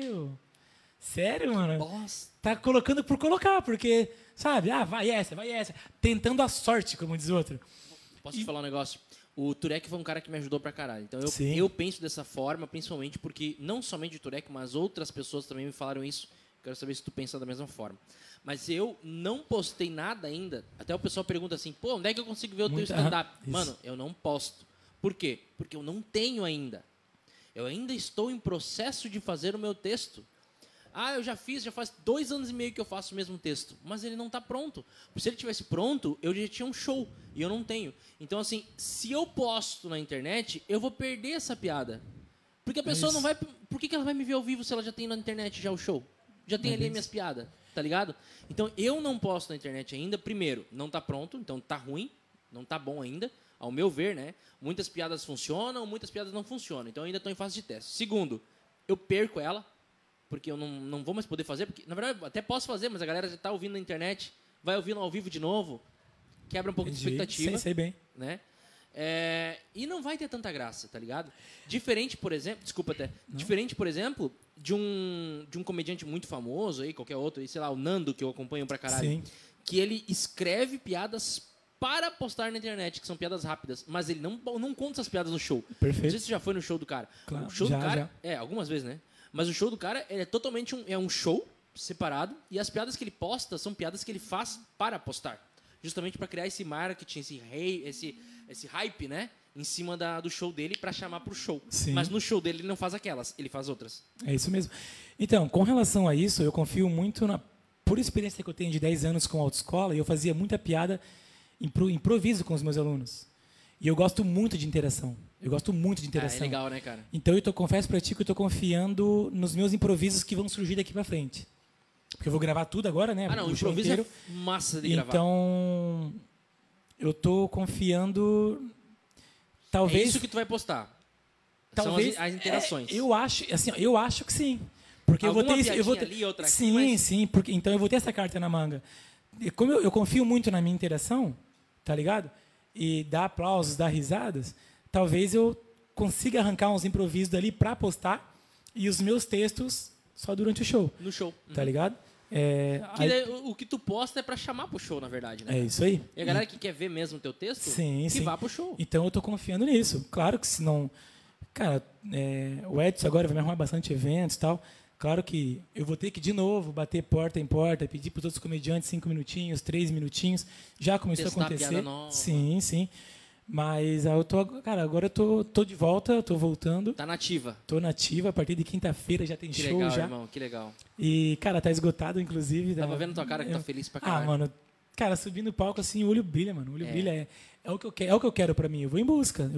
sério, mano? Nossa. Tá colocando por colocar, porque, sabe, vai essa, tentando a sorte, como diz o outro. Posso te falar um negócio? O Turek foi um cara que me ajudou pra caralho. Então Sim. eu penso dessa forma, principalmente porque não somente o Turek, mas outras pessoas também me falaram isso. Quero saber se tu pensa da mesma forma. Mas eu não postei nada ainda. Até o pessoal pergunta assim, pô, onde é que eu consigo ver o teu stand-up? Mano, eu não posto. Por quê? Porque eu não tenho ainda. Eu ainda estou em processo de fazer o meu texto. Eu já faz 2 anos e meio que eu faço o mesmo texto. Mas ele não está pronto. Se ele tivesse pronto, eu já tinha um show. E eu não tenho. Então, assim, se eu posto na internet, eu vou perder essa piada. Porque a pessoa não vai... Por que ela vai me ver ao vivo se ela já tem na internet já o show? Já tem ali as minhas piadas, tá ligado? Então, eu não posto na internet ainda. Primeiro, não está pronto, então tá ruim. Não tá bom ainda, ao meu ver, né? Muitas piadas funcionam, muitas piadas não funcionam. Então, eu ainda estou em fase de teste. Segundo, eu perco ela. Porque eu não vou mais poder fazer, porque, na verdade, eu até posso fazer, mas a galera já está ouvindo na internet, vai ouvindo ao vivo de novo, quebra um pouco de expectativa. Sei bem. Né? E não vai ter tanta graça, tá ligado? Diferente, por exemplo, diferente, por exemplo, de um comediante muito famoso, aí, qualquer outro, aí, sei lá, o Nando, que eu acompanho pra caralho, Sim. que ele escreve piadas para postar na internet, que são piadas rápidas, mas ele não conta essas piadas no show. Perfeito. Não sei se você já foi no show do cara. Claro, O show já, do cara, já. algumas vezes, né? Mas o show do cara é totalmente um show separado e as piadas que ele posta são piadas que ele faz para postar. Justamente para criar esse marketing, esse hype, né? Em cima do show dele para chamar pro show. Sim. Mas no show dele ele não faz aquelas, ele faz outras. É isso mesmo. Então, com relação a isso, eu confio muito por experiência que eu tenho de 10 anos com a autoescola, eu fazia muita piada, improviso com os meus alunos. E eu gosto muito de interação. É legal, né, cara? Então, confesso pra ti que eu tô confiando nos meus improvisos que vão surgir daqui pra frente. Porque eu vou gravar tudo agora, né? Não, o show improviso inteiro. é massa de gravar. Então, eu tô confiando... Talvez... É isso que tu vai postar. Talvez, são as interações. Eu acho que sim. Porque Alguma eu vou ter ali, outra aqui, sim, mas... sim. Então, eu vou ter essa carta na manga. E como eu confio muito na minha interação, tá ligado? E dar aplausos, dar risadas, talvez eu consiga arrancar uns improvisos dali para postar e os meus textos só durante o show. No show. Tá ligado? O que tu posta é para chamar pro show, na verdade, né? É isso aí. E a galera que quer ver mesmo o teu texto, sim. vá pro show. Então eu tô confiando nisso. Claro que se não... Cara, o Edson agora vai me arrumar bastante eventos e tal. Claro que eu vou ter que, de novo, bater porta em porta, pedir para os outros comediantes 5 minutinhos, 3 minutinhos. Já começou Testar a acontecer. Piada nova. Sim. Mas agora eu tô de volta, tô voltando. Tá nativa. Tô nativa, a partir de quinta-feira já tem Que show legal, já. irmão, que legal. E, cara, tá esgotado, inclusive. Tava vendo tua cara que tá feliz pra caralho. Mano, cara, subindo no palco assim, o olho brilha, mano. O olho brilha. É o que eu quero pra mim. Eu vou em busca.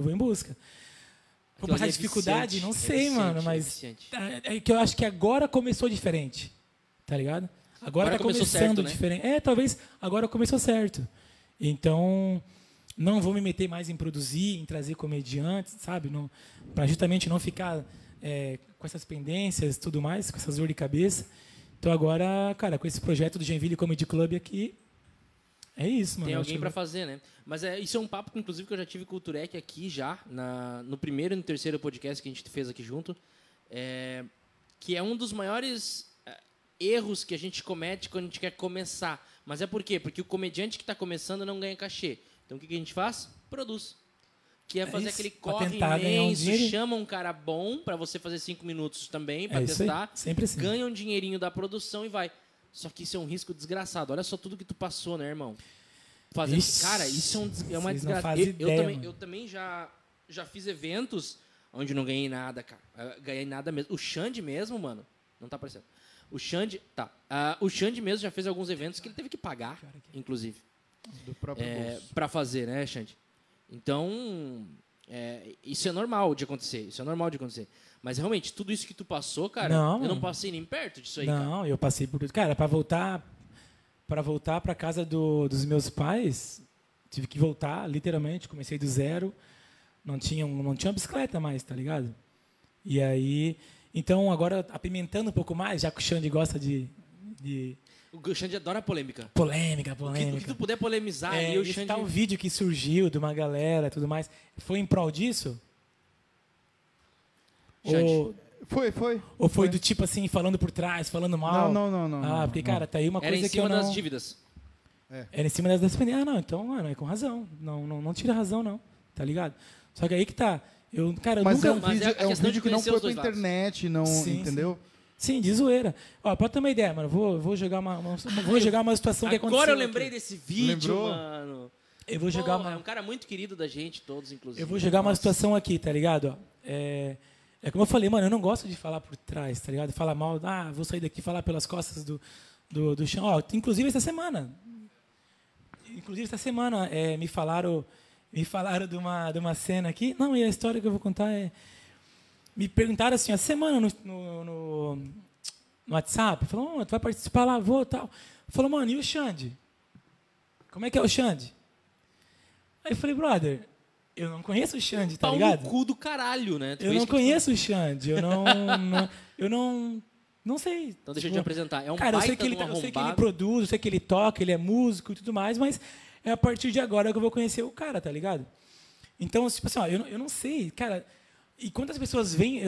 Vou passar dificuldade? Não sei, mano, mas é que eu acho que agora começou diferente, tá ligado? Agora tá começando certo, diferente. Né? Talvez agora começou certo. Então, não vou me meter mais em produzir, em trazer comediantes, sabe? Para justamente não ficar com essas pendências e tudo mais, com essas dor de cabeça. Então agora, cara, com esse projeto do Joinville Comedy Club aqui, é isso, mano. Tem Eu alguém acho pra fazer, né? Mas isso é um papo, inclusive, que eu já tive com o Turek aqui já, no primeiro e no terceiro podcast que a gente fez aqui junto, que é um dos maiores erros que a gente comete quando a gente quer começar. Mas é por quê? Porque o comediante que está começando não ganha cachê. Então o que a gente faz? Produz. Que é fazer isso, aquele pra corre tentar ganhar um imenso, dinheiro. chama um cara bom para você fazer 5 minutos também, para isso aí, testar. sempre assim. Ganha um dinheirinho da produção e vai. Só que isso é um risco desgraçado. Olha só tudo que tu passou, né, irmão? Ixi, Cara, isso é uma vocês não desgraça. fazem ideia, mano. Eu também já fiz eventos onde não ganhei nada, cara. Ganhei nada mesmo. O Xande mesmo, mano, não tá aparecendo. O Xande, tá. O Xande mesmo já fez alguns eventos que ele teve que pagar, inclusive, Do próprio bolso. pra fazer, né, Xande? Então, isso é normal de acontecer. Isso é normal de acontecer. Mas realmente, tudo isso que tu passou, cara, Não, eu não mano. passei nem perto disso aí, cara. Não, eu passei por tudo. Cara, para voltar para casa dos meus pais, tive que voltar, literalmente, comecei do zero. Não tinha uma bicicleta mais, tá ligado? E aí, então agora apimentando um pouco mais, já que o Xande gosta de O Xande adora polêmica. polêmica. O que tu puder polemizar ali, o esse Xande... tal vídeo que surgiu de uma galera e tudo mais, foi em prol disso? Xande. Ou foi do tipo assim, falando por trás, falando mal? Não. Porque, cara, tá aí uma Era coisa em que eu cima não... das dívidas. Era em cima das despedidas. Não, então, mano, é com razão. Não tira razão, não. Tá ligado? Só que aí que tá. Eu Mas nunca... é um Mas vídeo, é a questão de que não conhecer foi os pra dois lados. internet, não, Sim, entendeu? Sim, de zoeira. Ó, pra ter uma ideia, mano, vou jogar vou jogar uma situação que aconteceu. Agora eu lembrei aqui. desse vídeo, Lembrou? mano. Eu vou jogar É um cara muito querido da gente, todos, inclusive. Eu vou jogar uma situação aqui, tá ligado? Ó, é como eu falei, mano, eu não gosto de falar por trás, tá ligado? Falar mal, vou sair daqui e falar pelas costas do chão. Ó, inclusive essa semana, me falaram de uma cena aqui. Não, e a história que eu vou contar me perguntaram assim, a semana no WhatsApp, falou, tu vai participar lá, vou, tal. Falou, mano, e o Xande? Como é que é o Xande? Aí eu falei, brother, eu não conheço o Xande, tá Pau ligado? no cu do caralho, né? Eu não conheço o Xande, eu não sei. Então deixa eu te apresentar. É um cara, eu baita sei de um eu sei que ele arrombado. produz, eu sei que ele toca, ele é músico e tudo mais, mas é a partir de agora que eu vou conhecer o cara, tá ligado? Então, tipo assim, ó, eu não sei, cara. E quantas pessoas vêm,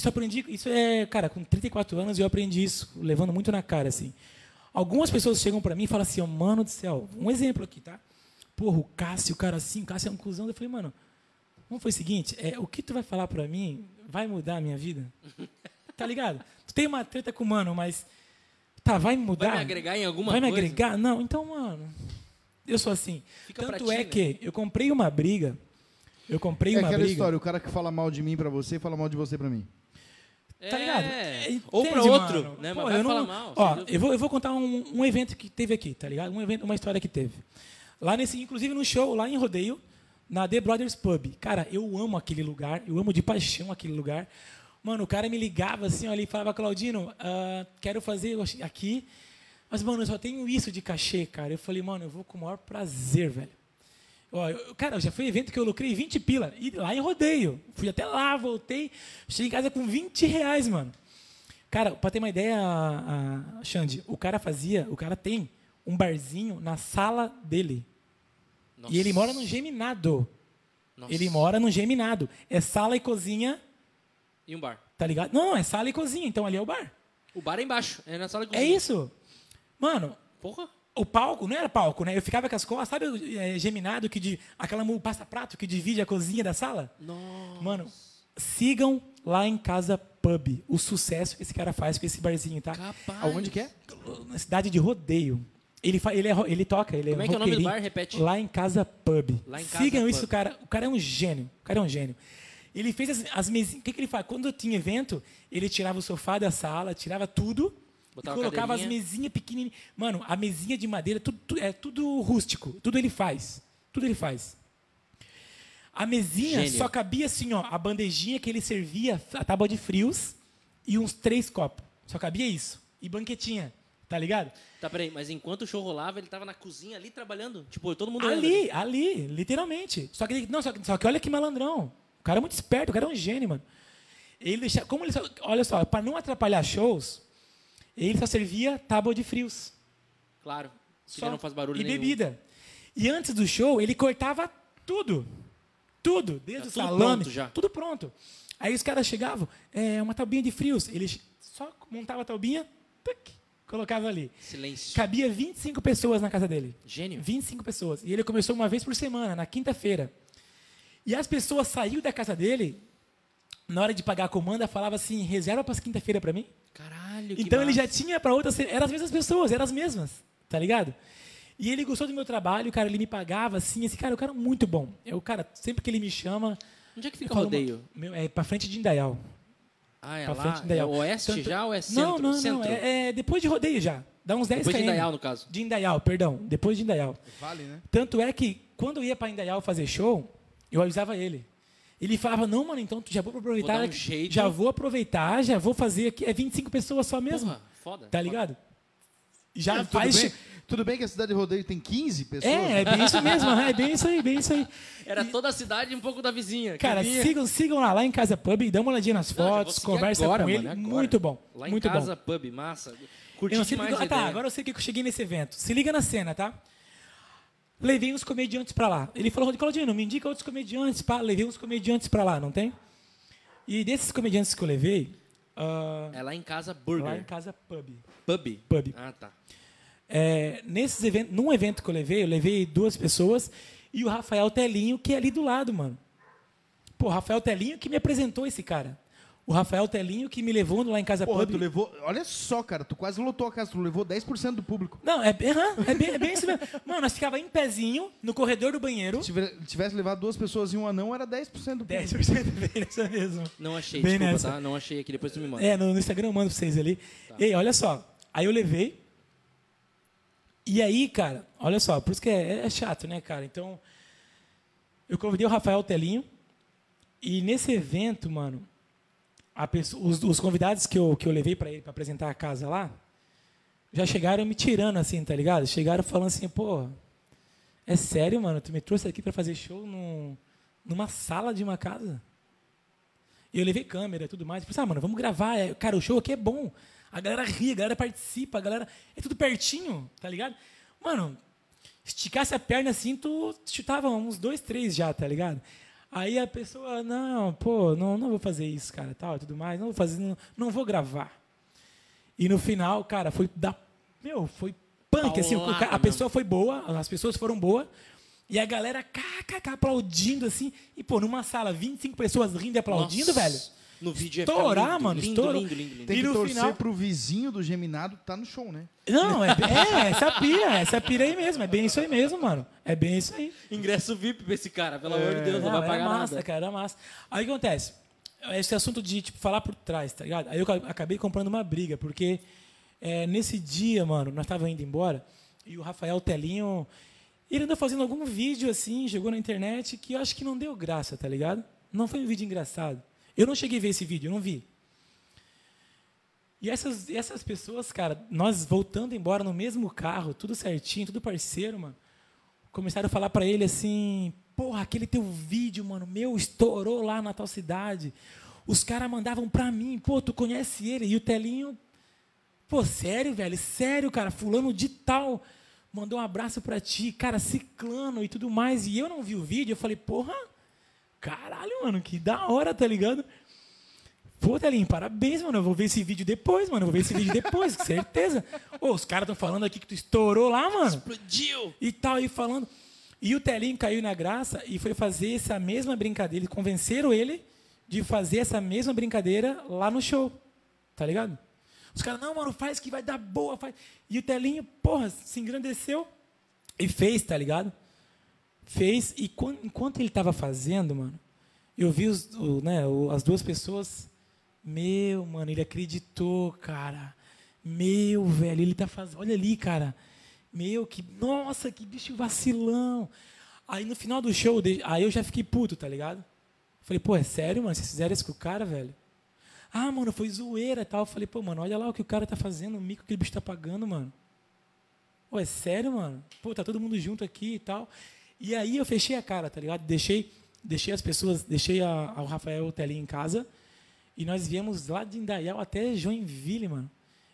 cara, com 34 anos eu aprendi isso, levando muito na cara, assim. Algumas pessoas chegam pra mim e falam assim, ó, mano do céu, um exemplo aqui, tá? Porra, o Cássio, cara assim, o Cássio é um cuzão. Eu falei, mano, vamos foi o seguinte, o que tu vai falar pra mim vai mudar a minha vida? Tá ligado? Tu tem uma treta com o mano, mas vai mudar? Vai me agregar em alguma Vai coisa? me agregar? Não, então, mano, eu sou assim. Fica pra Tanto ti, é né? que eu comprei uma briga, É aquela história, o cara que fala mal de mim pra você, fala mal de você pra mim. Tá ligado? Ou pra Entende, outro, mano? né? Pô, Mas vai eu falar não- mal. Ó, sem dúvida. eu vou contar um evento que teve aqui, tá ligado? Uma história que teve. Lá inclusive no show, lá em Rodeio, na The Brothers Pub. Cara, eu amo aquele lugar, eu amo de paixão aquele lugar. Mano, o cara me ligava assim, ó, ele falava, Claudino, quero fazer aqui, mas, mano, eu só tenho isso de cachê, cara. Eu falei, mano, eu vou com o maior prazer, velho. Ó, cara, já foi evento que eu lucrei 20 pila, e lá em Rodeio. Fui até lá, voltei, cheguei em casa com 20 reais, mano. Cara, pra ter uma ideia, Xande, o cara tem um barzinho na sala dele. Nossa. E ele mora num geminado. Nossa. Ele mora num geminado. É sala e cozinha, E um bar. tá ligado? Não, é sala e cozinha, então ali é o bar. O bar é embaixo, é na sala de É cozinha. isso. Mano, Porra. o palco, não era palco, né? Eu ficava com as costas, sabe o geminado, aquela passa-prato que divide a cozinha da sala? Nossa. Mano, sigam lá em Casa Pub o sucesso que esse cara faz com esse barzinho, tá? Capaz. Aonde que é? Na cidade de Rodeio. Ele toca, ele Como é é que é o nome do roqueirinho. bar? Repete. Lá em Casa Pub. Lá em Casa Sigam Pub. isso, cara. O cara é um gênio. O cara é um gênio. Ele fez as mesinhas. O que ele faz? Quando tinha evento, ele tirava o sofá da sala, tirava tudo Botava e colocava as cadeirinha. mesinhas pequenininhas. Mano, a mesinha de madeira, é tudo rústico. Tudo ele faz. Tudo ele faz. A mesinha Gênio. só cabia assim, ó, a bandejinha que ele servia, a tábua de frios e uns 3 copos. Só cabia isso. E banquetinha, tá ligado? Tá, peraí, mas enquanto o show rolava, ele tava na cozinha ali trabalhando? Tipo, todo mundo olhando Ali, literalmente. Só que olha que malandrão. O cara é muito esperto, o cara é um gênio, mano. Olha só, para não atrapalhar shows, Ele só servia tábua de frios. Claro. Porque não faz barulho e nenhum. bebida. E antes do show, ele cortava tudo. Tudo. Desde o tudo salame. pronto já. Tudo pronto. Aí os caras chegavam, uma taubinha de frios. Ele só montava a taubinha, colocava ali. Silêncio. Cabia 25 pessoas na casa dele. Gênio. 25 pessoas. E ele começou uma vez por semana, na quinta-feira. E as pessoas saíam da casa dele, na hora de pagar a comanda, falava assim, reserva para as quinta-feira para mim. Caralho, que Então ele massa. já tinha para outras, eram as mesmas pessoas, eram as mesmas, tá ligado? E ele gostou do meu trabalho, cara, ele me pagava assim, esse cara, o cara muito bom. Cara, sempre que ele me chama, Onde é que eu fica o falo, rodeio? É para frente de Indaial. Ah, é Pra lá? frente de É Indaial. oeste já ou é centro? Não, não, centro? não, é depois de rodeio já. Dá uns 10 Depois de km. Indaial, no caso. De Indaial, perdão, depois de Indaial. Vale, né? Tanto é que, quando eu ia para Indaial fazer show, eu avisava ele. Ele falava, não, mano, então já vou aproveitar. Vou dar um jeito. Já vou aproveitar, já vou fazer aqui. É 25 pessoas só mesmo. Porra, foda. Tá ligado? Já Tudo faz. bem, tudo bem que a cidade de rodeio tem 15 pessoas. É bem isso mesmo, é bem isso aí, bem isso aí. Era toda a cidade e um pouco da vizinha. que Cara, vinha- sigam lá em Casa Pub, dá uma olhadinha nas Não, já vou fotos, seguir conversa agora, com ele. mano, agora. Muito bom. Lá em muito casa, bom. pub, massa. Curti Eu não sei demais a tá, ideia. agora eu sei que eu cheguei nesse evento. Se liga na cena, tá? Levei uns comediantes pra lá. Ele falou, Claudino, me indica outros comediantes. Pá. Levei uns comediantes pra lá, não tem? E desses comediantes que eu levei... É lá em casa, burger. lá em Casa Pub. Pub? Pub. Ah, tá. Nesses eventos, num evento que eu levei 2 pessoas e o Rafael Telinho, que é ali do lado, mano. Pô, o Rafael Telinho que me apresentou esse cara. O Rafael Telinho que me levou lá em Casa Porra, Pub. tu levou... Olha só, cara, tu quase lotou a casa, tu levou 10% do público. Não, é bem isso mesmo. Mano, nós ficava em pezinho no corredor do banheiro. Se tivesse levado 2 pessoas e um anão, era 10% do público. 10% bem nessa mesmo. Não achei, Bem desculpa, nessa. tá? Não achei aqui, depois tu me manda. No Instagram eu mando pra vocês ali. Ei, olha só. Aí eu levei. E aí, cara, olha só, por isso que é chato, né, cara? Então, eu convidei o Rafael Telinho. E nesse evento, mano, os convidados que eu levei para ele para apresentar a casa lá, já chegaram me tirando assim, tá ligado? Chegaram falando assim, pô, é sério, mano? Tu me trouxe aqui para fazer show numa sala de uma casa? E eu levei câmera e tudo mais. Eu falei, mano, vamos gravar. Cara, o show aqui é bom. A galera ri, a galera participa, a galera... É tudo pertinho, tá ligado? Mano, esticasse a perna assim, tu chutava uns 2, 3 já, tá ligado? Aí a pessoa, não, pô, não vou fazer isso, cara, tal, e tudo mais. Não vou fazer, não vou gravar. E no final, cara, foi punk, assim. A pessoa foi boa, as pessoas foram boas. E a galera aplaudindo, assim. E, pô, numa sala, 25 pessoas rindo e aplaudindo, Nossa, velho. No vídeo Estourar, lindo, mano, lindo, estourou. lindo, lindo, lindo. Tem E que no torcer final- pro vizinho do Geminado que tá no show, né? Não, essa pira aí mesmo. É bem isso aí mesmo, mano. É bem isso aí. Ingresso VIP pra esse cara, pelo amor de Deus, não Não, vai pagar era massa, nada. cara, era massa. Aí o que acontece? Esse assunto de, tipo, falar por trás, tá ligado? Aí eu acabei comprando uma briga, porque nesse dia, mano, nós estávamos indo embora, e o Rafael Telinho, ele andou fazendo algum vídeo, assim, jogou na internet, que eu acho que não deu graça, tá ligado? Não foi um vídeo engraçado. Eu não cheguei a ver esse vídeo, eu não vi. E essas pessoas, cara, nós voltando embora no mesmo carro, tudo certinho, tudo parceiro, mano, começaram a falar pra ele assim, porra, aquele teu vídeo, mano, meu, estourou lá na tal cidade. Os caras mandavam pra mim, pô, tu conhece ele? E o Telinho, pô, sério, velho? Sério, cara, fulano de tal mandou um abraço pra ti, cara, ciclano e tudo mais. E eu não vi o vídeo, eu falei, porra, caralho, mano, que da hora, tá ligado? Pô, Telinho, parabéns, mano. Eu vou ver esse vídeo depois, mano. Com certeza. Ô, os caras estão falando aqui que tu estourou lá, mano. Explodiu! E tal, aí falando. E o Telinho caiu na graça e foi fazer essa mesma brincadeira. Eles convenceram ele de fazer essa mesma brincadeira lá no show. Tá ligado? Os caras, não, mano, faz que vai dar boa, faz. E o Telinho, porra, se engrandeceu e fez, tá ligado? Fez. E enquanto ele estava fazendo, mano, eu vi as 2 pessoas. Meu, mano, ele acreditou, cara. Meu, velho, ele tá fazendo. Olha ali, cara. Meu, nossa, que bicho vacilão. Aí no final do show, aí eu já fiquei puto, tá ligado? Falei, pô, é sério, mano? Vocês fizeram isso com o cara, velho? Ah, mano, foi zoeira e tal. Falei, pô, mano, olha lá o que o cara tá fazendo, o mico que aquele bicho tá pagando, mano. Pô, é sério, mano? Pô, tá todo mundo junto aqui e tal. E aí eu fechei a cara, tá ligado? Deixei as pessoas, deixei o Rafael Telinho em casa. E nós viemos lá de Indaial até Joinville, mano.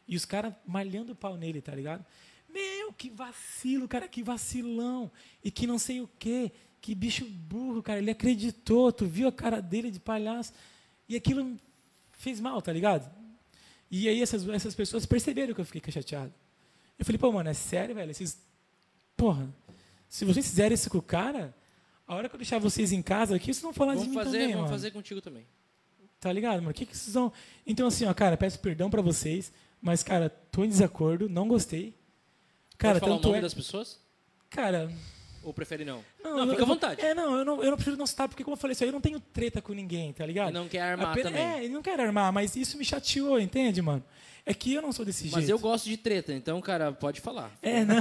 E os caras malhando o pau nele, tá ligado? Meu, que vacilo, cara, que vacilão. E que não sei o quê. Que bicho burro, cara. Ele acreditou, tu viu a cara dele de palhaço. E aquilo fez mal, tá ligado? E aí essas pessoas perceberam que eu fiquei chateado. Eu falei, pô, mano, é sério, velho? Porra, se vocês fizerem isso com o cara, a hora que eu deixar vocês em casa aqui, vocês vão falar de mim também, Vamos mano. fazer contigo também. Tá ligado, mano? O que vocês vão... Então, assim, ó, cara, peço perdão pra vocês, mas, cara, tô em desacordo, não gostei. Cara, Pode falar o tanto nome é... das pessoas? Cara... Ou prefere não? Não, Fica à vontade. Eu não prefiro não citar, porque, como eu falei, eu não tenho treta com ninguém, tá ligado? E não quer armar também. Ele não quer armar, mas isso me chateou, entende, mano? É que eu não sou desse jeito. Mas eu gosto de treta, então, cara, pode falar. Não,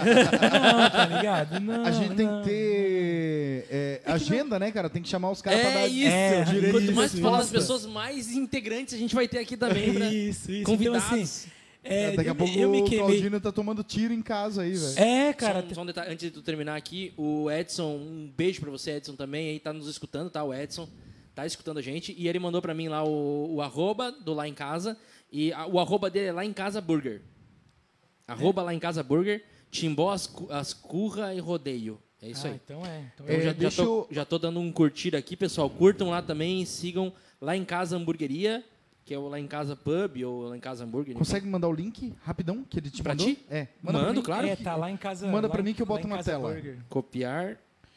tá ligado? Não, A gente tem não. que ter agenda, né, cara? Tem que chamar os caras pra É dar isso. direito. Quanto mais Isso, tu falar das isso. pessoas, mais integrantes a gente vai ter aqui também pra Isso. convidados. Então, assim, Daqui a pouco eu me o queimei. Claudino tá tomando tiro em casa aí, velho. Cara... Só um detalhe, antes de tu terminar aqui, o Edson, um beijo pra você, Edson, também, aí tá nos escutando, tá? O Edson tá escutando a gente, e ele mandou pra mim lá o arroba do Lá em Casa, e o arroba dele é Lá em Casa Burger. Arroba Lá em Casa Burger, Timbó, as curra e rodeio. É isso aí. Então Então deixa eu- já tô dando um curtir aqui, pessoal. Curtam lá também e sigam Lá em Casa Hamburgueria, que é o Lá em Casa Pub ou Lá em Casa Hambúrguer. enfim. Consegue mandar o link rapidão que ele te Pra mandou? ti? É. Mando, pra mim. claro. tá lá em casa... Manda lá pra em- mim que eu lá boto em na Casa tela. Burger. Copiar.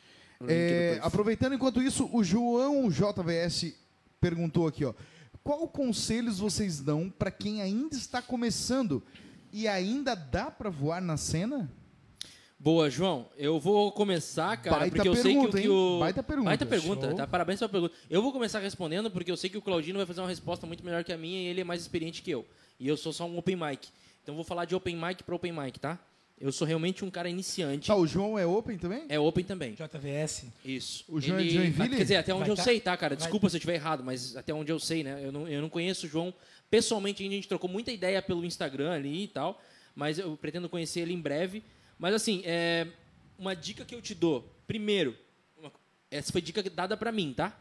o link depois. Aproveitando enquanto isso, o João JVS perguntou aqui, ó. Qual conselhos vocês dão pra quem ainda está começando e ainda dá pra voar na cena? Boa, João. Eu vou começar, cara, Baita porque eu sei pergunta, que hein? o... Baita pergunta. Baita pergunta, Show. tá? Parabéns pela pergunta. Eu vou começar respondendo porque eu sei que o Claudino vai fazer uma resposta muito melhor que a minha e ele é mais experiente que eu. E eu sou só um open mic. Então eu vou falar de open mic para open mic, tá? Eu sou realmente um cara iniciante. Tá, o João é open também? É open também. JVS. Isso. O João é de Joinville? Quer dizer, até onde Vai eu tá? sei, tá, cara? Vai. Desculpa se eu estiver errado, mas até onde eu sei, né? Eu não conheço o João pessoalmente ainda. A gente trocou muita ideia pelo Instagram ali e tal. Mas eu pretendo conhecer ele em breve. Mas assim, uma dica que eu te dou. Primeiro, essa foi dica dada pra mim, tá?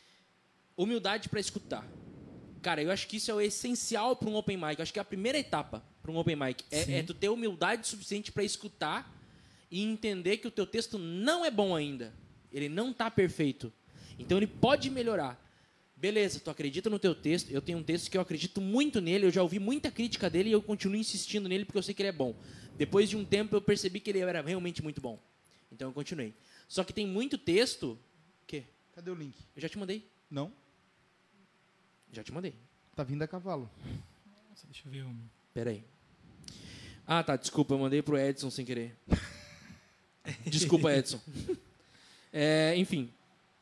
Humildade pra escutar. Cara, eu acho que isso é o essencial para um open mic. Eu acho que é a primeira etapa para um open mic. É tu ter humildade suficiente para escutar e entender que o teu texto não é bom ainda. Ele não tá perfeito. Então ele pode melhorar. Beleza, tu acredita no teu texto. Eu tenho um texto que eu acredito muito nele. Eu já ouvi muita crítica dele e eu continuo insistindo nele porque eu sei que ele é bom. Depois de um tempo eu percebi que ele era realmente muito bom. Então eu continuei. Só que tem muito texto... O quê? Cadê o link? Eu já te mandei. Não? Já te mandei. Tá vindo a cavalo. Nossa, deixa eu ver um... Pera aí. Ah, tá. Desculpa, eu mandei pro Edson sem querer. Desculpa, Edson. Enfim.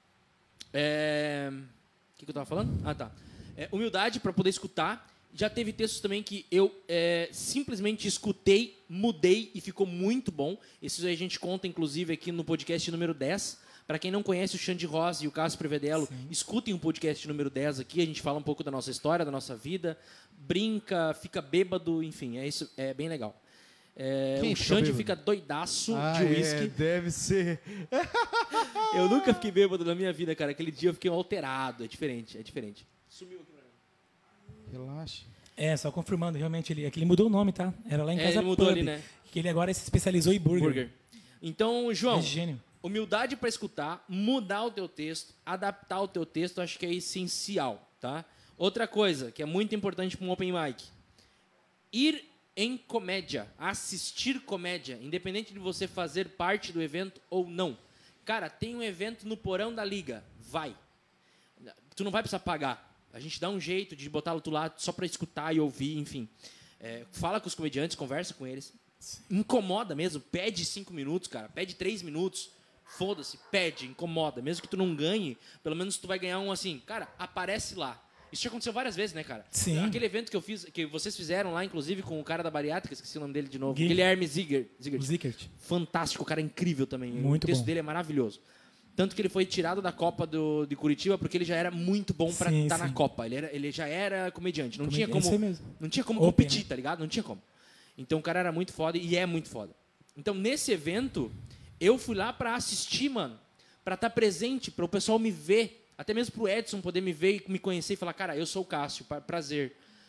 O que eu tava falando? Ah, tá. Humildade para poder escutar. Já teve textos também que eu simplesmente escutei, mudei e ficou muito bom. Esses aí a gente conta, inclusive, aqui no podcast número 10. Para quem não conhece o Xande Rosa e o Cássio Prevedelo, escutem o podcast número 10 aqui. A gente fala um pouco da nossa história, da nossa vida. Brinca, fica bêbado, enfim, isso é bem legal. Quem O fica Xande bêbado? fica doidaço de uísque. Deve ser. Eu nunca fiquei bêbado na minha vida, cara. Aquele dia eu fiquei alterado. É diferente, é diferente. Sumiu aqui pra mim. Relaxa. Só confirmando, realmente, ele mudou o nome, tá? Era lá em casa ele mudou Pub, ali, né? que ele agora se especializou em burger. Burger. Então, João, É gênio. humildade para escutar, mudar o teu texto, adaptar o teu texto, acho que é essencial, tá? Outra coisa que é muito importante para um open mic. Ir em comédia, assistir comédia, independente de você fazer parte do evento ou não. Cara, tem um evento no porão da liga, vai. Tu não vai precisar pagar. A gente dá um jeito de botar o tu lá só para escutar e ouvir, enfim. Fala com os comediantes, conversa com eles. Incomoda mesmo, pede 5 minutos, cara, pede 3 minutos. Foda-se, pede, incomoda. Mesmo que tu não ganhe, pelo menos tu vai ganhar um assim, cara, aparece lá. Isso já aconteceu várias vezes, né, cara? Sim. Aquele evento que eu fiz, que vocês fizeram lá, inclusive, com o cara da bariátrica, esqueci o nome dele de novo. Gui. Guilherme Ziegert. O Zickert. Fantástico, o cara é incrível também. Muito o texto bom. dele é maravilhoso. Tanto que ele foi tirado da Copa de Curitiba porque ele já era muito bom pra Sim, estar na sim. Copa. Ele já era comediante. Não Comediante, tinha isso aí mesmo. não tinha como Open, competir, né? tá ligado? Não tinha como. Então o cara era muito foda e é muito foda. Então nesse evento, eu fui lá pra assistir, mano. Pra estar presente, para o pessoal me ver. Até mesmo pro Edson poder me ver e me conhecer e falar, cara, eu sou o Cássio, prazer.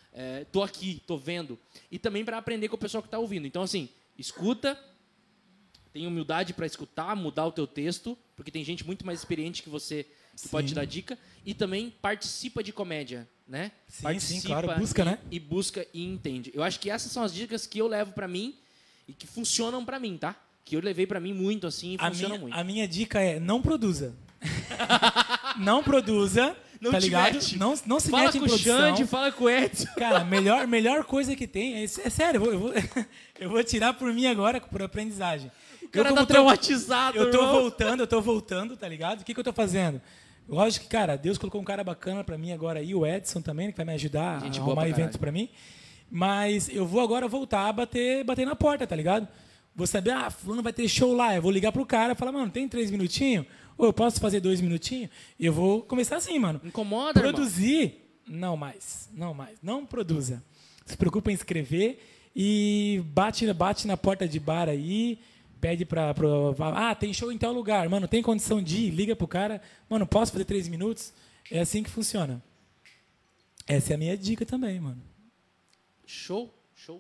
tô aqui, tô vendo. E também para aprender com o pessoal que tá ouvindo. Então, assim, escuta, tem humildade para escutar, mudar o teu texto, porque tem gente muito mais experiente que você que pode te dar dica. E também participa de comédia, né? Sim, Participa, sim, claro. Busca, né? E busca e entende. Eu acho que essas são as dicas que eu levo para mim e que funcionam para mim, tá? Que eu levei para mim muito, assim, e funcionam muito. A minha dica é não produza. Não produza, Não tá te ligado? mete. Não se Fala mete em com o produção. Xande, fala com o Edson. Cara, melhor coisa que tem, é sério, eu vou tirar por mim agora, por aprendizagem. O cara como tá traumatizado, eu tô irmão. voltando, tá ligado? O que eu tô fazendo? Lógico que, cara, Deus colocou um cara bacana pra mim agora aí, o Edson também, que vai me ajudar Gente a boa arrumar pra eventos pra mim. Mas eu vou agora voltar a bater na porta, tá ligado? Vou saber, fulano vai ter show lá. Eu vou ligar pro cara e falar, mano, tem 3 minutinhos? Ou eu posso fazer 2 minutinhos? E eu vou começar assim, mano. Incomoda, Produzir, não mais. Não produza. Se preocupa em escrever e bate na porta de bar aí, pede tem show em tal lugar. Mano, tem condição de ir? Liga pro cara. Mano, posso fazer 3 minutos? É assim que funciona. Essa é a minha dica também, mano. Show.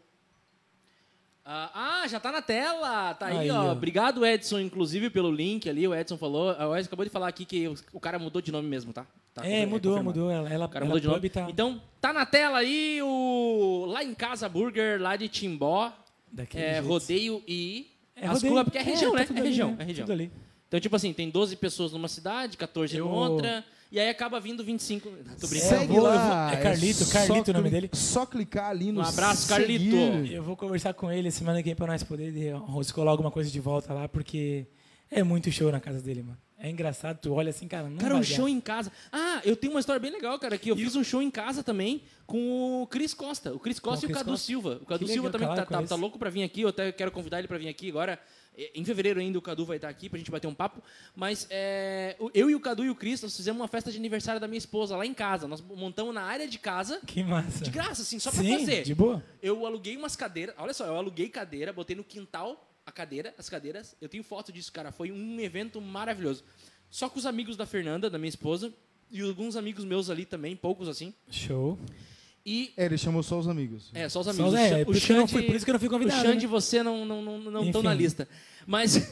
Já tá na tela. Tá aí, Aí, ó. ó. Obrigado, Edson, inclusive, pelo link ali. O Edson falou. O Edson acabou de falar aqui que o cara mudou de nome mesmo, tá? Mudou. Confirmado. O cara mudou de nome. Tá... Então, tá na tela aí o Lá em Casa Burger, lá de Timbó. Rodeio e... rodeio. Porque é região, né? Tá tudo É ali, região, né? é região. Tudo ali. Então, tipo assim, tem 12 pessoas numa cidade, 14 em outra, e aí acaba vindo 25. Tô brincando. Segue lá. É Carlito o nome dele. Só clicar ali no Um abraço, seguir. Carlito. Eu vou conversar com ele semana que vem pra nós poder descolar alguma coisa de volta lá, porque é muito show na casa dele, mano. É engraçado, tu olha assim, cara, não Cara, vai um dar. show em casa. Eu tenho uma história bem legal, cara, que eu fiz um show em casa também com o Cris Costa. O Cris Costa e o Cris Cadu Costa. Silva. O Cadu Que Silva legal, também claro, tá louco pra vir aqui. Eu até quero convidar ele pra vir aqui agora. Em fevereiro ainda o Cadu vai estar aqui pra gente bater um papo. Mas eu e o Cadu e o Cris, nós fizemos uma festa de aniversário da minha esposa lá em casa. Nós montamos na área de casa. Que massa. De graça, assim, só pra Sim, fazer. de boa. Eu aluguei umas cadeiras. Olha só, eu aluguei cadeira, botei no quintal as cadeiras. Eu tenho foto disso, cara. Foi um evento maravilhoso. Só com os amigos da Fernanda, da minha esposa, e alguns amigos meus ali também, poucos assim. Show. E Ele chamou só os amigos. só os amigos. Por isso que eu não fui convidado. O Xande e né? você não estão na Enfim. lista. Mas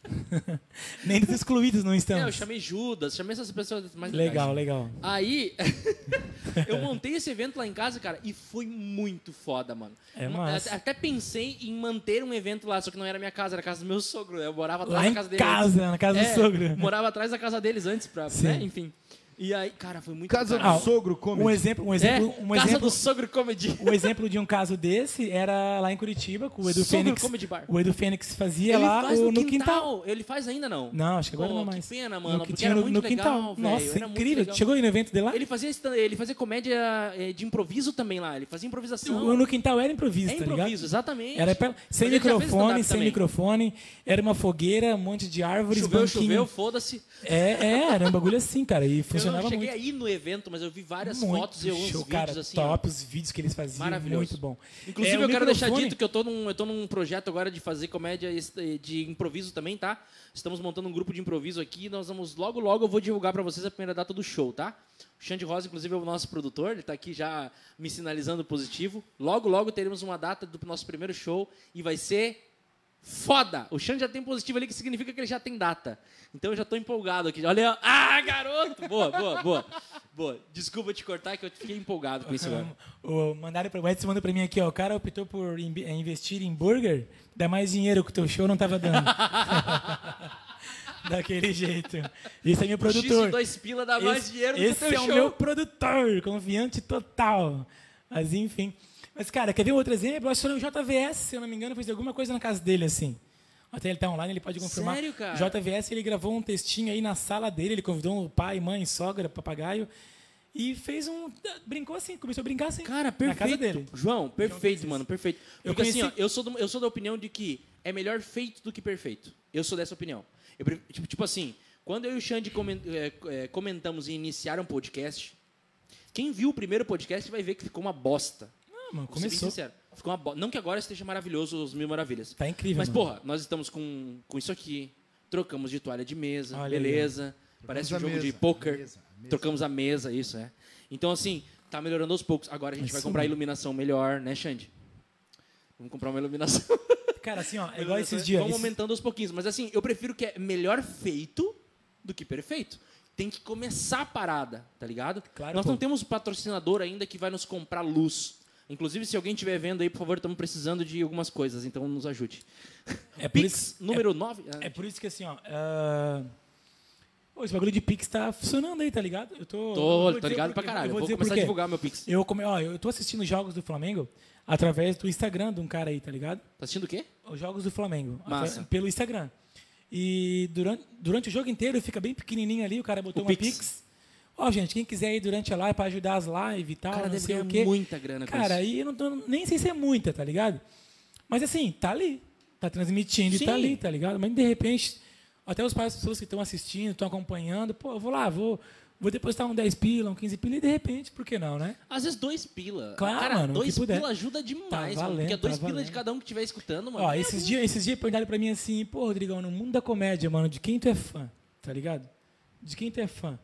Nem dos excluídos não estamos. eu chamei Judas, chamei essas pessoas mais Legal, legais. legal. Aí, eu montei esse evento lá em casa, cara, e foi muito foda, mano. É massa. Até pensei em manter um evento lá, só que não era minha casa, era a casa do meu sogro. Eu morava atrás Lá da em casa dele. casa, na casa do sogro. Morava atrás da casa deles antes, Sim. né? Enfim. E aí, cara, foi muito Casa legal. do Sogro Comedy. Um exemplo, Casa do Sogro Comedy. um exemplo de um caso desse era lá em Curitiba, com o Edu Sogro Fênix. Comedy Bar. O Edu Fênix fazia Ele lá faz no quintal. Ele faz ainda não? Não, acho que agora Pô, não mais. Que pena, mano, No, porque tinha era no, muito no legal, quintal. velho, Nossa, era muito incrível. legal. Chegou aí no evento dele lá? Ele fazia comédia de improviso também lá. Ele fazia improvisação. No quintal era improviso, É tá ligado? improviso, exatamente. Era sem Mas ele já fez microfone, stand-up sem também. microfone. Era uma fogueira, um monte de árvores, Choveu, banquinho. foda-se. Era um bagulho assim, cara. E Eu funcionava não cheguei muito. aí no evento, mas eu vi várias Muito fotos e alguns show, vídeos cara, assim. ó. top, os vídeos que eles faziam, Maravilhoso. muito bom. Inclusive, o eu quero deixar microfone- dito que eu tô num projeto agora de fazer comédia de improviso também, tá? Estamos montando um grupo de improviso aqui. Nós vamos, logo eu vou divulgar pra vocês a primeira data do show, tá? O Xande Rosa, inclusive, é o nosso produtor. Ele tá aqui já me sinalizando positivo. Logo teremos uma data do nosso primeiro show e vai ser foda! O Xande já tem positivo ali, que significa que ele já tem data. Então eu já tô empolgado aqui. Olha, garoto! Boa. Desculpa te cortar, que eu fiquei empolgado com isso agora. O Edson mandou pra mim aqui, ó. O cara optou por investir em burger, dá mais dinheiro que o teu show não tava dando. Daquele jeito. Esse é meu produtor. X2 pila dá mais dinheiro do que o Esse teu é show. o meu produtor, confiante total. Mas enfim. Mas, cara, quer ver um outro exemplo? Eu acho que foi o JVS, se eu não me engano, fez alguma coisa na casa dele, assim. Até ele tá online, ele pode confirmar. Sério, cara? JVS, ele gravou um textinho aí na sala dele, ele convidou o pai, mãe, sogra, papagaio, e fez brincou assim, começou a brincar assim. Cara, Na perfeito. casa dele. João, perfeito, mano, perfeito. Eu Porque assim, ó, conheci- eu sou da opinião de que é melhor feito do que perfeito. Eu sou dessa opinião. Tipo assim, quando eu e o Xande comentamos em iniciar um podcast, quem viu o primeiro podcast vai ver que ficou uma bosta. Mano, Vou ser bem começou. sincero. Ficou uma bosta. Não que agora esteja maravilhoso os Mil Maravilhas. Tá incrível, Mas, mano. porra, nós estamos com isso aqui. Trocamos de toalha de mesa, Olha aí, beleza. Parece um a jogo de mesa, poker. mesa. Trocamos a mesa, isso, é. Então, assim, Tá melhorando aos poucos. Agora a gente vai comprar iluminação melhor, né, Xande? Vamos comprar uma iluminação. Cara, assim, ó, é igual esses dias. Vamos aumentando aos pouquinhos. Mas assim, eu prefiro que é melhor feito do que perfeito. Tem que começar a parada, tá ligado? Claro, Nós pô. não temos patrocinador ainda que vai nos comprar luz. Inclusive, se alguém estiver vendo aí, por favor, estamos precisando de algumas coisas, então nos ajude. É por Pix, isso, número 9. é por isso que, assim, ó... Pô, esse bagulho de Pix tá funcionando aí, tá ligado? Eu Tô ligado pra caralho. Eu vou dizer começar a por quê. divulgar meu Pix. Eu tô assistindo jogos do Flamengo através do Instagram de um cara aí, tá ligado? Tá assistindo o quê? Os jogos do Flamengo. Massa. Pelo Instagram. E durante o jogo inteiro fica bem pequenininho ali, o cara botou O uma Pix. Pix. Ó, gente, quem quiser ir durante a live pra ajudar as lives e tal, O cara não deve sei ganhar o quê. muita grana com Cara, isso. aí eu não tô, nem sei se é muita, tá ligado? Mas assim, tá ali. Tá transmitindo Sim. e tá ali, tá ligado? Mas de repente, até as pessoas que estão assistindo, estão acompanhando, pô, eu vou lá, vou depositar um 10 pila, um 15 pila e de repente, por que não, né? Às vezes 2 pila. Claro, cara, mano, o 2 que puder. pila ajuda demais, Tá mano. valendo, Porque é 2 tá pila de valendo. cada um que estiver escutando, mano. Ó, esses dias perguntaram pra mim assim, pô, Rodrigão, no mundo da comédia, mano, de quem tu é fã, tá ligado? De quem tu é fã?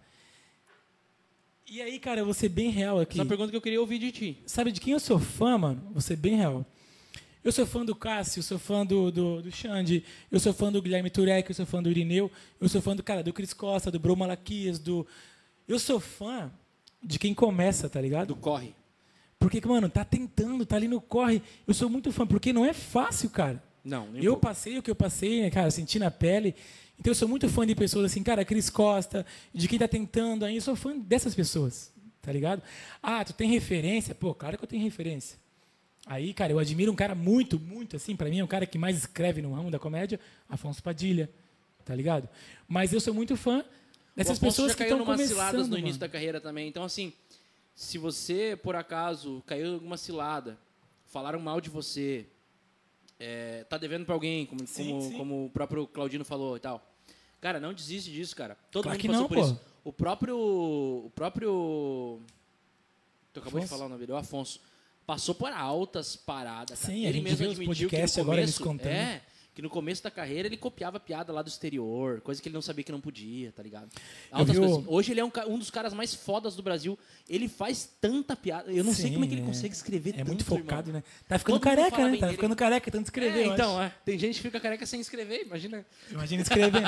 E aí, cara, eu vou ser bem real aqui. Essa é uma pergunta que eu queria ouvir de ti. Sabe de quem eu sou fã, mano? Vou ser bem real. Eu sou fã do Cássio, eu sou fã do Xande, eu sou fã do Guilherme Turek, eu sou fã do Irineu, eu sou fã do Cris Costa, do Bro Malaquias, Eu sou fã de quem começa, tá ligado? Do corre. Porque, mano, tá tentando, tá ali no corre. Eu sou muito fã, porque não é fácil, cara. Não, nem um Eu pouco. passei o que eu passei, né, cara, senti na pele. Então eu sou muito fã de pessoas assim, cara, Cris Costa, de quem tá tentando aí. Eu sou fã dessas pessoas, tá ligado? Ah, tu tem referência? Pô, claro que eu tenho referência. Aí, cara, eu admiro um cara muito, muito, assim, pra mim é um cara que mais escreve no ramo da comédia, Afonso Padilha, tá ligado? Mas eu sou muito fã dessas O Afonso pessoas já que caiu estão numas começando, ciladas no mano. início da carreira também. Então, assim, se você, por acaso, caiu em alguma cilada, falaram mal de você, tá devendo pra alguém, Sim. como o próprio Claudino falou e tal. Cara, não desiste disso, cara. Todo Claro mundo que passou não, por pô. isso. O próprio... Tu acabou de Afonso? falar o nome dele, o Afonso. Passou por altas paradas, cara. Sim, a Ele gente mesmo vê os admitiu que no podcasts agora eles começo... contando. Que no começo da carreira ele copiava piada lá do exterior, coisa que ele não sabia que não podia, tá ligado? Eu Altas vi coisas. o- Hoje ele é um dos caras mais fodas do Brasil. Ele faz tanta piada. Eu não sei Sim, como é que ele consegue escrever É tanto, muito focado, irmão. né? Tá ficando Todo mundo careca, fala né? bem Tá dele. ficando careca, tanto escrever, eu acho. Tem gente que fica careca sem escrever, imagina. Imagina escrevendo.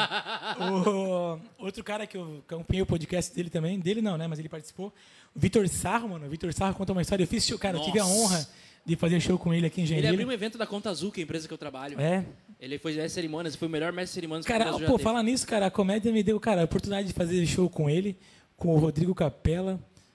Outro cara que eu acompanhei o podcast dele também, dele não, né? Mas ele participou. O Vitor Sarro, mano. O Vitor Sarro conta uma história. Eu fiz show, cara, eu tive a Nossa. honra de fazer show com ele aqui em Ele Joinville. abriu um evento da Conta Azul, que é a empresa que eu trabalho. É. Ele foi mestre de cerimônias, foi o melhor mestre de cerimônias que o Cara, Brasil pô, já teve. falar nisso, cara, a comédia me deu, cara, a oportunidade de fazer show com ele, com o Rodrigo Capella,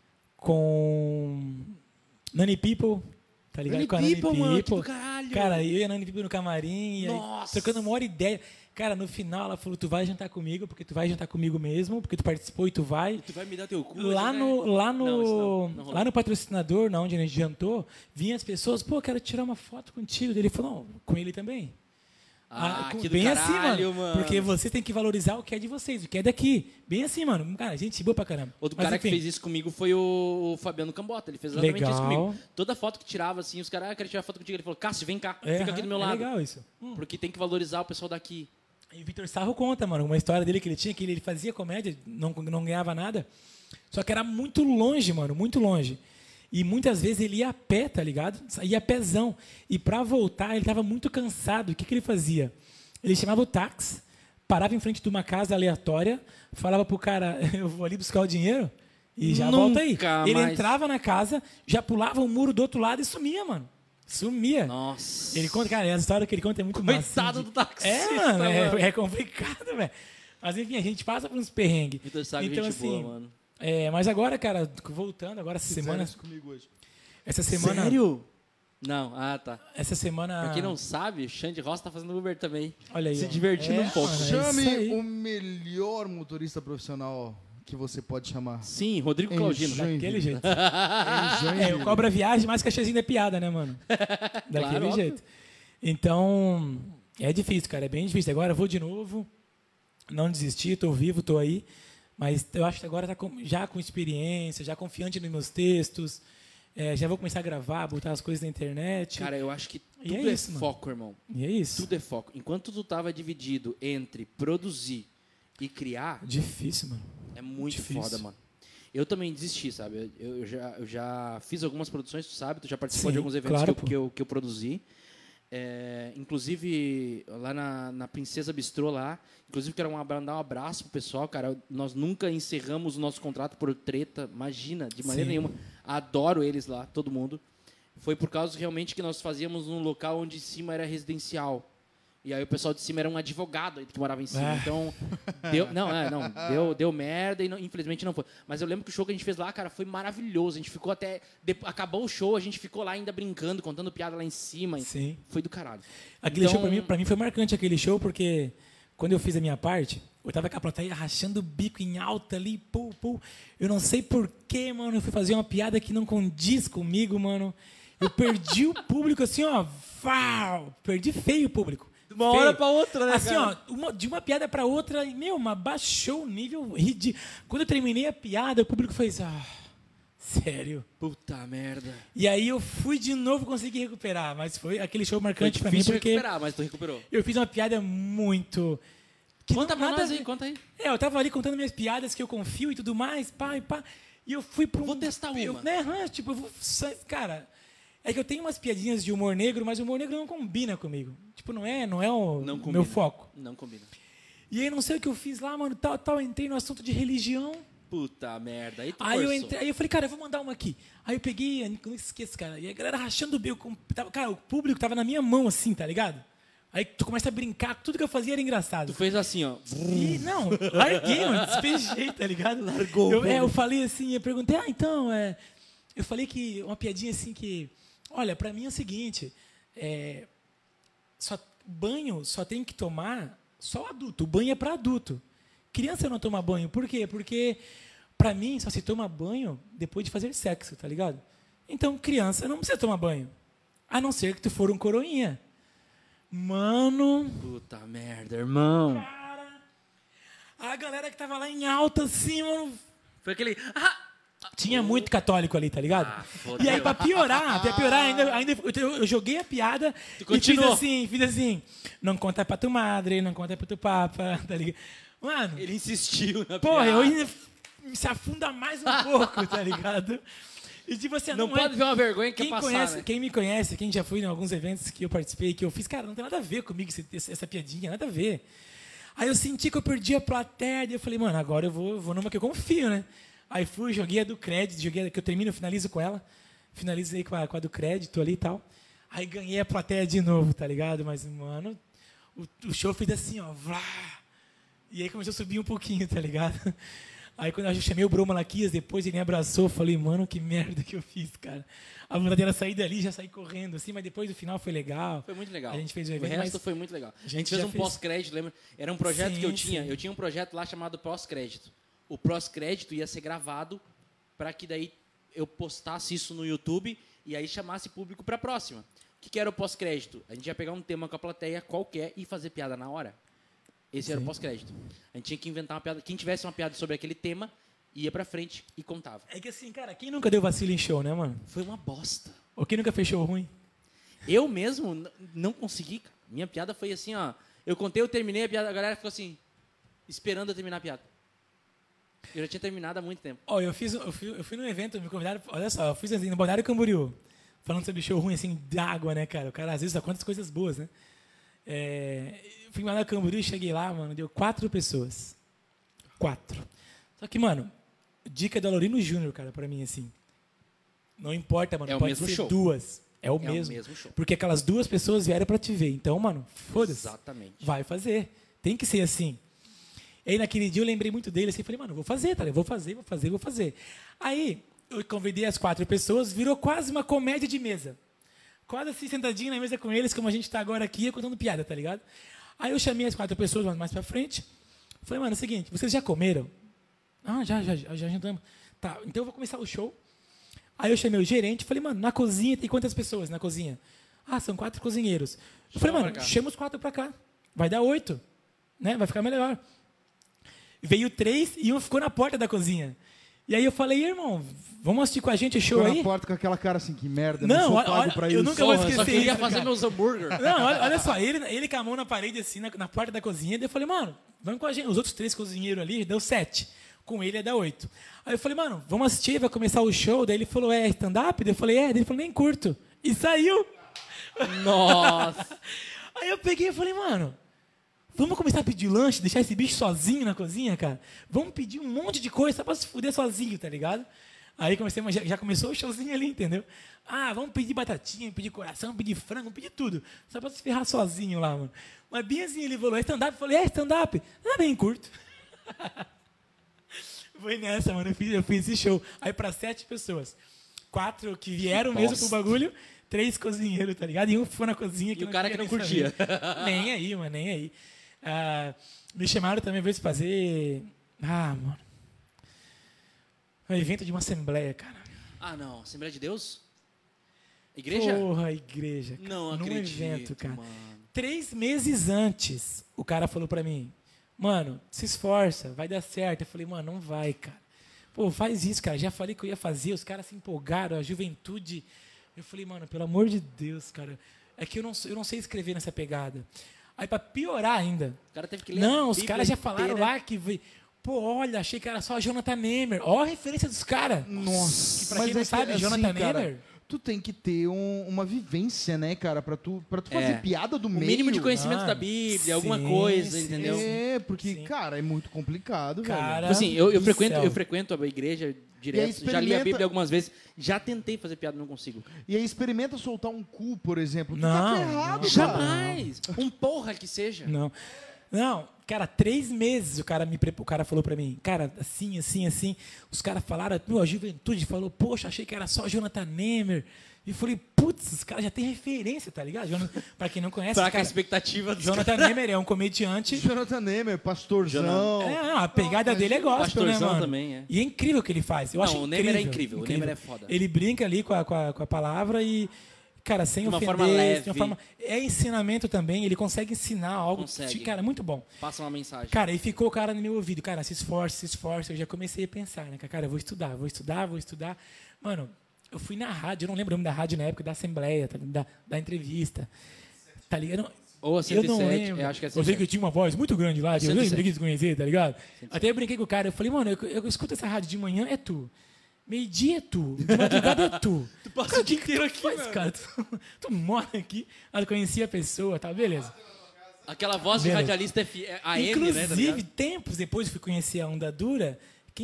com Nani People, tá ligado? Nani Com a Nani People, mano, que do caralho. Cara, eu e a Nani People no camarim, e aí, Nossa. trocando uma hora ideia. Cara, no final ela falou, tu vai jantar comigo, porque tu vai jantar comigo mesmo, porque tu participou e tu vai. Tu vai me dar teu cu. Lá né? no, Não, isso não rolou. lá no patrocinador, na onde a gente jantou, vinham as pessoas, pô, quero tirar uma foto contigo. Daí ele falou, não, com ele também. Que do bem caralho, assim, mano. Porque vocês têm que valorizar o que é de vocês, o que é daqui. Bem assim, mano. Cara, gente boa pra caramba. Outro Mas, cara que enfim, fez isso comigo foi o Fabiano Cambota. Ele fez exatamente Legal. isso comigo. Toda foto que tirava, assim, os caras, quero tirar foto contigo. Ele falou, Cássio, vem cá, fica aqui do meu é lado. legal isso. Porque tem que valorizar o pessoal daqui. E o Vitor Sarro conta, mano, uma história dele que ele tinha, que ele fazia comédia, não ganhava nada, só que era muito longe, mano, muito longe. E muitas vezes ele ia a pé, tá ligado? Ia a pezão. E pra voltar, ele tava muito cansado. O que ele fazia? Ele chamava o táxi, parava em frente de uma casa aleatória, falava pro cara, eu vou ali buscar o dinheiro e já volta aí. Nunca Ele mais. entrava na casa, já pulava o muro do outro lado e sumia, mano. Sumia. Nossa. Ele conta, cara, essa história que ele conta é muito massa. Coitado assim, do taxista, É, mano, mano. é complicado, velho. Mas enfim, a gente passa por uns perrengues. Vitor Sago, Então, gente assim, boa, mano. mas agora, cara, voltando, agora essa Fizeram semana. isso comigo hoje. Essa semana. Sério? Não, tá. Essa semana. Pra quem não sabe, o Xande Ross tá fazendo Uber também. Olha aí. se ó. divertindo um pouco. mano, é Chame isso aí. o melhor motorista profissional que você pode chamar. Sim, Rodrigo Em Claudino. junho. Daquele jeito. Em Joinville. Eu cobro a viagem mais cachezinho da piada, né, mano? Daquele Claro, jeito. Então, é difícil, cara. É bem difícil. Agora eu vou de novo. Não desistir, tô vivo, tô aí. Mas eu acho que agora tá já com experiência, já confiante nos meus textos. Já vou começar a gravar, botar as coisas na internet. Cara, eu acho que E tudo é é, isso, mano. foco, irmão. E é isso. Tudo é foco. Enquanto tu tava dividido entre produzir e criar, Difícil, mano. é muito Difícil. foda, mano. Eu também desisti, sabe? Eu já fiz algumas produções, tu sabe? Tu já participou Sim, de alguns eventos claro, que eu produzi. Inclusive, lá na Princesa Bistrô, lá, inclusive quero mandar um abraço pro pessoal, cara. Nós nunca encerramos o nosso contrato por treta, imagina, de maneira nenhuma. Adoro eles lá, todo mundo. Foi por causa realmente que nós fazíamos num local onde em cima era residencial. E aí o pessoal de cima era um advogado aí que morava em cima. Então, deu merda e infelizmente não foi. Mas eu lembro que o show que a gente fez lá, cara, foi maravilhoso. A gente ficou até... Acabou o show, a gente ficou lá ainda brincando, contando piada lá em cima. Sim. Foi do caralho. Aquele show, pra mim foi marcante aquele show, porque quando eu fiz a minha parte, eu tava com a plateia rachando o bico em alta ali, pô. Eu não sei porquê, mano, eu fui fazer uma piada que não condiz comigo, mano. Eu perdi o público assim, ó. Perdi feio o público. De uma hora pra outra, né, assim, cara? ó, de uma piada pra outra, mas baixou o nível ridículo. Quando eu terminei a piada, o público fez, sério? Puta merda. E aí eu fui de novo conseguir recuperar, mas foi aquele show marcante pra mim, difícil porque recuperar, mas tu recuperou. eu fiz uma piada muito... Conta pra nós aí, conta aí. Eu tava ali contando minhas piadas que eu confio e tudo mais, pá. E eu fui pra Vou testar uma. Cara, é que eu tenho umas piadinhas de humor negro, mas o humor negro não combina comigo. Tipo, não é o meu foco. Não combina. E aí não sei o que eu fiz lá, mano, tal, entrei no assunto de religião. Puta merda. Aí eu falei, cara, eu vou mandar uma aqui. Aí eu peguei, não esqueço, cara. E a galera rachando o bico. Cara, o público tava na minha mão, assim, tá ligado? Aí tu começa a brincar, tudo que eu fazia era engraçado. Tu fez assim, ó. E, não, larguei, mano, despejei, tá ligado? Largou. Eu falei assim, eu perguntei, eu falei que, uma piadinha assim que, olha, pra mim é o seguinte, banho só tem que tomar só adulto, o banho é pra adulto. Criança não toma banho, por quê? Porque, pra mim, só se toma banho depois de fazer sexo, tá ligado? Então, criança não precisa tomar banho, a não ser que tu for um coroinha. Mano... Puta merda, irmão. Cara, a galera que tava lá em alta, assim, mano... Foi aquele... Tinha muito católico ali, tá ligado? E aí, pra piorar ainda eu joguei a piada e fiz assim, não conta pra tu madre, não conta pra tu papa, tá ligado? Mano... Ele insistiu na piada. Porra, eu ainda se afunda mais um pouco, tá ligado? E tipo assim, não pode ver uma vergonha que quem passar, conhece, né? Quem me conhece, quem já foi em alguns eventos que eu participei, que eu fiz, cara, não tem nada a ver comigo essa piadinha, nada a ver. Aí eu senti que eu perdi a plateia, e eu falei, mano, agora eu vou numa que eu confio, né? Aí fui, joguei a do crédito, que eu termino, eu finalizo com ela, finalizei com a do crédito ali e tal. Aí ganhei a plateia de novo, tá ligado? Mas, mano, o show fez assim, ó, vlá, e aí começou a subir um pouquinho, tá ligado? Aí quando eu chamei o Bruno Malaquias, depois ele me abraçou, falei, mano, que merda que eu fiz, cara. A vontade era sair dali, já saí correndo, assim, mas depois do final foi legal. Foi muito legal. A gente fez um evento, o resto foi muito legal. A gente fez um pós-crédito, lembra? Era um projeto sim, que eu tinha. Sim. Eu tinha um projeto lá chamado pós-crédito. O pós-crédito ia ser gravado para que daí eu postasse isso no YouTube e aí chamasse público para a próxima. O que era o pós-crédito? A gente ia pegar um tema com a plateia qualquer e fazer piada na hora. Esse era o pós-crédito. A gente tinha que inventar uma piada. Quem tivesse uma piada sobre aquele tema, ia pra frente e contava. É que assim, cara, quem nunca deu vacilo em show, né, mano? Foi uma bosta. Ou quem nunca fez show ruim? Eu mesmo não consegui, cara. Minha piada foi assim, ó. Eu contei, eu terminei a piada, a galera ficou assim, esperando eu terminar a piada. Eu já tinha terminado há muito tempo. Ó, eu fui num evento, me convidaram, olha só, eu fiz assim, no Balneário Camboriú, falando sobre show ruim, assim, d'água, né, cara? O cara às vezes só conta as coisas boas, né? Fui em Balneário Camboriú, cheguei lá, mano, deu 4 pessoas. 4. Só que, mano, dica do Alorino Júnior, cara, pra mim, assim. Não importa, mano, pode ser show. 2. É o mesmo show. Porque aquelas 2 pessoas vieram pra te ver. Então, mano, foda-se. Exatamente. Vai fazer. Tem que ser assim. E aí, naquele dia, eu lembrei muito dele, assim, falei, mano, vou fazer, tá? Vou fazer. Aí, eu convidei as 4 pessoas, virou quase uma comédia de mesa. Quase assim, sentadinho na mesa com eles, como a gente tá agora aqui, contando piada, tá ligado? Aí eu chamei as 4 pessoas mais pra frente. Falei, mano, é o seguinte, vocês já comeram? Ah, já jantamos. Tá, então eu vou começar o show. Aí eu chamei o gerente, falei, mano, na cozinha tem quantas pessoas na cozinha? Ah, são 4 cozinheiros. Eu falei, mano, chama os 4 pra cá. Vai dar 8, né? Vai ficar melhor. Veio 3 e um ficou na porta da cozinha. E aí eu falei, irmão, vamos assistir com a gente o show ficou aí? na porta com aquela cara assim, que merda, não sou pago pra isso. Eu nunca vou esquecer só queria isso, fazer cara. meus hambúrguer. Não, olha só, ele com a mão na parede, assim, na porta da cozinha, daí eu falei, mano, vamos com a gente. Os outros 3 cozinheiros ali, deu 7. com ele é da 8. Aí eu falei, mano, vamos assistir, vai começar o show. Daí ele falou, é stand-up? Daí eu falei, é. Daí ele falou, nem curto. E saiu. Nossa. Aí eu peguei e falei, mano, vamos começar a pedir lanche, deixar esse bicho sozinho na cozinha, cara? Vamos pedir um monte de coisa só pra se fuder sozinho, tá ligado? Aí comecei, já começou o showzinho ali, entendeu? Ah, vamos pedir batatinha, pedir coração, pedir frango, pedir tudo. Só pra se ferrar sozinho lá, mano. Mas bem assim, ele falou, é stand-up? Eu falei, é stand-up? Ah, bem curto. Foi nessa, mano, eu fiz esse show. Aí pra 7 pessoas. 4 que vieram mesmo pro bagulho, 3 cozinheiros, tá ligado? E um foi na cozinha que E o cara que não curtia. Nem aí, mano, nem aí. Me chamaram também, às vezes, fazer... mano. Um evento de uma assembleia, cara. Ah, não. Assembleia de Deus? Igreja? Porra, igreja. Cara. Não Num acredito, evento, cara. mano. 3 meses antes, o cara falou pra mim, mano, se esforça, vai dar certo. Eu falei, mano, não vai, cara. Pô, faz isso, cara. Já falei que eu ia fazer, os caras se empolgaram, a juventude. Eu falei, mano, pelo amor de Deus, cara. É que eu não sei escrever nessa pegada. Aí, pra piorar ainda. O cara teve que ler Não, a os Bíblia caras já falaram inteira. lá que... Pô, olha, achei que era só Jonathan Nehmer. Ó a referência dos caras. Nossa. Que pra quem não sabe, Jonathan cara, Nehmer... tu tem que ter uma vivência, né, cara? Pra tu fazer piada do O meio. mínimo de conhecimento Ah, da Bíblia, alguma sim, coisa, sim. entendeu? É, porque, Sim. cara, é muito complicado, Cara, velho. Assim, eu do céu. frequento a igreja E aí direto, já li a experimenta- Bíblia algumas vezes, já tentei fazer piada, não consigo. E aí experimenta soltar um cu, por exemplo. Tu Não, tá ferrado, não. cara. Jamais! Um porra que seja. Não, cara, 3 meses o cara falou pra mim, cara, assim. Os caras falaram, a juventude falou, poxa, achei que era só Jonathan Nehmer. E eu falei, putz, os caras já têm referência, tá ligado? Pra quem não conhece, Fraca a cara, expectativa dos Jonathan Nehmer é um comediante. Jonathan Nehmer, pastorzão. A pegada dele é gospel, né, Pastorzão mano? também, é. E é incrível o que ele faz. Eu Não, acho o incrível. Nehmer é incrível, o Nehmer é foda. Ele brinca ali com a palavra e, cara, sem De uma ofender. forma leve. de uma forma- É ensinamento também, ele consegue ensinar algo. Consegue. Cara, muito bom. Passa uma mensagem. Cara, e ficou o cara no meu ouvido. Cara, se esforce. Eu já comecei a pensar, né? Cara, eu vou estudar. Mano, eu fui na rádio, eu não lembro o nome da rádio na época, da Assembleia, tá ligado? da entrevista. Tá ligado? Ou a Eu não 107, lembro. eu acho que é Eu sei 107. que eu tinha uma voz muito grande lá, que eu 107. nem quis conhecer, tá ligado? Até eu brinquei com o cara, eu falei, mano, eu escuto essa rádio de manhã, é tu. Meio-dia é tu. De madrugada é tu. Tu passa o dia inteiro aqui, faz, mano. cara? Tu mora aqui, eu conheci a pessoa, tá? Beleza. Aquela voz de Beleza. radialista AM, Inclusive, né? Tá ligado? tempos depois eu fui conhecer a Onda Dura,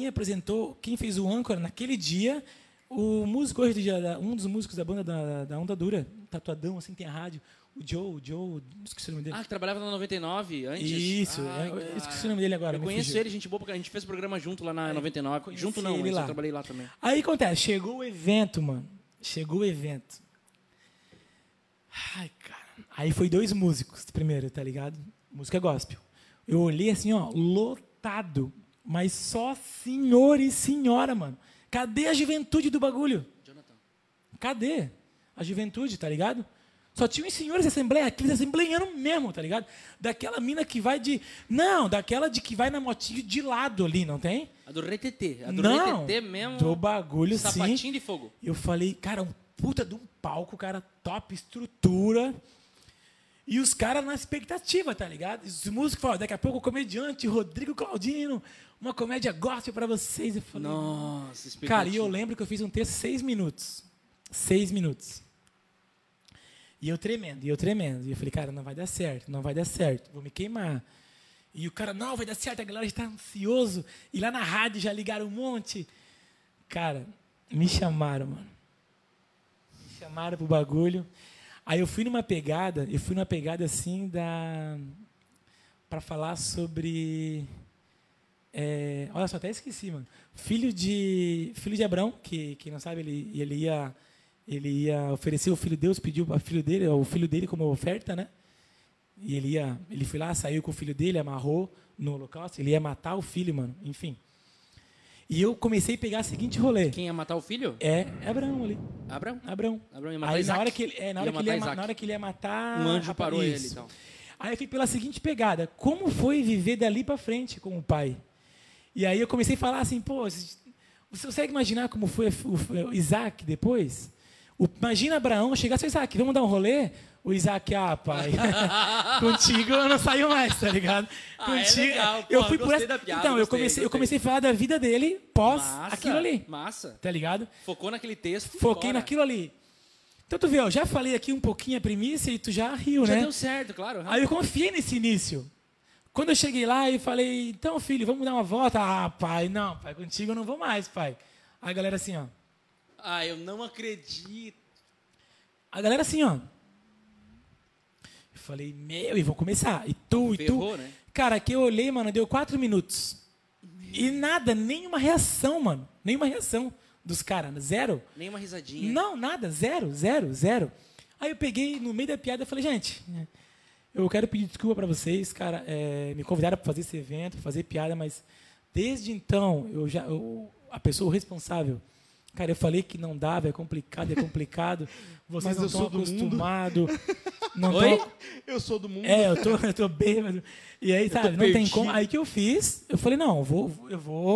quem fez o âncora naquele dia, o músico hoje, um dos músicos da banda da Onda Dura, tatuadão, assim, tem a rádio, o Joe, esqueci o nome dele. Ah, que trabalhava na 99 antes? Isso, Ai, eu cara. esqueci o nome dele agora. Eu me conheço fugiu. ele, gente boa, porque a gente fez programa junto lá na 99. conheci Junto não, ele mas lá. eu trabalhei lá também. Aí acontece, chegou o evento, mano. Ai, cara. Aí foi 2 músicos primeiro, tá ligado? Música gospel. Eu olhei assim, ó, lotado. Mas só senhor e senhora, mano. Cadê a juventude do bagulho? Jonathan. Cadê a juventude, tá ligado? Só tinha os senhores de assembleia, aqueles assembleianos mesmo, tá ligado? Daquela mina que vai de... Não, daquela de que vai na motinho de lado ali, não tem? A do RTT. A do Não, RTT mesmo. do bagulho, sim. Sapatinho de fogo. Eu falei, cara, um puta de um palco, cara, top, estrutura. E os caras na expectativa, tá ligado? Os músicos falaram, daqui a pouco o comediante Rodrigo Claudino, uma comédia gospel pra vocês. Eu falei, Nossa, expectativa. cara, e eu lembro que eu fiz um texto 6 minutos. 6 minutos. E eu tremendo. E eu falei, cara, não vai dar certo, vou me queimar. E o cara, não, vai dar certo, a galera já tá ansioso. E lá na rádio já ligaram um monte. Cara, me chamaram, mano. Me chamaram pro bagulho. Aí eu fui numa pegada assim pra falar sobre... olha só, até esqueci, mano. Filho de Abraão, que quem não sabe, ele ia oferecer o filho de Deus, pediu o filho dele como oferta, né? E ele foi lá, saiu com o filho dele, amarrou no holocausto, ele ia matar o filho, mano, enfim. E eu comecei a pegar o seguinte rolê. Quem ia matar o filho? É Abraão ali. Abraão. Abraão. Abraão ia matar Aí Isaac. na hora que ele ia matar... Um anjo rapaz, parou ele, isso. então. Aí eu fui pela seguinte pegada, como foi viver dali para frente com o pai? E aí eu comecei a falar assim, pô, você consegue imaginar como foi o Isaac depois? Imagina Abraão chegasse e Isaac, vamos dar um rolê? O Isaac, pai, contigo eu não saio mais, tá ligado? Contigo, legal, eu porra, fui por gostei essa... da piada, Então, gostei. eu comecei a falar da vida dele pós aquilo ali, Massa. tá ligado? Focou naquele texto. Foquei bora. naquilo ali. Então tu vê, eu já falei aqui um pouquinho a premissa e tu já riu, Já né? deu certo, claro. Aí eu confiei nesse início. Quando eu cheguei lá e falei, então, filho, vamos dar uma volta? Pai, não, pai, contigo eu não vou mais, pai. Aí a galera assim, ó. Eu não acredito. A galera assim, ó. Eu falei, e vou começar. E tu. Ferrou, né? Cara, que eu olhei, mano, deu 4 minutos. E nada, nenhuma reação, mano. Nenhuma reação dos caras. Zero. Nem uma risadinha. Não, nada. Zero. Aí eu peguei, no meio da piada, eu falei, gente, eu quero pedir desculpa pra vocês, cara. Me convidaram pra fazer esse evento, fazer piada, mas desde então, a pessoa responsável, cara, eu falei que não dava, é complicado. Vocês não estão acostumados. Oi? Eu sou do mundo. Eu tô bêbado. E aí, sabe, não tem como. Aí que eu fiz, eu falei, não, eu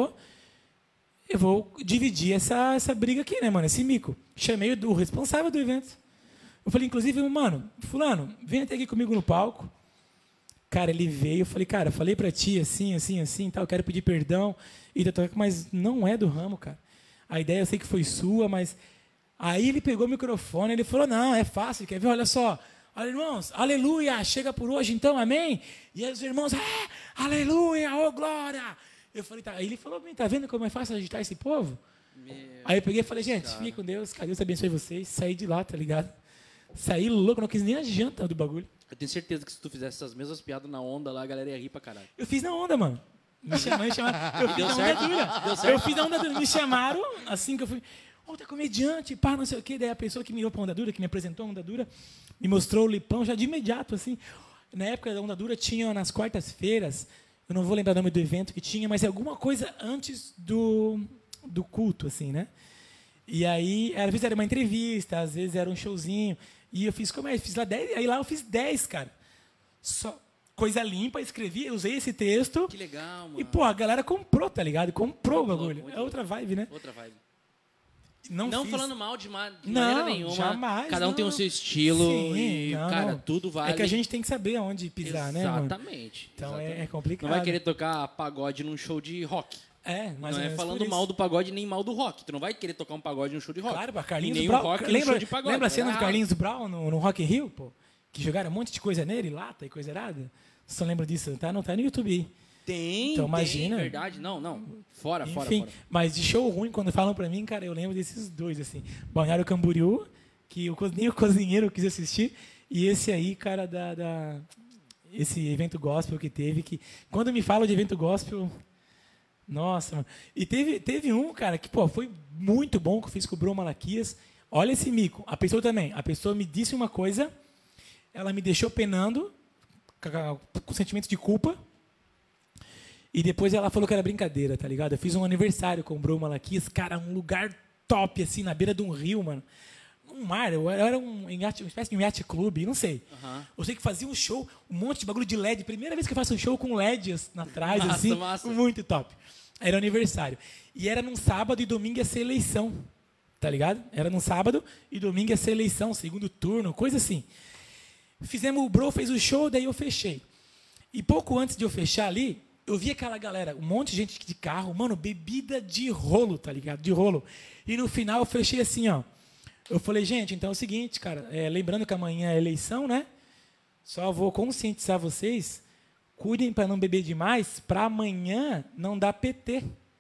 vou dividir essa briga aqui, né, mano? Esse mico. Chamei o responsável do evento. Eu falei, inclusive, mano, fulano, vem até aqui comigo no palco. Cara, ele veio, eu falei, cara, falei pra ti assim, tal, quero pedir perdão. Mas não é do ramo, cara. A ideia eu sei que foi sua, mas... Aí ele pegou o microfone, ele falou, não, é fácil, quer ver? Olha só. Olha, irmãos, aleluia, chega por hoje então, amém? E aí os irmãos, aleluia, ô glória. Eu falei, tá. Aí ele falou, tá vendo como é fácil agitar esse povo? Aí eu peguei e falei, gente, fique com Deus, que Deus abençoe vocês. Saí de lá, tá ligado? Saí louco, não quis nem a janta do bagulho. Eu tenho certeza que se tu fizesse essas mesmas piadas na onda lá, a galera ia rir pra caralho. Eu fiz na onda, mano. Me chamaram. Eu fiz Deu na certo? onda dura. Eu fiz na onda dura. Me chamaram, assim que eu fui. Tá comediante, pá, não sei o quê. Daí a pessoa que me deu pra onda dura, que me apresentou a onda dura, me mostrou o Lipão já de imediato, assim. Na época da onda dura tinha nas quartas-feiras, eu não vou lembrar o nome do evento que tinha, mas é alguma coisa antes do culto, assim, né? E aí, às vezes era uma entrevista, às vezes era um showzinho. E eu fiz comédia, fiz lá 10, aí lá eu fiz 10, cara. Só coisa limpa, escrevi, usei esse texto. Que legal, mano. E, pô, a galera comprou, tá ligado? Comprou o bagulho. Muito É outra vibe, né? Outra vibe. Não fiz. Falando mal de maneira Não, nenhuma. jamais. Cada um tem o seu estilo. Sim, e, cara, tudo vale. É que a gente tem que saber aonde pisar, né, mano? Exatamente. Então exatamente. é complicado. Não vai querer tocar pagode num show de rock. Mas não é falando mal do pagode nem mal do rock. Tu não vai querer tocar um pagode num show de rock. Claro, Carlinhos e nem Brown. rock num show de pagode. Lembra a cena do Carlinhos Brown no Rock in Rio, pô? Que jogaram um monte de coisa nele, lata e coisa errada? Você não lembra disso? Não tá no YouTube aí. Tem, então, imagina. Verdade. Não. Fora. Enfim, mas de show ruim, quando falam pra mim, cara, eu lembro desses dois, assim. Balneário Camboriú, que nem o cozinheiro quis assistir, e esse aí, cara, esse evento gospel que teve, que quando me falam de evento gospel... Nossa, mano. E teve um, cara, que, pô, foi muito bom, que eu fiz com o Bruno Malaquias. Olha esse mico. A pessoa também. A pessoa me disse uma coisa, ela me deixou penando, com sentimento de culpa, e depois ela falou que era brincadeira, tá ligado? Eu fiz um aniversário com o Bruno Malaquias, cara, um lugar top, assim, na beira de um rio, mano. Um mar, eu era uma espécie de um yacht clube, não sei. Eu sei que fazia um show, um monte de bagulho de LED. Primeira vez que eu faço um show com LEDs atrás, assim. Massa. Muito top. Era aniversário. E era num sábado e domingo ia ser eleição. Tá ligado? Era num sábado e domingo ia ser eleição, segundo turno, coisa assim. O Bro fez o show, daí eu fechei. E pouco antes de eu fechar ali, eu vi aquela galera, um monte de gente de carro, mano, bebida de rolo, tá ligado? De rolo. E no final eu fechei assim, ó. Eu falei, gente, então é o seguinte, cara, lembrando que amanhã é eleição, né? Só vou conscientizar vocês, cuidem para não beber demais, para amanhã não dar PT.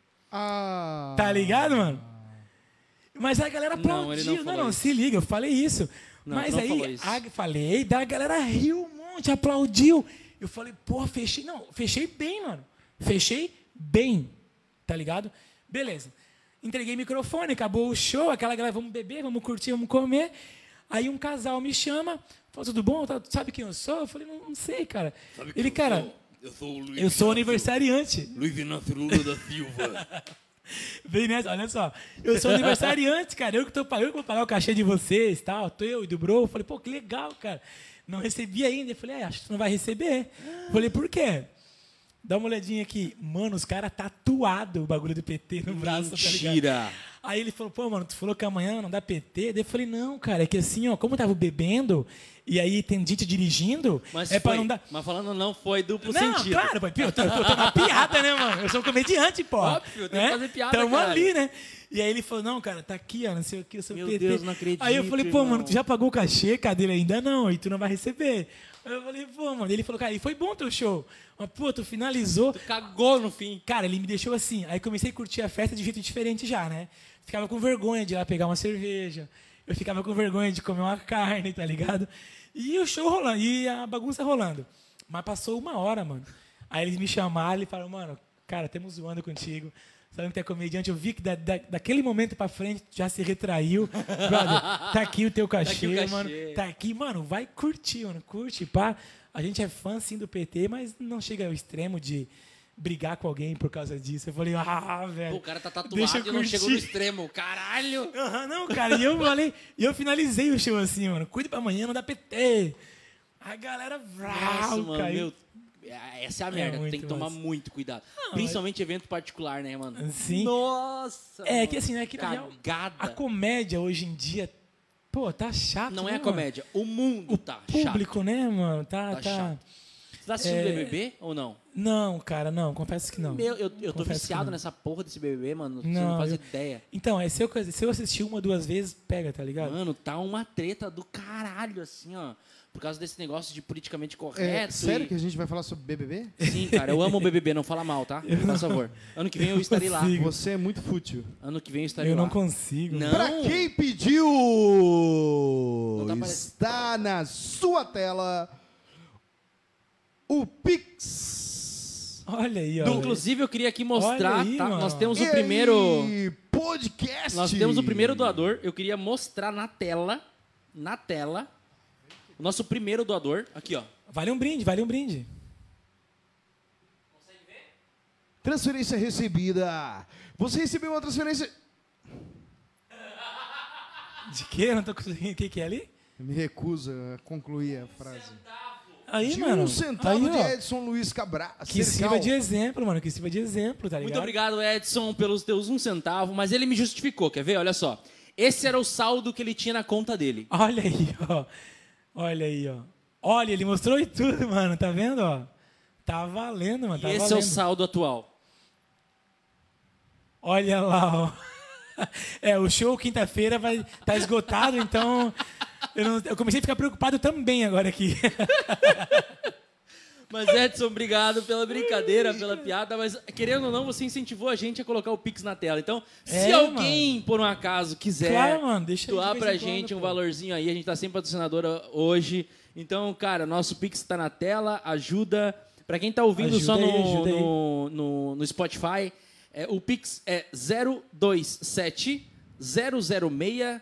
Tá ligado, mano? Mas a galera aplaudiu. Não, se liga, eu falei isso. Não, mas não aí, falou isso. Falei, daí a galera riu um monte, aplaudiu. Eu falei, pô, fechei. Não, fechei bem, mano. Fechei bem, tá ligado? Beleza. Entreguei o microfone, acabou o show, aquela galera, vamos beber, vamos curtir, vamos comer. Aí um casal me chama, fala, tudo bom? Sabe quem eu sou? Eu falei, não sei, cara. Ele, cara, eu sou aniversariante. Luiz Inácio Lula da Silva. Vem nessa, olha só. Eu sou aniversariante, cara. Eu que vou pagar o cachê de vocês, tal. Eu e do Bro. Eu falei, pô, que legal, cara. Não recebi ainda. Eu falei, acho que tu não vai receber. Eu falei, por quê? Dá uma olhadinha aqui. Mano, os caras tatuaram o bagulho do PT no braço. Mentira. Tá ligado? Aí ele falou, pô, mano, tu falou que amanhã não dá PT? Daí eu falei, não, cara, é que assim, ó, como eu tava bebendo, e aí tem gente dirigindo, Mas é pra foi, não dar... mas falando não foi duplo Não, sentido. claro, pô, eu tô na piada, né, mano? Eu sou um comediante, pô. Óbvio, tem que fazer piada, Tamo cara. ali, né? E aí ele falou, não, cara, tá aqui, ó, não sei o que, eu sou Meu PT. Deus, não acredito, Aí eu falei, pô, irmão. mano, tu já pagou o cachê, cadê ele ainda? Não, e tu não vai receber. Aí eu falei, pô, mano, ele falou, cara, e foi bom teu show. Mas, pô, tu finalizou. Cagou no fim. Cara, ele me deixou assim. Aí comecei a curtir a festa de jeito diferente já, né? Ficava com vergonha de ir lá pegar uma cerveja. Eu ficava com vergonha de comer uma carne, tá ligado? E o show rolando, e a bagunça rolando. Mas passou 1 hora, mano. Aí eles me chamaram e falaram, mano, cara, temos zoando contigo. Sabendo que tu é comediante, eu vi que daquele momento pra frente tu já se retraiu. Brother, tá aqui o teu cachê, o cachê. mano. Tá aqui, mano, vai curtir, mano. Curte, pá. A gente é fã, sim, do PT, mas não chega ao extremo de brigar com alguém por causa disso. Eu falei, velho. Pô, o cara tá deixa tatuado eu e não chegou no curtir. extremo. Caralho! Aham, não, cara, e eu finalizei o show assim, mano. Cuide pra amanhã, não dá PT. A galera, Nossa, mano, caiu. essa é a merda. muito Tem que tomar massa. muito cuidado. Principalmente evento particular, né, mano? Sim. Nossa! É mano. que assim, né, que na real, Cagada. a comédia hoje em dia, pô, tá chato, Não né, é a mano? comédia. O mundo tá Público, né, mano? Tá Tá. chato. Você tá assistindo BBB ou não? Não, cara, não, confesso que não. Eu tô Confesso que viciado não. nessa porra desse BBB, mano. Você Não, não faz eu- ideia. Então, se eu assistir 1 ou 2 vezes, pega, tá ligado? Mano, tá uma treta do caralho, assim, ó. Por causa desse negócio de politicamente É, correto. sério e- que a gente vai falar sobre BBB? Sim, cara, eu amo o BBB, não fala mal, tá? Por favor. Ano que vem eu estarei lá. consigo. Você é muito fútil. Ano que vem eu estarei Eu lá. não consigo. Não. Pra quem pediu, Não tá aparecendo. está na sua tela o Pix. Olha aí, ó. Inclusive, eu queria aqui mostrar, Olha aí, tá? mano. Nós temos E o primeiro. aí, podcast. Nós temos o primeiro doador. Eu queria mostrar na tela, o nosso primeiro doador. Aqui, ó. Vale um brinde. Transferência recebida. Você recebeu uma transferência... De quê? Eu não tô conseguindo. O que é ali? Me recusa a concluir a frase. Aí, de mano. 1 centavo aí, de ó. Edson Luiz Cabral. Que sirva de exemplo, mano. Que sirva de exemplo, tá ligado? Muito obrigado, Edson, pelos teus 1 centavo. Mas ele me justificou, quer ver? Olha só. Esse era o saldo que ele tinha na conta dele. Olha aí, ó. Olha aí, ó. Olha, ele mostrou e tudo, mano. Tá vendo, ó? Tá valendo, mano. Tá E esse é o valendo. saldo atual. Olha lá, ó. É, o show quinta-feira vai tá esgotado, então eu comecei a ficar preocupado também agora aqui. Mas, Edson, obrigado pela brincadeira, pela piada. Mas, querendo ou não, você incentivou a gente a colocar o Pix na tela. Então, se É, alguém, por um acaso, quiser Claro, mano, deixa aí doar de pra vez em gente quando, um pô. valorzinho aí, a gente tá sem patrocinadora hoje. Então, cara, nosso Pix tá na tela, ajuda. Pra quem tá ouvindo Ajuda só aí, no, ajuda aí. no Spotify, o Pix é 027 006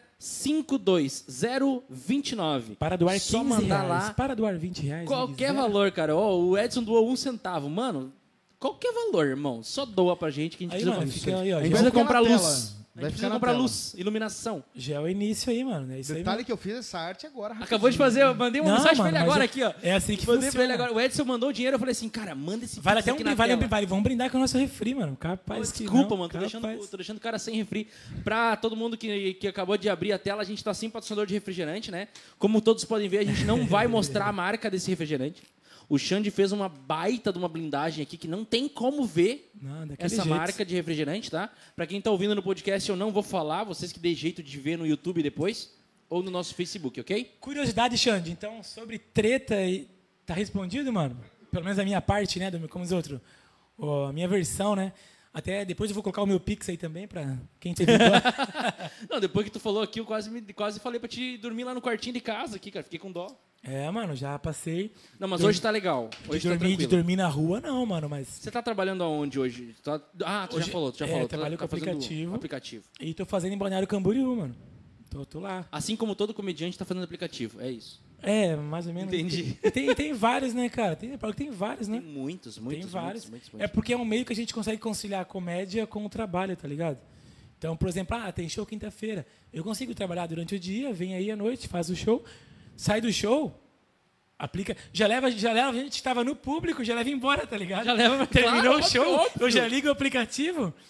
52029. Para doar Só 15 mandar reais. lá. Para doar 20 reais. Qualquer zero. valor, cara. Ó, o Edson doou 1 centavo. Mano, qualquer valor, irmão. Só doa pra gente que a gente Aí, precisa, mano, fica aí, ó. A gente Já, vai precisa ficar comprar na luz. tela. A Vai gente ficar precisa na comprar tela. luz, iluminação. já é o início aí, mano. É isso aí, Detalhe mano. que eu fiz essa arte agora. Acabou de fazer, eu mandei uma Não, mensagem pra mano, ele mas agora é- aqui, ó. é assim que Mandei pra funciona. ele agora. O Edson mandou o dinheiro, eu falei assim, cara, manda esse Vale Pix até um aqui na brinde, tela. vamos brindar com o nosso refri, mano. Capaz que Desculpa, não, mano, tô capaz. deixando o cara sem refri. Pra todo mundo que acabou de abrir a tela, a gente tá sem patrocinador de refrigerante, né? Como todos podem ver, a gente não vai mostrar a marca desse refrigerante. O Xande fez uma baita de uma blindagem aqui que não tem como ver Não, daquele essa jeito. marca de refrigerante, tá? Pra quem tá ouvindo no podcast, eu não vou falar, vocês que dêem jeito de ver no YouTube depois ou no nosso Facebook, ok? Curiosidade, Xande. Então, sobre treta, tá respondido, mano? Pelo menos a minha parte, né? Como os outros. A minha versão, né? Até depois eu vou colocar o meu Pix aí também, pra quem teve dó. Não, depois que tu falou aqui, eu quase falei pra te dormir lá no quartinho de casa aqui, cara. Fiquei com dó. É, mano, já passei. Não, mas hoje tá legal. Hoje tá de tranquilo. dormir na rua, não, mano, mas... Você tá trabalhando aonde hoje? Tu já falou, tu já falou. trabalho com fazendo aplicativo. aplicativo. E tô fazendo em Balneário Camboriú, mano. Tô lá. Assim como todo comediante tá fazendo aplicativo, é isso. É, mais ou menos. Entendi. E tem vários, né, cara? Tem vários, né? Tem muitos. Tem vários. Muitos. É porque é um meio que a gente consegue conciliar a comédia com o trabalho, tá ligado? Então, por exemplo, tem show quinta-feira. Eu consigo trabalhar durante o dia, vem aí à noite, faz o show, sai do show, aplica. Já leva a gente que estava no público, já leva embora, tá ligado? Já leva, Terminou claro, o show, óbvio. eu já ligo o aplicativo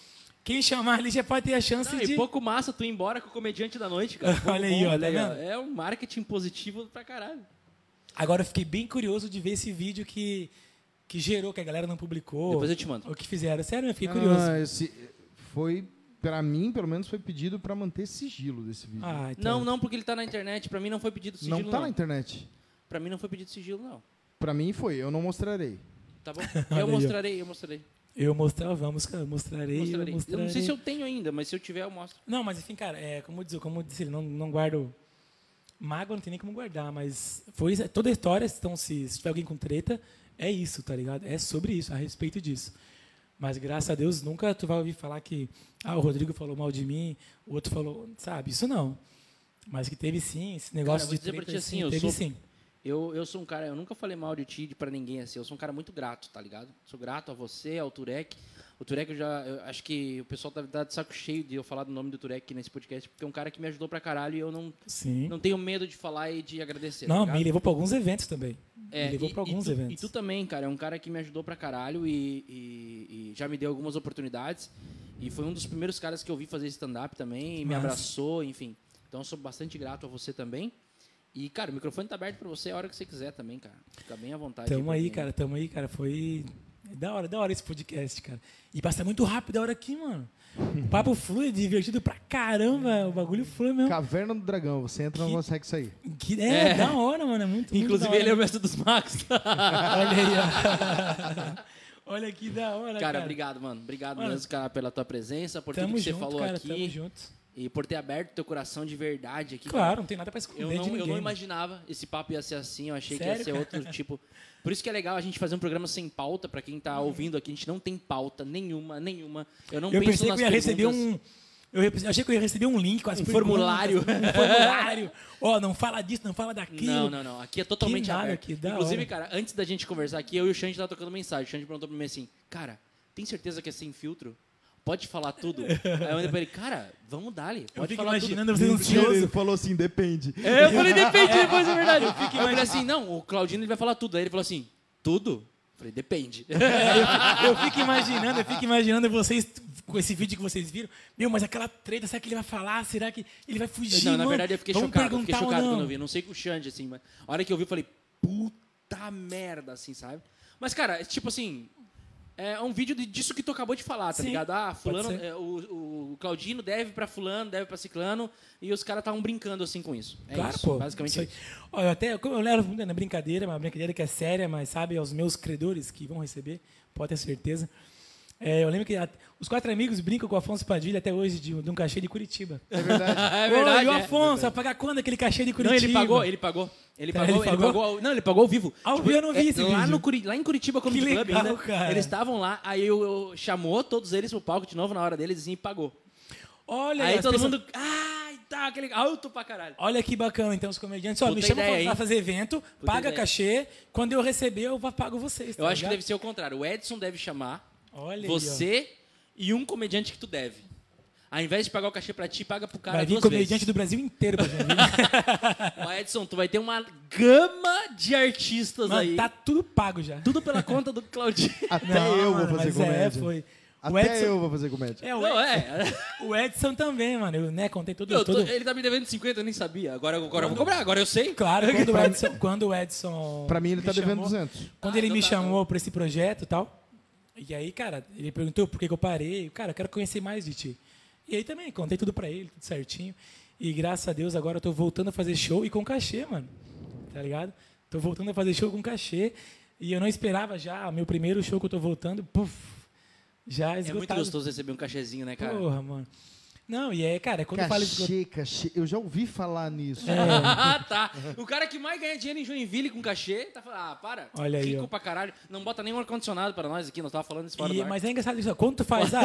Quem chamar ali já pode ter a chance Não, de... e pouco massa tu ir embora com o comediante da noite, cara. Pouco Olha aí, bom, ó, tá olha aí, ó. vendo? É um marketing positivo pra caralho. Agora eu fiquei bem curioso de ver esse vídeo que gerou, que a galera não publicou. Depois eu te mando. O que fizeram. Sério, eu fiquei curioso. Foi, pra mim, pelo menos, foi pedido pra manter sigilo desse vídeo. Ah, então. Não, porque ele tá na internet. Pra mim não foi pedido sigilo, não tá na internet. Pra mim não foi pedido sigilo, não. Pra mim foi, eu não mostrarei. Tá bom? Olha Eu aí, ó. mostrarei. Eu mostrarei. Eu não sei se eu tenho ainda, mas se eu tiver, eu mostro. Não, mas enfim, cara, como eu disse, ele não guardo. Mágoa não tem nem como guardar, mas foi toda a história, então se tiver alguém com treta, é isso, tá ligado? É sobre isso, a respeito disso. Mas graças a Deus nunca tu vai ouvir falar que o Rodrigo falou mal de mim, o outro falou, sabe, isso não. Mas que teve sim, esse negócio Cara, de eu vou dizer pra treta, ti assim, assim, teve sim. Eu sou um cara, eu nunca falei mal de ti pra ninguém assim, eu sou um cara muito grato, tá ligado? Sou grato a você, ao Turek. O Turek eu acho que o pessoal tá de saco cheio de eu falar do nome do Turek aqui nesse podcast, porque é um cara que me ajudou pra caralho e eu Sim. não tenho medo de falar e de agradecer. Não, tá ligado? me levou pra alguns eventos também. É, me levou pra alguns eventos. E tu também, cara, é um cara que me ajudou pra caralho e já me deu algumas oportunidades. E foi um dos primeiros caras que eu vi fazer stand-up também, e me Massa. abraçou, enfim. Então eu sou bastante grato a você também. E, cara, o microfone tá aberto pra você a hora que você quiser também, cara. Fica bem à vontade. Tamo aí, cara. Foi da hora esse podcast, cara. E passa muito rápido a hora aqui, mano. O papo flui, é divertido pra caramba. O bagulho flui mesmo. Caverna do Dragão, você entra e não Que- consegue sair. Da hora, mano. É muito Inclusive, muito ele é o da hora. mestre dos magos. Olha aí, ó. Olha que da hora, cara. Cara, obrigado, mano. Obrigado Mano, mesmo, cara, pela tua presença, por Tamo tudo que junto, você falou cara. aqui. Tamo junto. E por ter aberto teu coração de verdade aqui. Claro, cara. não tem nada pra esconder Eu de ninguém. não imaginava esse papo ia ser assim, eu achei que Sério, ia ser outro tipo. Por isso que é legal a gente fazer um programa sem pauta, pra quem tá ouvindo aqui, a gente não tem pauta nenhuma. Eu não Eu penso pensei nas que eu ia receber perguntas. Eu achei que eu ia receber um link com as perguntas, formulário. Um formulário. Ó, não fala disso, não fala daquilo. Não. Aqui é totalmente Que nada, aberto. que da Inclusive, hora. cara, antes da gente conversar aqui, eu e o Xande tava trocando mensagem. O Xande perguntou pra mim assim, cara, tem certeza que é sem filtro? Pode falar tudo? Aí eu mandei pra ele, cara, vamos dar-lhe. Eu Pode fico falar imaginando tudo. você ansioso. Ele falou assim, depende. Eu falei, depende, depois é verdade. Eu falei assim, não, o Claudino ele vai falar tudo. Aí ele falou assim, tudo? Eu falei, depende. Eu fico imaginando vocês, com esse vídeo que vocês viram. Meu, mas aquela treta, será que ele vai falar? Será que ele vai fugir? Não, na mano? verdade eu fiquei Vamos chocado. Eu fiquei perguntar ou chocado não? quando eu vi. Não sei com o Xande, assim, mas a hora que eu vi, eu falei, puta merda, assim, sabe? Mas, cara, é tipo assim, é um vídeo disso que tu acabou de falar, tá Sim, ligado? Ah, fulano, pode ser. o Claudino deve pra fulano, deve pra ciclano, e os caras estavam brincando, assim, com isso. É Claro, isso, pô. basicamente Isso aí. isso. Ó, eu levo muito na brincadeira, uma brincadeira que é séria, mas sabe, aos meus credores que vão receber, pode ter certeza. Eu lembro que os 4 amigos brincam com o Afonso Padilha até hoje de um cachê de Curitiba. É verdade. É Ô, verdade, e o é. Afonso, vai pagar quando aquele cachê de Não, Curitiba? ele pagou. Ele pagou. Não, ele pagou ao vivo. Ao vivo eu não vi esse lá vídeo. Lá em Curitiba, Comedy Que Club legal, ainda. cara. Eles estavam lá, aí eu chamou todos eles pro palco de novo na hora deles e pagou. Olha Aí as todo pessoas- mundo. Ai, tá, aquele alto pra caralho. Olha que bacana, então, os comediantes. Ó, Puta me chama ideia, pra hein? fazer evento, paga ideia. cachê. Quando eu receber, eu pago vocês. Eu tá acho que ligado? deve ser o contrário. O Edson deve chamar Olha você e um comediante que tu deve. Ao invés de pagar o cachê pra ti, paga pro aí, ó. cara Vai vir duas comediante vezes. do Brasil inteiro pra gente. Ó, Edson, tu vai ter uma gama de artistas Mano, aí. tá tudo pago já. Tudo pela conta do Claudinho. Até Não, eu vou mano, fazer mas comédia. foi. Até O Edson, eu vou fazer comédia. Não, o Edson também, mano. Eu, né, contei tudo. Ele tá me devendo 50, eu nem sabia. Agora eu vou cobrar, agora eu sei. Claro, quando o Edson. Pra mim, ele me tá devendo chamou, 200. Quando Ah, ele então me tá, chamou pra esse projeto e tal. E aí, cara, ele perguntou por que que eu parei. Cara, eu quero conhecer mais de ti. E aí também, contei tudo pra ele, tudo certinho. E graças a Deus agora eu tô voltando a fazer show e com cachê, mano. Tá ligado? Tô voltando a fazer show com cachê. E eu não esperava já, meu primeiro show que eu tô voltando, puf, já É esgotado. muito gostoso receber um cachezinho, né, cara? Porra, mano. Não, e cara, quando eu falo esgotado. Cachê. Eu já ouvi falar nisso. Ah, tá. O cara que mais ganha dinheiro em Joinville com cachê, tá falando, ah, para. Olha aí, Rico ó. pra caralho. Não bota nem um ar-condicionado pra nós aqui, nós tava falando isso fora do ar. Mas é engraçado isso. Ó, quando tu faz.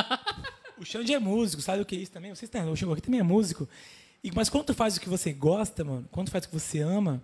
O Xande é músico, sabe o que é isso também? Vocês têm, o Xande aqui também é músico. Mas quando tu faz o que você gosta, mano, quando tu faz o que você ama,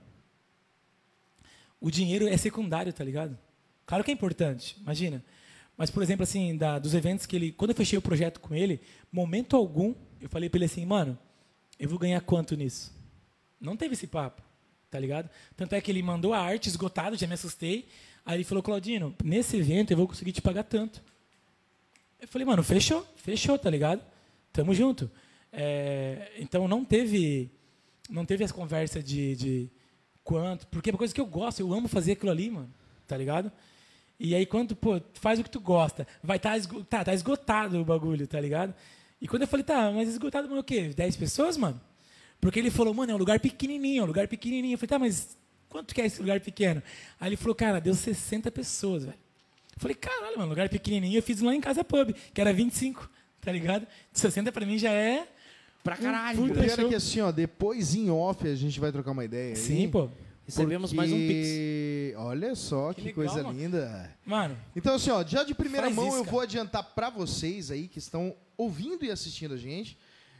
o dinheiro é secundário, tá ligado? Claro que é importante, imagina. Mas, por exemplo, assim, dos eventos que ele. Quando eu fechei o projeto com ele, momento algum, eu falei pra ele assim, mano, eu vou ganhar quanto nisso? Não teve esse papo, tá ligado? Tanto é que ele mandou a arte esgotada, já me assustei. Aí ele falou, Claudino, nesse evento eu vou conseguir te pagar tanto. Eu falei, mano, fechou, tá ligado? Tamo junto. Então não teve essa conversa de quanto, porque é uma coisa que eu gosto, eu amo fazer aquilo ali, mano, tá ligado? E aí quando, pô, faz o que tu gosta, vai tá esgotado o bagulho, tá ligado? E quando eu falei, tá, mas esgotado, mano, o quê? 10 pessoas, mano? Porque ele falou, mano, é um lugar pequenininho. Eu falei, tá, mas quanto que é esse lugar pequeno? Aí ele falou, cara, deu 60 pessoas, velho. Eu falei, caralho, mano, lugar pequenininho, eu fiz lá em Casa Pub, que era 25, tá ligado? 60 pra mim já é... Pra caralho. O pior é que assim, ó, depois em off a gente vai trocar uma ideia aí. Sim, pô. Recebemos mais um Pix. Olha só que legal, coisa mano. linda. Mano, Então assim, ó, já de primeira Faz mão isso, eu cara. vou adiantar pra vocês aí que estão ouvindo e assistindo a gente,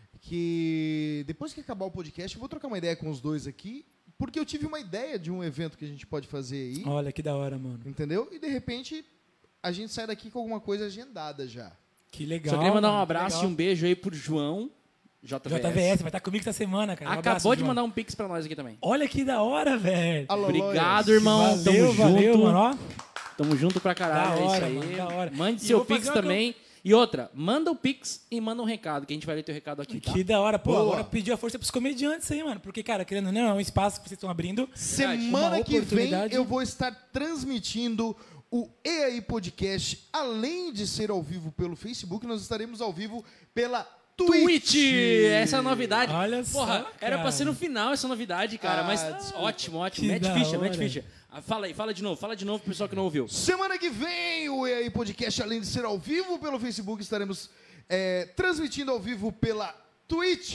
que depois que acabar o podcast eu vou trocar uma ideia com os dois aqui, porque eu tive uma ideia de um evento que a gente pode fazer aí, olha que da hora, mano. entendeu? E de repente a gente sai daqui com alguma coisa agendada já. Que legal. Só queria mandar um mano, abraço legal. e um beijo aí pro João JVS. JVS, vai estar comigo essa semana, cara. Um Acabou abraço, de João. mandar um Pix pra nós aqui também. Olha que da hora, velho. Alô, Obrigado, Loias. irmão. Valeu, Tamo junto. mano. Ó. Tamo junto pra caralho. Da hora, é isso aí. mano, da hora. Mande E seu eu vou Pix fazer uma também. E outra, manda o Pix e manda um recado, que a gente vai ler teu recado aqui, tá? Que da hora. Pô, Boa. agora pediu a força pros comediantes aí, mano. Porque, cara, querendo ou não, é um espaço que vocês estão abrindo. Semana Uma que vem oportunidade. eu vou estar transmitindo o E aí Podcast, além de ser ao vivo pelo Facebook, nós estaremos ao vivo pela Twitch. Essa é a novidade. Olha Porra, só, era cara. pra ser no final essa novidade, cara. Ah, Mas desculpa. ótimo. Que Mete da ficha, hora. mete ficha. Ah, fala aí, fala de novo pro pessoal que não ouviu. Semana que vem o E aí Podcast, além de ser ao vivo pelo Facebook, estaremos transmitindo ao vivo pela Twitch.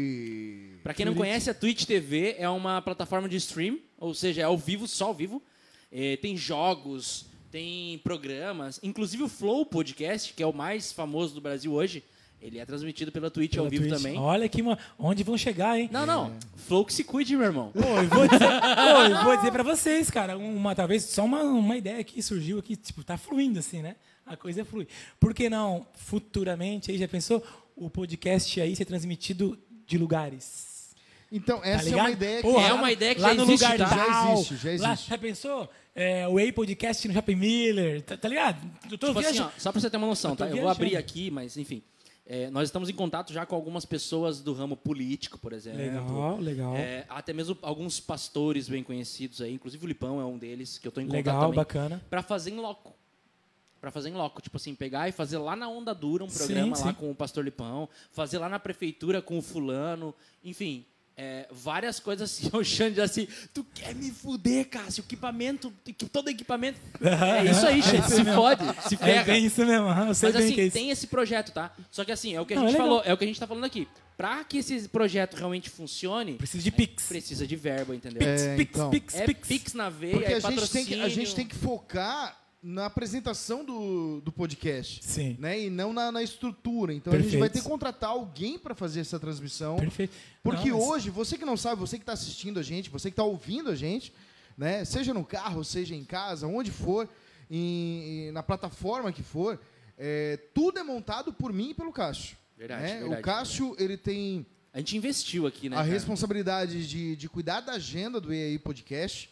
Pra quem não conhece, a Twitch TV é uma plataforma de stream, ou seja, é ao vivo, só ao vivo. Tem jogos, tem programas, inclusive o Flow Podcast, que é o mais famoso do Brasil hoje, ele é transmitido pela Twitch ao Pela vivo Twitch. também. Olha que onde vão chegar, hein? Não, Flow que se cuide, meu irmão. Pô, eu vou dizer pra vocês, cara, talvez só uma ideia que surgiu aqui, tipo, tá fluindo assim, né? A coisa flui. Por que não, futuramente, aí já pensou, o podcast aí ser transmitido de lugares? Então, essa é ligado? uma ideia que Porra, É uma ideia que lá já no existe, lugar tá? Já existe, já Lá, existe. já pensou? O Way Podcast no Shopping Miller, tá ligado? Eu tô Tipo assim, viajando. ó, só pra você ter uma noção, Eu tô tá? Eu vou viajando. abrir aqui, mas enfim. Nós estamos em contato já com algumas pessoas do ramo político, por exemplo. Legal. Até mesmo alguns pastores bem conhecidos aí, inclusive o Lipão é um deles, que eu tô em contato Legal, também. bacana. Pra fazer em loco. Tipo assim, pegar e fazer lá na Onda Dura um Sim, programa lá sim. com o pastor Lipão, fazer lá na prefeitura com o fulano, enfim, várias coisas assim. O Xande assim, tu quer me fuder, Cássio, todo equipamento. É isso aí, Xande, se fode, se É ferra. bem isso mesmo, eu sei Mas bem assim, que é isso. tem esse projeto, tá? Só que assim, é o que a Não, gente é legal. falou, é o que a gente tá falando aqui. Pra que esse projeto realmente funcione, Precisa de Pix. precisa de verba, entendeu? Pix. Pix na veia, Porque é a patrocínio. gente tem que focar na apresentação do podcast. Sim. Né? E não na estrutura. Então a gente Perfeito. vai ter que contratar alguém para fazer essa transmissão. Perfeito. Porque Não, mas- hoje, você que não sabe, você que está assistindo a gente, você que está ouvindo a gente, né? Seja no carro, seja em casa, onde for, na plataforma que for, tudo é montado por mim e pelo Cássio. Verdade, né? verdade. O Cássio, ele tem A gente investiu aqui, né, a cara? responsabilidade de cuidar da agenda do EAI Podcast.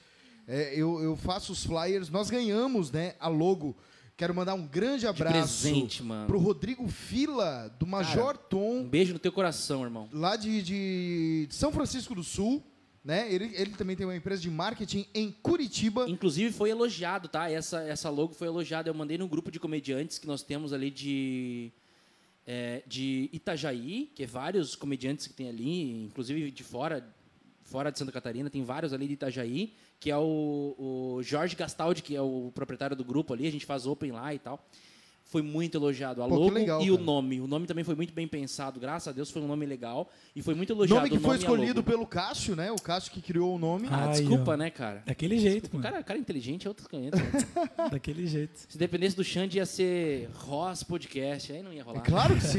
Eu faço os flyers, nós ganhamos, né, a logo. Quero mandar um grande abraço presente, mano. pro Rodrigo Fila, do Major Tom, Um beijo no teu coração, irmão. lá de São Francisco do Sul. Né? Ele também tem uma empresa de marketing em Curitiba. Inclusive foi elogiado, tá? Essa logo foi elogiada. Eu mandei num grupo de comediantes que nós temos ali de Itajaí, que é vários comediantes que tem ali, inclusive de fora de Santa Catarina, tem vários ali de Itajaí, que é o Jorge Gastaldi, que é o proprietário do grupo ali, a gente faz open lá e tal. Foi muito elogiado. A Pô, que logo legal, e cara. o nome. O nome também foi muito bem pensado. Graças a Deus foi um nome legal. E foi muito elogiado. Nome que o foi nome e a escolhido logo. pelo Cássio, né? O Cássio que criou o nome. Ah, Aí, Desculpa, ó. né, cara? Daquele jeito, O mano. cara inteligente é outro canhento. Né? Daquele jeito. Se dependesse do Xande, ia ser Ross Podcast. Aí não ia rolar. Claro que sim.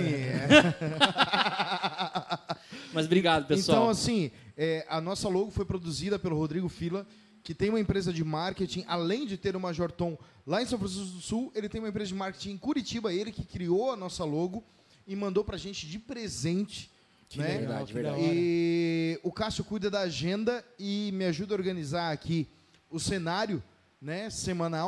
Mas obrigado, pessoal. Então, assim, a nossa logo foi produzida pelo Rodrigo Fila, que tem uma empresa de marketing, além de ter o Major Tom lá em São Francisco do Sul, ele tem uma empresa de marketing em Curitiba, ele que criou a nossa logo e mandou pra gente de presente. Que né? legal, que da hora. E o Cássio cuida da agenda e me ajuda a organizar aqui o cenário, né, semanal.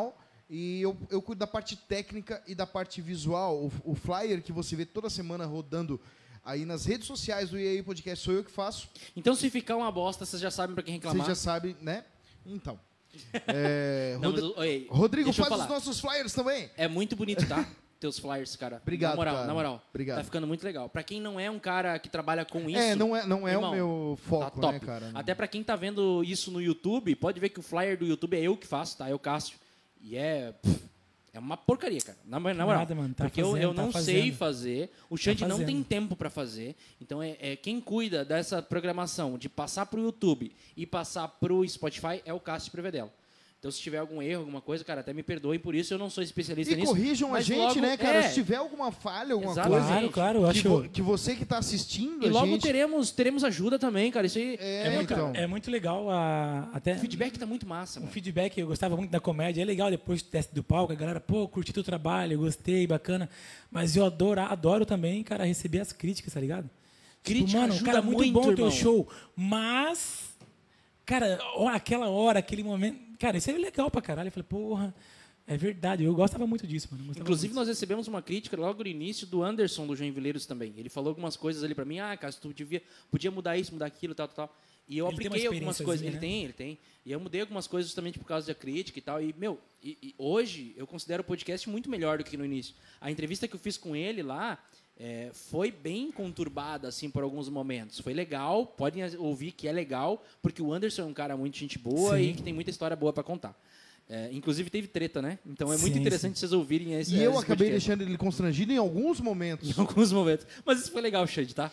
E eu cuido da parte técnica e da parte visual. O flyer que você vê toda semana rodando aí nas redes sociais do EA Podcast sou eu que faço. Então, se ficar uma bosta, vocês já sabem pra quem reclamar. Você já sabe, né? Então. Não, mas, oi, Rodrigo, deixa eu faz falar. os nossos flyers também. É muito bonito, tá? Teus flyers, cara. Obrigado, Na moral, cara. na moral. Obrigado. Tá ficando muito legal. Pra quem não é um cara que trabalha com isso... Não é irmão, o meu foco, tá top. né, cara? Até pra quem tá vendo isso no YouTube, pode ver que o flyer do YouTube é eu que faço, tá? Eu, Cássio. E é uma porcaria, cara. Na moral. Nada, mano. Tá porque fazendo, eu não tá sei fazendo. fazer. O Xande não fazendo. tem tempo pra fazer. Então, quem cuida dessa programação de passar pro YouTube e passar pro Spotify é o Cássio Prevedelo. Então, se tiver algum erro, alguma coisa, cara, até me perdoem por isso, eu não sou especialista E nisso. corrijam a mas gente, logo- né, cara? Se tiver alguma falha, alguma Exatamente. coisa. Claro, eu acho... Que você que está assistindo E a logo gente... teremos ajuda também, cara. Isso aí, então. É muito legal até... o feedback tá muito massa, O mano. feedback, eu gostava muito da comédia. É legal depois do teste do palco, a galera, pô, curti teu trabalho, gostei, bacana. Mas eu adoro também, cara, receber as críticas, tá ligado? Crítica mano, ajuda cara, muito muito, bom o teu irmão. show. Mas, cara, aquela hora, aquele momento... Cara, isso é legal pra caralho. Eu falei, porra, é verdade. Eu gostava muito disso, mano. Inclusive, nós recebemos uma crítica logo no início do Anderson, do Joinvileiros também. Ele falou algumas coisas ali pra mim. Ah, cara, tu podia mudar isso, mudar aquilo, tal, tal, tal. E eu Ele tem uma apliquei algumas coisas. experiênciazinha, Ele tem. E eu mudei algumas coisas justamente por causa da crítica e tal. E, meu, hoje eu considero o podcast muito melhor do que no início. A entrevista que eu fiz com ele lá foi bem conturbada, assim, por alguns momentos. Foi legal, podem ouvir que é legal, porque o Anderson é um cara muito gente boa Sim. e que tem muita história boa pra contar. Inclusive teve treta, né? Então é muito Sim, interessante vocês ouvirem esse E eu esse acabei podcast. deixando ele constrangido em alguns momentos. Em alguns momentos. Mas isso foi legal, Xande, tá?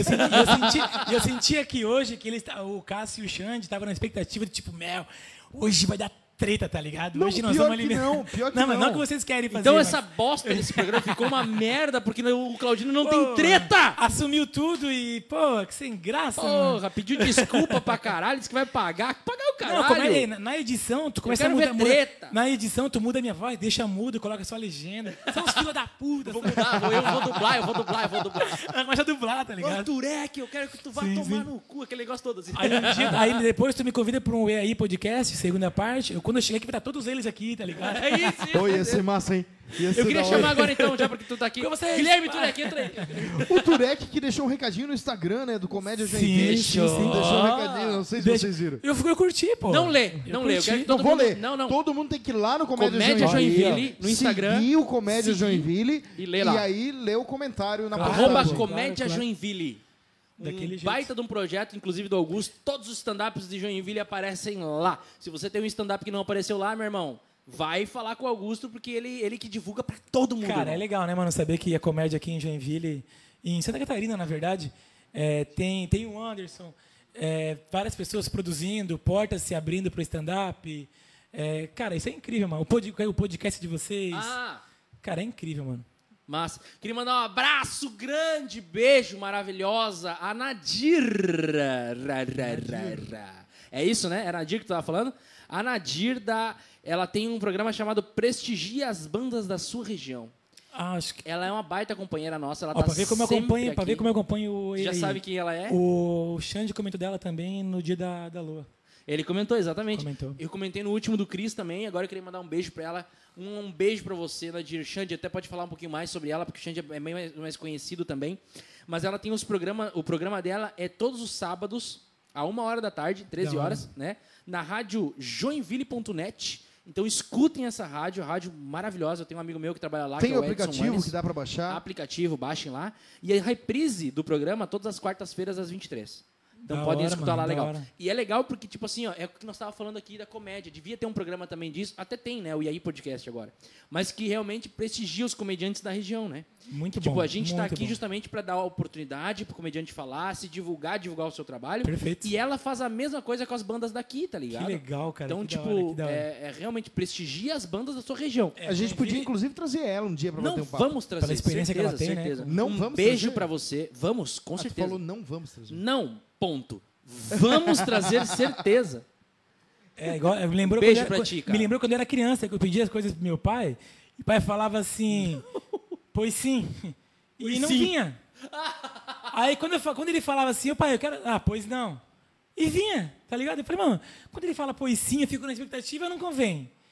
E eu sentia que hoje, o Cássio e o Xande estavam na expectativa de tipo, hoje vai dar treta, tá ligado? Não, Hoje nós pior vamos que alimentar. não, pior que Não, mas não não. que vocês querem fazer. Então mas- essa bosta desse programa ficou uma merda, porque o Claudino não Pô, tem treta! Assumiu tudo e, pô, que sem graça, mano. Porra, pediu desculpa pra caralho, disse que vai pagar. Pagar o caralho! Não, como é, na edição, tu começa a quero ver mudar. treta. Na edição, tu muda a minha voz, deixa mudo, coloca só a legenda. São os fila da puta. Vou mudar, eu vou dublar. Começa a dublar, tá Ô, ligado? Turek, eu quero que tu vá Sim, tomar sim. no cu, aquele negócio todo assim. Aí depois tu me convida pra um EAI Podcast, segunda parte. Quando eu cheguei aqui, vai estar todos eles aqui, tá ligado? É isso. Pô, ia ser massa, hein? Ia ser Eu queria da hora. chamar agora então, já porque tu tá aqui. Com vocês. Guilherme Turek, entra aí. O Turek que deixou um recadinho no Instagram, né? Do Comédia Joinville. sim. Deixou um recadinho, não sei se Deixa- vocês viram. Eu curti, pô. Não lê. Eu curti. quero que Não todo vou mundo... ler. Não. Todo mundo tem que ir lá no Comédia, Comédia Joinville, no seguir Instagram. o Comédia Seguir Joinville. e ler lá. E aí lê o comentário na Claro. postagem. Arroba Claro, Comédia claro. Joinville. Daquele jeito. Baita de um projeto, inclusive do Augusto. Todos os stand-ups de Joinville aparecem lá. Se você tem um stand-up que não apareceu lá, meu irmão, vai falar com o Augusto, porque ele que divulga pra todo mundo. Cara, irmão. é legal, né, mano? Saber que a comédia aqui em Joinville, em Santa Catarina, na verdade, tem o Anderson, várias pessoas produzindo, portas se abrindo pro stand-up. Cara, isso é incrível, mano. O podcast de vocês. Ah, Cara, é incrível, mano. massa. Queria mandar um abraço grande, beijo maravilhosa a Nadir. É isso, né? Era a Nadir que tu tava falando? A Nadir, ela tem um programa chamado Prestigia as Bandas da Sua Região. Acho que. Ela é uma baita companheira nossa. Ela Ó, tá pra ver como eu sempre acompanho, pra aqui. ver como eu acompanho ele Já aí. sabe quem ela é? O Xande comentou dela também no dia da lua. Ele comentou, exatamente. Comentou. Eu comentei no último do Cris também, agora eu queria mandar um beijo pra ela. Um beijo pra você, Nadir. Xande até pode falar um pouquinho mais sobre ela, porque o Xande é bem mais conhecido também. Mas ela tem o programa dela é todos os sábados, a 1h da tarde, 13 Da hora. horas, né? Na rádio joinville.net. Então escutem essa rádio maravilhosa. Eu tenho um amigo meu que trabalha lá, Tem que é o o Edson aplicativo Manes. que dá pra baixar. Aplicativo, baixem lá. E a reprise do programa todas as quartas-feiras às 23. Então Da podem hora, escutar mano, lá, da legal. hora. E é legal porque, tipo assim, ó, é o que nós estávamos falando aqui da comédia. Devia ter um programa também disso. Até tem, né? O IAI Podcast agora. Mas que realmente prestigia os comediantes da região, né? Muito Tipo, bom. a gente está muito aqui bom. justamente para dar a oportunidade pro comediante falar, se divulgar o seu trabalho. Perfeito. E ela faz a mesma coisa com as bandas daqui, tá ligado? Que legal, cara. Então, que da tipo, hora, que da hora. realmente prestigia as bandas da sua região. A gente podia, inclusive, trazer ela um dia pra Não bater um papo. vamos trazer, Pela experiência que certeza, ela tem, né? certeza. Não um vamos beijo trazer? pra você. Vamos, com Tu certeza. falou não vamos trazer. Não, ponto. Vamos trazer certeza. Igual, me lembrou Beijo quando pra eu, ti, cara. Me lembrou quando eu era criança, que eu pedia as coisas pro meu pai, e o pai falava assim, pois sim. E Pois não sim. vinha. Aí quando ele falava assim, pai, eu quero. Ah, pois não. E vinha, tá ligado? Eu falei, mano, quando ele fala pois sim, eu fico na expectativa, não convém.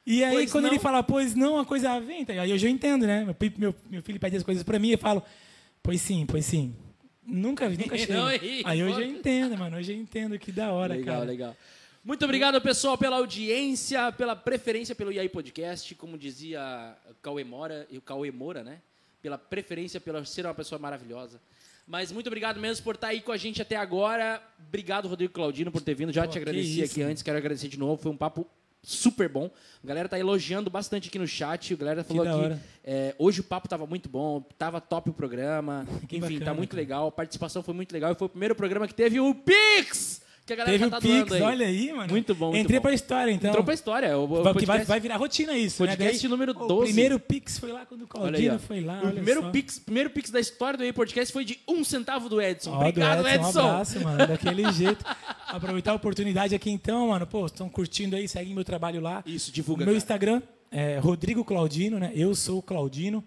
E aí, Pois quando não? ele fala, pois não, a coisa vem. Aí eu já entendo, né? Meu filho pede as coisas pra mim e eu falo, pois sim, pois sim. Nunca chega. Não, Aí eu já entendo, mano. Hoje eu entendo, que da hora, Legal, cara. legal. Muito obrigado, pessoal, pela audiência, pela preferência pelo E aí Podcast, como dizia o Cauê Moura, né? Pela preferência, pela ser uma pessoa maravilhosa. Mas muito obrigado mesmo por estar aí com a gente até agora. Obrigado, Rodrigo Claudino, por ter vindo. Já Pô, te agradeci que isso, aqui antes, quero agradecer de novo. Foi um papo super bom. A galera tá elogiando bastante aqui no chat. A galera falou da que hora. hoje o papo tava muito bom, tava top o programa. Que Enfim, tá bacana, muito cara. legal. A participação foi muito legal. E foi o primeiro programa que teve o Pix! Que a galera Teve já o tá doando Pix, aí. olha aí, mano. Muito bom, muito Entrei bom. pra história, então. Entrou pra história. O Que podcast, vai virar rotina isso, podcast né? número 12. O primeiro Pix foi lá quando o Olha aí, Claudino ó. foi lá, O olha primeiro só. Pix da história do E aí Podcast foi de 1 centavo do Edson. Ó, Obrigado, do Edson. Um abraço, mano, daquele jeito. Aproveitar a oportunidade aqui então, mano. Pô, estão curtindo aí, seguem meu trabalho lá. Isso, divulga, Meu cara. Instagram é Rodrigo Claudino, né? Eu sou o Claudino.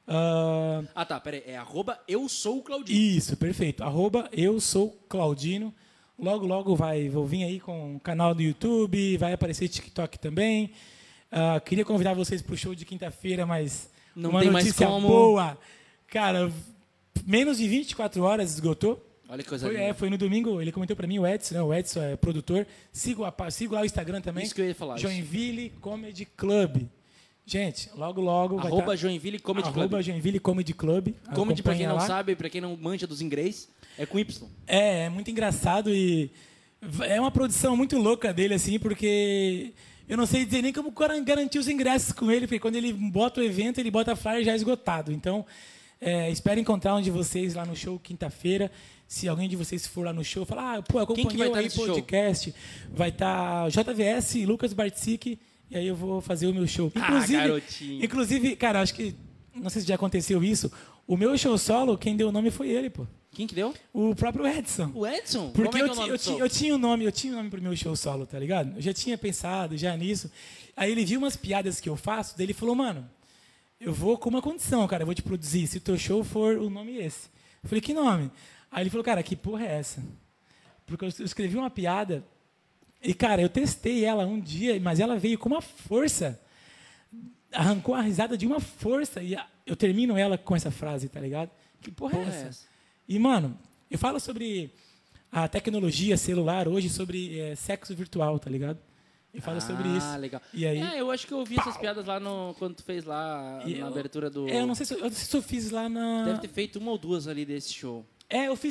Ah, tá, peraí. É @eu sou o Claudinho. Isso, perfeito. @eu sou Claudino. Logo, logo vou vir aí com o canal do YouTube, vai aparecer TikTok também. Queria convidar vocês para o show de quinta-feira, mas Não uma tem mais notícia como. boa. Cara, menos de 24 horas esgotou. Olha que coisa linda. Foi no domingo, ele comentou para mim, o Edson, né? O Edson é produtor. Sigo lá o Instagram também. Isso que eu ia falar. Joinville Comedy Club. Gente, logo, logo vai Arroba Joinville Comedy Club. Arroba Joinville Comedy Club. Comedy, pra quem Acompanha não lá. sabe, pra quem não manja dos inglês, é com Y. É muito engraçado e é uma produção muito louca dele, assim, porque eu não sei dizer nem como garantir os ingressos com ele, porque quando ele bota o evento, ele bota flyer já esgotado. Então, espero encontrar um de vocês lá no show quinta-feira. Se alguém de vocês for lá no show, falar, pô, Quem que vai acompanhei tá aí nesse podcast, vai estar JVS, Lucas Bartzik, e aí eu vou fazer o meu show. garotinho. Inclusive, cara, acho que, não sei se já aconteceu isso, o meu show solo, quem deu o nome foi ele, pô. Quem que deu? O próprio Edson. O Edson? Porque Como é que é o nome do som? eu tinha um nome pro meu show solo, tá ligado? Eu já tinha pensado já nisso. Aí ele viu umas piadas que eu faço, daí ele falou, mano, eu vou com uma condição, cara, eu vou te produzir, se o teu show for o nome esse. Eu falei, que nome? Aí ele falou, cara, que porra é essa? Porque eu escrevi uma piada e, cara, eu testei ela um dia, mas ela veio com uma força, arrancou a risada de uma força e eu termino ela com essa frase, tá ligado? Que porra é essa? E, mano, eu falo sobre a tecnologia celular hoje, sobre sexo virtual, tá ligado? Eu falo sobre isso. Ah, legal. E aí, eu acho que eu ouvi essas piadas lá quando tu fez lá na abertura do... eu não sei se eu fiz lá na... Deve ter feito uma ou duas ali desse show. Eu fiz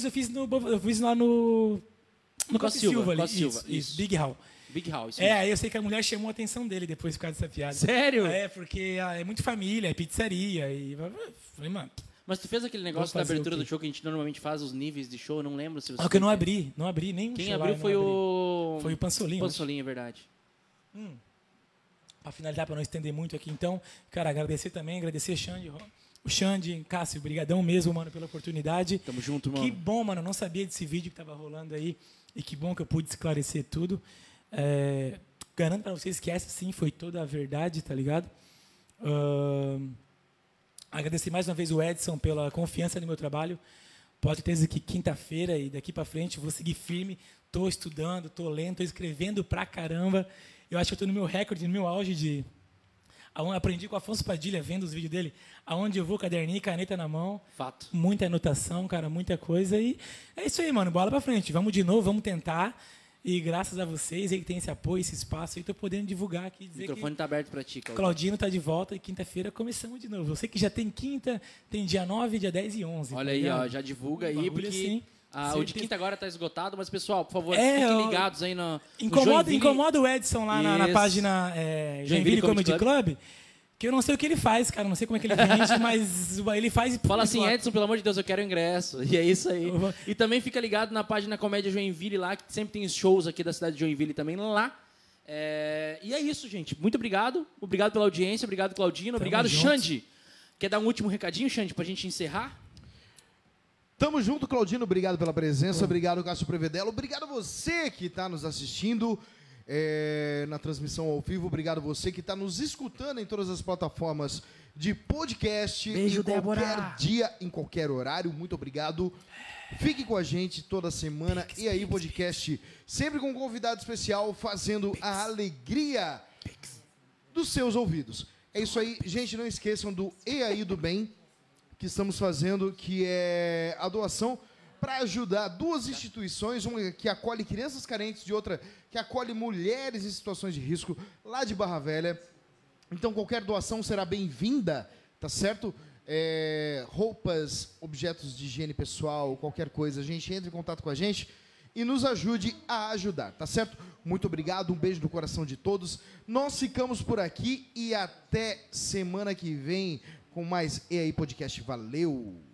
lá no Costa Silva ali. Costa Silva, Isso, Big Hall. Big House. Aí eu sei que a mulher chamou a atenção dele depois por causa dessa piada. Sério? Porque é muito família, é pizzaria. E falei, mano. Mas tu fez aquele negócio Vou da fazer abertura o quê? do show que a gente normalmente faz, os níveis de show, eu não lembro se você... Porque eu não abri nem um Quem show lá, abriu eu foi não abri. o... Foi o Pansolinho. Pansolinho, é verdade. Para finalizar, para não estender muito aqui, então, cara, agradecer Xande, o Xande, Cássio, brigadão mesmo, mano, pela oportunidade. Tamo junto, mano. Que bom, mano, eu não sabia desse vídeo que tava rolando aí e que bom que eu pude esclarecer tudo. Garanto para vocês que essa sim foi toda a verdade, tá ligado? Agradecer mais uma vez o Edson pela confiança no meu trabalho. Pode ter certeza que quinta-feira e daqui para frente eu vou seguir firme. Tô estudando, tô lendo, tô escrevendo pra caramba. Eu acho que eu tô no meu recorde, no meu auge de... Aprendi com o Afonso Padilha, vendo os vídeos dele, aonde eu vou, caderninho, caneta na mão. Fato. Muita anotação, cara, muita coisa. E é isso aí, mano, bola pra frente. Vamos de novo, vamos tentar. E graças a vocês aí que tem esse apoio, esse espaço aí, tô podendo divulgar aqui, O dizer microfone tá aberto pra ti, que Claudinho. Claudino tá de volta e quinta-feira começamos de novo. Eu sei que já tem quinta, tem dia 9, dia 10 e 11. Olha tá aí, ligado? ó, já divulga aí, Bagulho porque assim, o de certeza. quinta agora tá esgotado, mas pessoal, por favor, É, fiquem eu- ligados aí no Incomoda o Edson lá na Isso. página Joinville Comedy Comedy Club, que eu não sei o que ele faz, cara. Não sei como é que ele vende, mas ele faz... e Fala assim, lá. Edson, pelo amor de Deus, eu quero ingresso. E é isso aí. Eu vou- E também fica ligado na página Comédia Joinville lá, que sempre tem shows aqui da cidade de Joinville também lá. E é isso, gente. Muito obrigado. Obrigado pela audiência. Obrigado, Claudino. Obrigado, junto. Xande. Quer dar um último recadinho, Xande, pra gente encerrar? Tamo junto, Claudino. Obrigado pela presença. Obrigado, Cássio Prevedelo. Obrigado a você que está nos assistindo na transmissão ao vivo. Obrigado a você que está nos escutando em todas as plataformas de podcast. Beijo, em qualquer Débora. dia, em qualquer horário. Muito obrigado. Fique com a gente toda semana. E aí, podcast sempre com um convidado especial fazendo a alegria dos seus ouvidos. É isso aí, gente, não esqueçam do E aí do Bem, que estamos fazendo, que é a doação para ajudar duas instituições, uma que acolhe crianças carentes e outra que acolhe mulheres em situações de risco, lá de Barra Velha. Então, qualquer doação será bem-vinda, tá certo? Roupas, objetos de higiene pessoal, qualquer coisa, a gente entra em contato com a gente e nos ajude a ajudar, tá certo? Muito obrigado, um beijo no coração de todos. Nós ficamos por aqui e até semana que vem com mais E aí Podcast. Valeu!